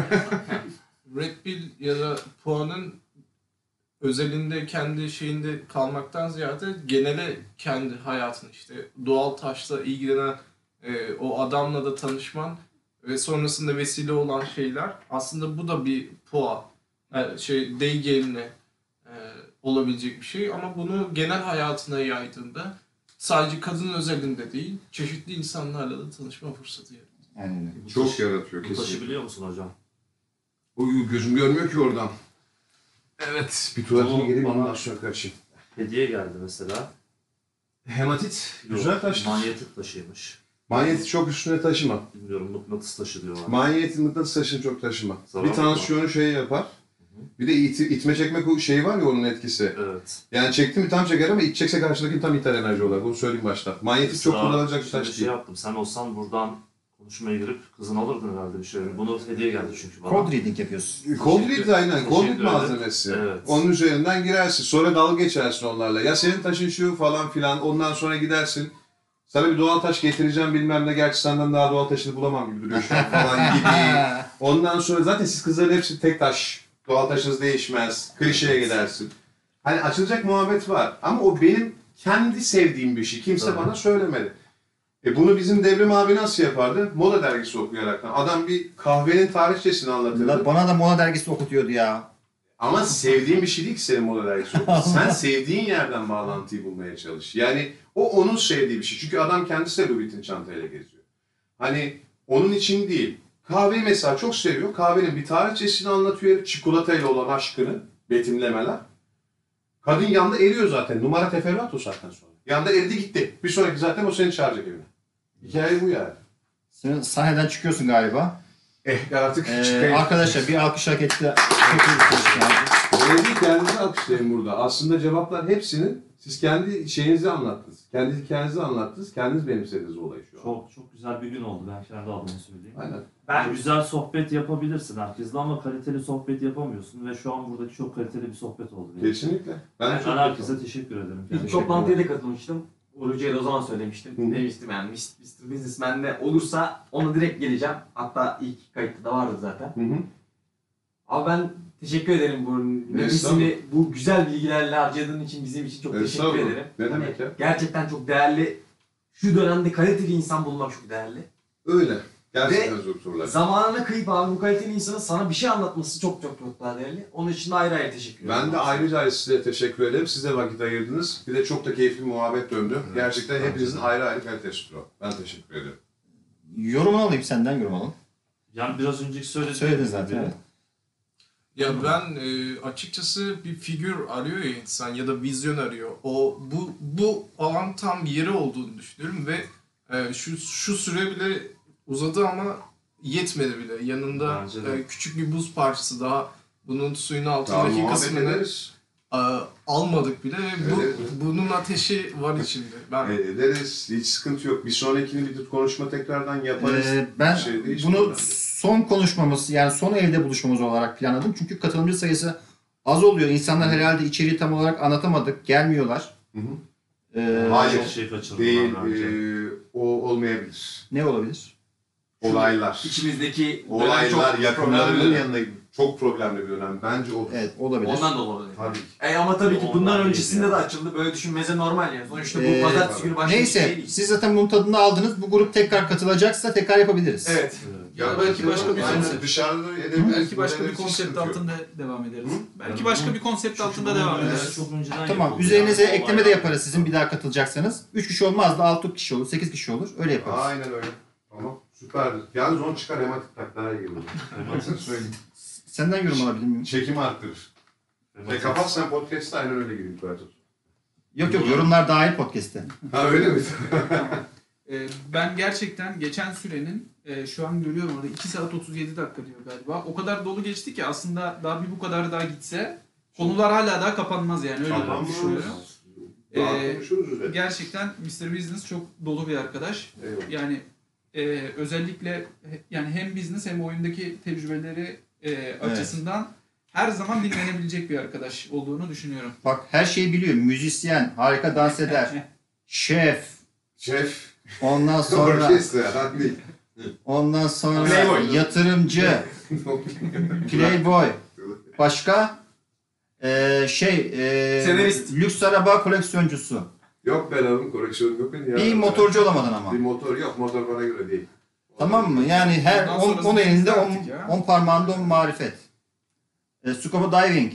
Red Pill ya da puanın özelinde kendi şeyinde kalmaktan ziyade genele kendi hayatın işte doğal taşla ilgilenen e, o adamla da tanışman ve sonrasında vesile olan şeyler aslında bu da bir puan yani şey day game'le e, olabilecek bir şey ama bunu genel hayatına yaydığında sadece kadın özelinde değil çeşitli insanlarla da tanışma fırsatı yaratıyor. Yani Bu Çok taş- yaratıyor Bu taşı kesinlikle. biliyor musun hocam? O gözüm görmüyor ki oradan. Evet. Bir tuvaletine Ama gireyim bana- ondan sonra kaçayım. Hediye geldi mesela. Hematit. Yok, Güzel taştır. Manyetik taşıymış. Manyeti çok üstüne taşıma. Bilmiyorum mıknatıs taşı diyorlar. Manyeti mıknatıs taşını çok taşıma. Zarar bir mı? tansiyonu şey yapar. Bir de it, itme çekme şeyi var ya onun etkisi. Evet. Yani çekti mi tam çeker ama itecekse karşıdaki tam iter enerji olarak. Bunu söyleyeyim başta. Manyetik çok Mesela kullanılacak bir şöyle taş şey değil. yaptım. Sen olsan buradan konuşmaya girip kızın alırdın herhalde bir şey. Bunu hediye geldi çünkü bana. Code reading yapıyorsun. Cold read aynen. Cold read Teşekkür ederim. malzemesi. Evet. Onun üzerinden girersin. Sonra dalga geçersin onlarla. Ya senin taşın şu falan filan. Ondan sonra gidersin. Sana bir doğal taş getireceğim bilmem ne. Gerçi senden daha doğal taşını bulamam gibi duruyor şu an falan gibi. Ondan sonra zaten siz kızların hepsi tek taş. Doğal taşınız değişmez. Klişeye gidersin. Hani açılacak muhabbet var. Ama o benim kendi sevdiğim bir şey. Kimse Tabii. bana söylemedi. E bunu bizim Devrim abi nasıl yapardı? Moda dergisi okuyaraktan. Adam bir kahvenin tarihçesini anlatırdı. La- Bana da Moda dergisi okutuyordu ya. Ama sevdiğin bir şey değil ki senin moda dergisi okumak. Sen sevdiğin yerden bağlantıyı bulmaya çalış. Yani o onun sevdiği bir şey. Çünkü adam kendisi de Louis Vuitton çantayla geziyor. Hani onun için değil. Kahveyi mesela çok seviyor. Kahvenin bir tarihçesini anlatıyor. Çikolatayla olan aşkını, betimlemeler. Kadın yanda eriyor zaten. Numara teferruat o saatten sonra. Yanda eridi gitti. Bir sonraki zaten o seni çağıracak evine. Hikaye bu yani. Sen sahneden çıkıyorsun galiba. Eh artık Ee, çıkayım. arkadaşlar bir alkış hak etti. Çok iyi bir çalışma oldu. Öyle değil, kendinizi alkışlayın burada. Aslında cevaplar hepsini siz kendi şeyinizi anlattınız. Kendi hikayenizi anlattınız. Kendiniz benimsediniz olayı şu an. Çok çok güzel bir gün oldu. Ben kendi adıma söyleyeyim. Aynen. Ben güzel sohbet yapabilirsin herkesle ama kaliteli sohbet yapamıyorsun ve şu an buradaki çok kaliteli bir sohbet oldu. benim için. Kesinlikle. Ben, Ben, de çok herkese mutlu teşekkür ederim. İlk toplantıya da katılmıştım. Urucu'ya da o zaman söylemiştim. Hı. Demiştim yani mister Businessman'de olursa ona direkt geleceğim. Hatta ilk kayıtta da vardı zaten. Hı hı. Abi ben teşekkür ederim bu nefisini bu güzel bilgilerle harcadığın için bizim için çok teşekkür Estağfurullah. ederim. Ne Hani demek ya? gerçekten çok değerli. Şu dönemde kaliteli insan bulmak çok değerli. Öyle. Gerçekten zor sorular. Zamanına kıyıp abi bu kaliteli insanın sana bir şey anlatması çok çok çok daha değerli. Onun için de ayrı ayrı teşekkür ederim. Ben de ayrıca size teşekkür ederim. Siz de vakit ayırdınız. Bir de çok da keyifli bir muhabbet döndü. Gerçekten hepinizin ayrı ayrı kalitesi var. Ben teşekkür ederim. Yorumunu alayım senden yorum alalım. Yani biraz önceki söylediğim Söyledin gibi zaten. Evet. Ya ben e, açıkçası bir figür arıyor ya insan ya da vizyon arıyor. O bu bu alan tam bir yeri olduğunu düşünüyorum ve e, şu şu süre bile uzadı ama yetmedi bile. Yanında Bence de. e, küçük bir buz parçası daha bunun suyun Daha altındaki muhabbet kısmını ederiz. e, almadık bile. Bu, Evet. bunun ateşi var içinde. Ben E, ederiz. Hiç sıkıntı yok. Bir sonrakini bir konuşma tekrardan yaparız. Ee, ben Bir şey değil, bunu sonra. son konuşmamız yani son evde buluşmamız olarak planladım. Çünkü katılımcı sayısı az oluyor. İnsanlar herhalde içeriği tam olarak anlatamadık. Gelmiyorlar. Hı hı. Ee, Hayır. Çok şey kaçırdım Değil. ben bence. e, o olmayabilir. Ne olabilir? Olaylar. İçimizdeki Olaylar çok yakınlarının problemli. yanına çok problemli bir dönem. Bence o. Evet olabilir. Ondan da olabilir. Tabii ki. E ama tabii ki Ondan bundan değil öncesinde yani. de açıldı. Böyle düşünmenize normal yani. Sonuçta bu Ee, pazartesi günü başlayan bir şey Neyse değil. siz zaten bunun tadını aldınız. Bu grup tekrar katılacaksa tekrar yapabiliriz. Evet. Ya belki başka bir yani konsept. dışarıda edebiliriz. Belki başka Burada bir hiç konsept sıkıntı yok. altında devam ederiz. Hı? Belki başka bir konsept altında devam ederiz. Çok önceden Tamam. yapıldı Üzerinize yani. ekleme de Olaylar- yaparız sizin bir daha katılacaksanız. üç kişi olmaz da altı kişi olur, sekiz kişi olur. Öyle yaparız. Aynen öyle. Tamam. Süperdir. Yalnız onu çıkar hematik tak daha iyi gelir. Ben sana söyleyeyim. Senden yorum alabilir miyim? Çekimi arttırır. Ve kapat sen podcast'ta aynen öyle gireyim Kuatot. Yok yok yorumlar dahil podcast'te. Ha öyle mi? Ee, ben gerçekten geçen sürenin e, şu an görüyorum orada iki saat otuz yedi dakika diyor galiba. O kadar dolu geçti ki aslında daha bir bu kadar daha gitse konular hala daha kapanmaz yani öyle Tamam. düşünüyorum. Daha Ee, konuşuruz üzerine. Gerçekten mister Business çok dolu bir arkadaş. Eyvallah. Yani e, özellikle he- yani hem business hem oyundaki tecrübeleri e, açısından her zaman dinlenebilecek bir arkadaş olduğunu düşünüyorum. Bak her şeyi biliyor. Müzisyen, harika dans eder. Şef, Şef. ondan sonra Orkestra. Hadi değil. ondan sonra Playboy. yatırımcı, playboy. Başka? Ee, şey, ee, Senarist. lüks araba koleksiyoncusu. Yok ben hanım koleksiyonum yok benim ya. Bir motorcu olamadın ama. Bir motor yok. Motor bana göre değil. Tamam mı? Yani her Ondan on, sonrasını on elinde on, artık ya. on parmağında on marifet. E, scuba diving.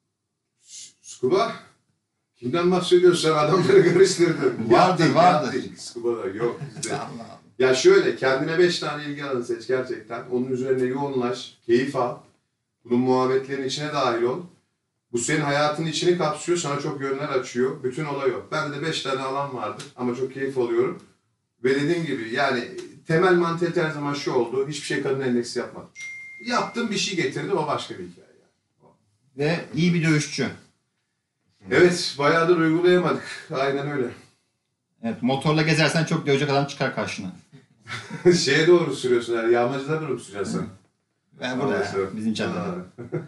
Scuba? Kimden bahsediyorsun sen? Adamları karıştırdın. Vardır, Yachting, vardır. yachting. Scuba da yok bizde. Allah Allah. Ya şöyle kendine beş tane ilgi alanı seç gerçekten. Onun üzerine yoğunlaş, keyif al. Bunun muhabbetlerin içine dahil ol. Bu senin hayatın içini kapsıyor, sana çok yönler açıyor. Bütün olay o. Bende de beş tane alan vardı ama çok keyif alıyorum. Ve dediğim gibi yani temel mantalite her zaman şu oldu. Hiçbir şey kadın endeksi yapmadım. Yaptım bir şey getirdi o başka bir hikaye. Yani. Ve iyi bir dövüşçü. Evet bayağıdır uygulayamadık. Aynen öyle. Evet, motorla gezersen çok dövecek adam çıkar karşına. Şeye doğru sürüyorsun yani yağmacılara doğru mu süreceksin sen? Ben burada Anlaşıldı. ya, bizim çadırda. Ha.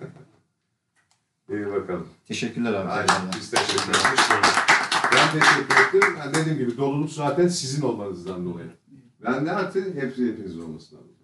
İyi bakalım. Teşekkürler abi. Aynen. Biz teşekkür ederiz. Ben teşekkür ettim. Yani dediğim gibi doluluk zaten sizin olmanızdan dolayı. Ben de artık hepsi hepinizin olmasından dolayı.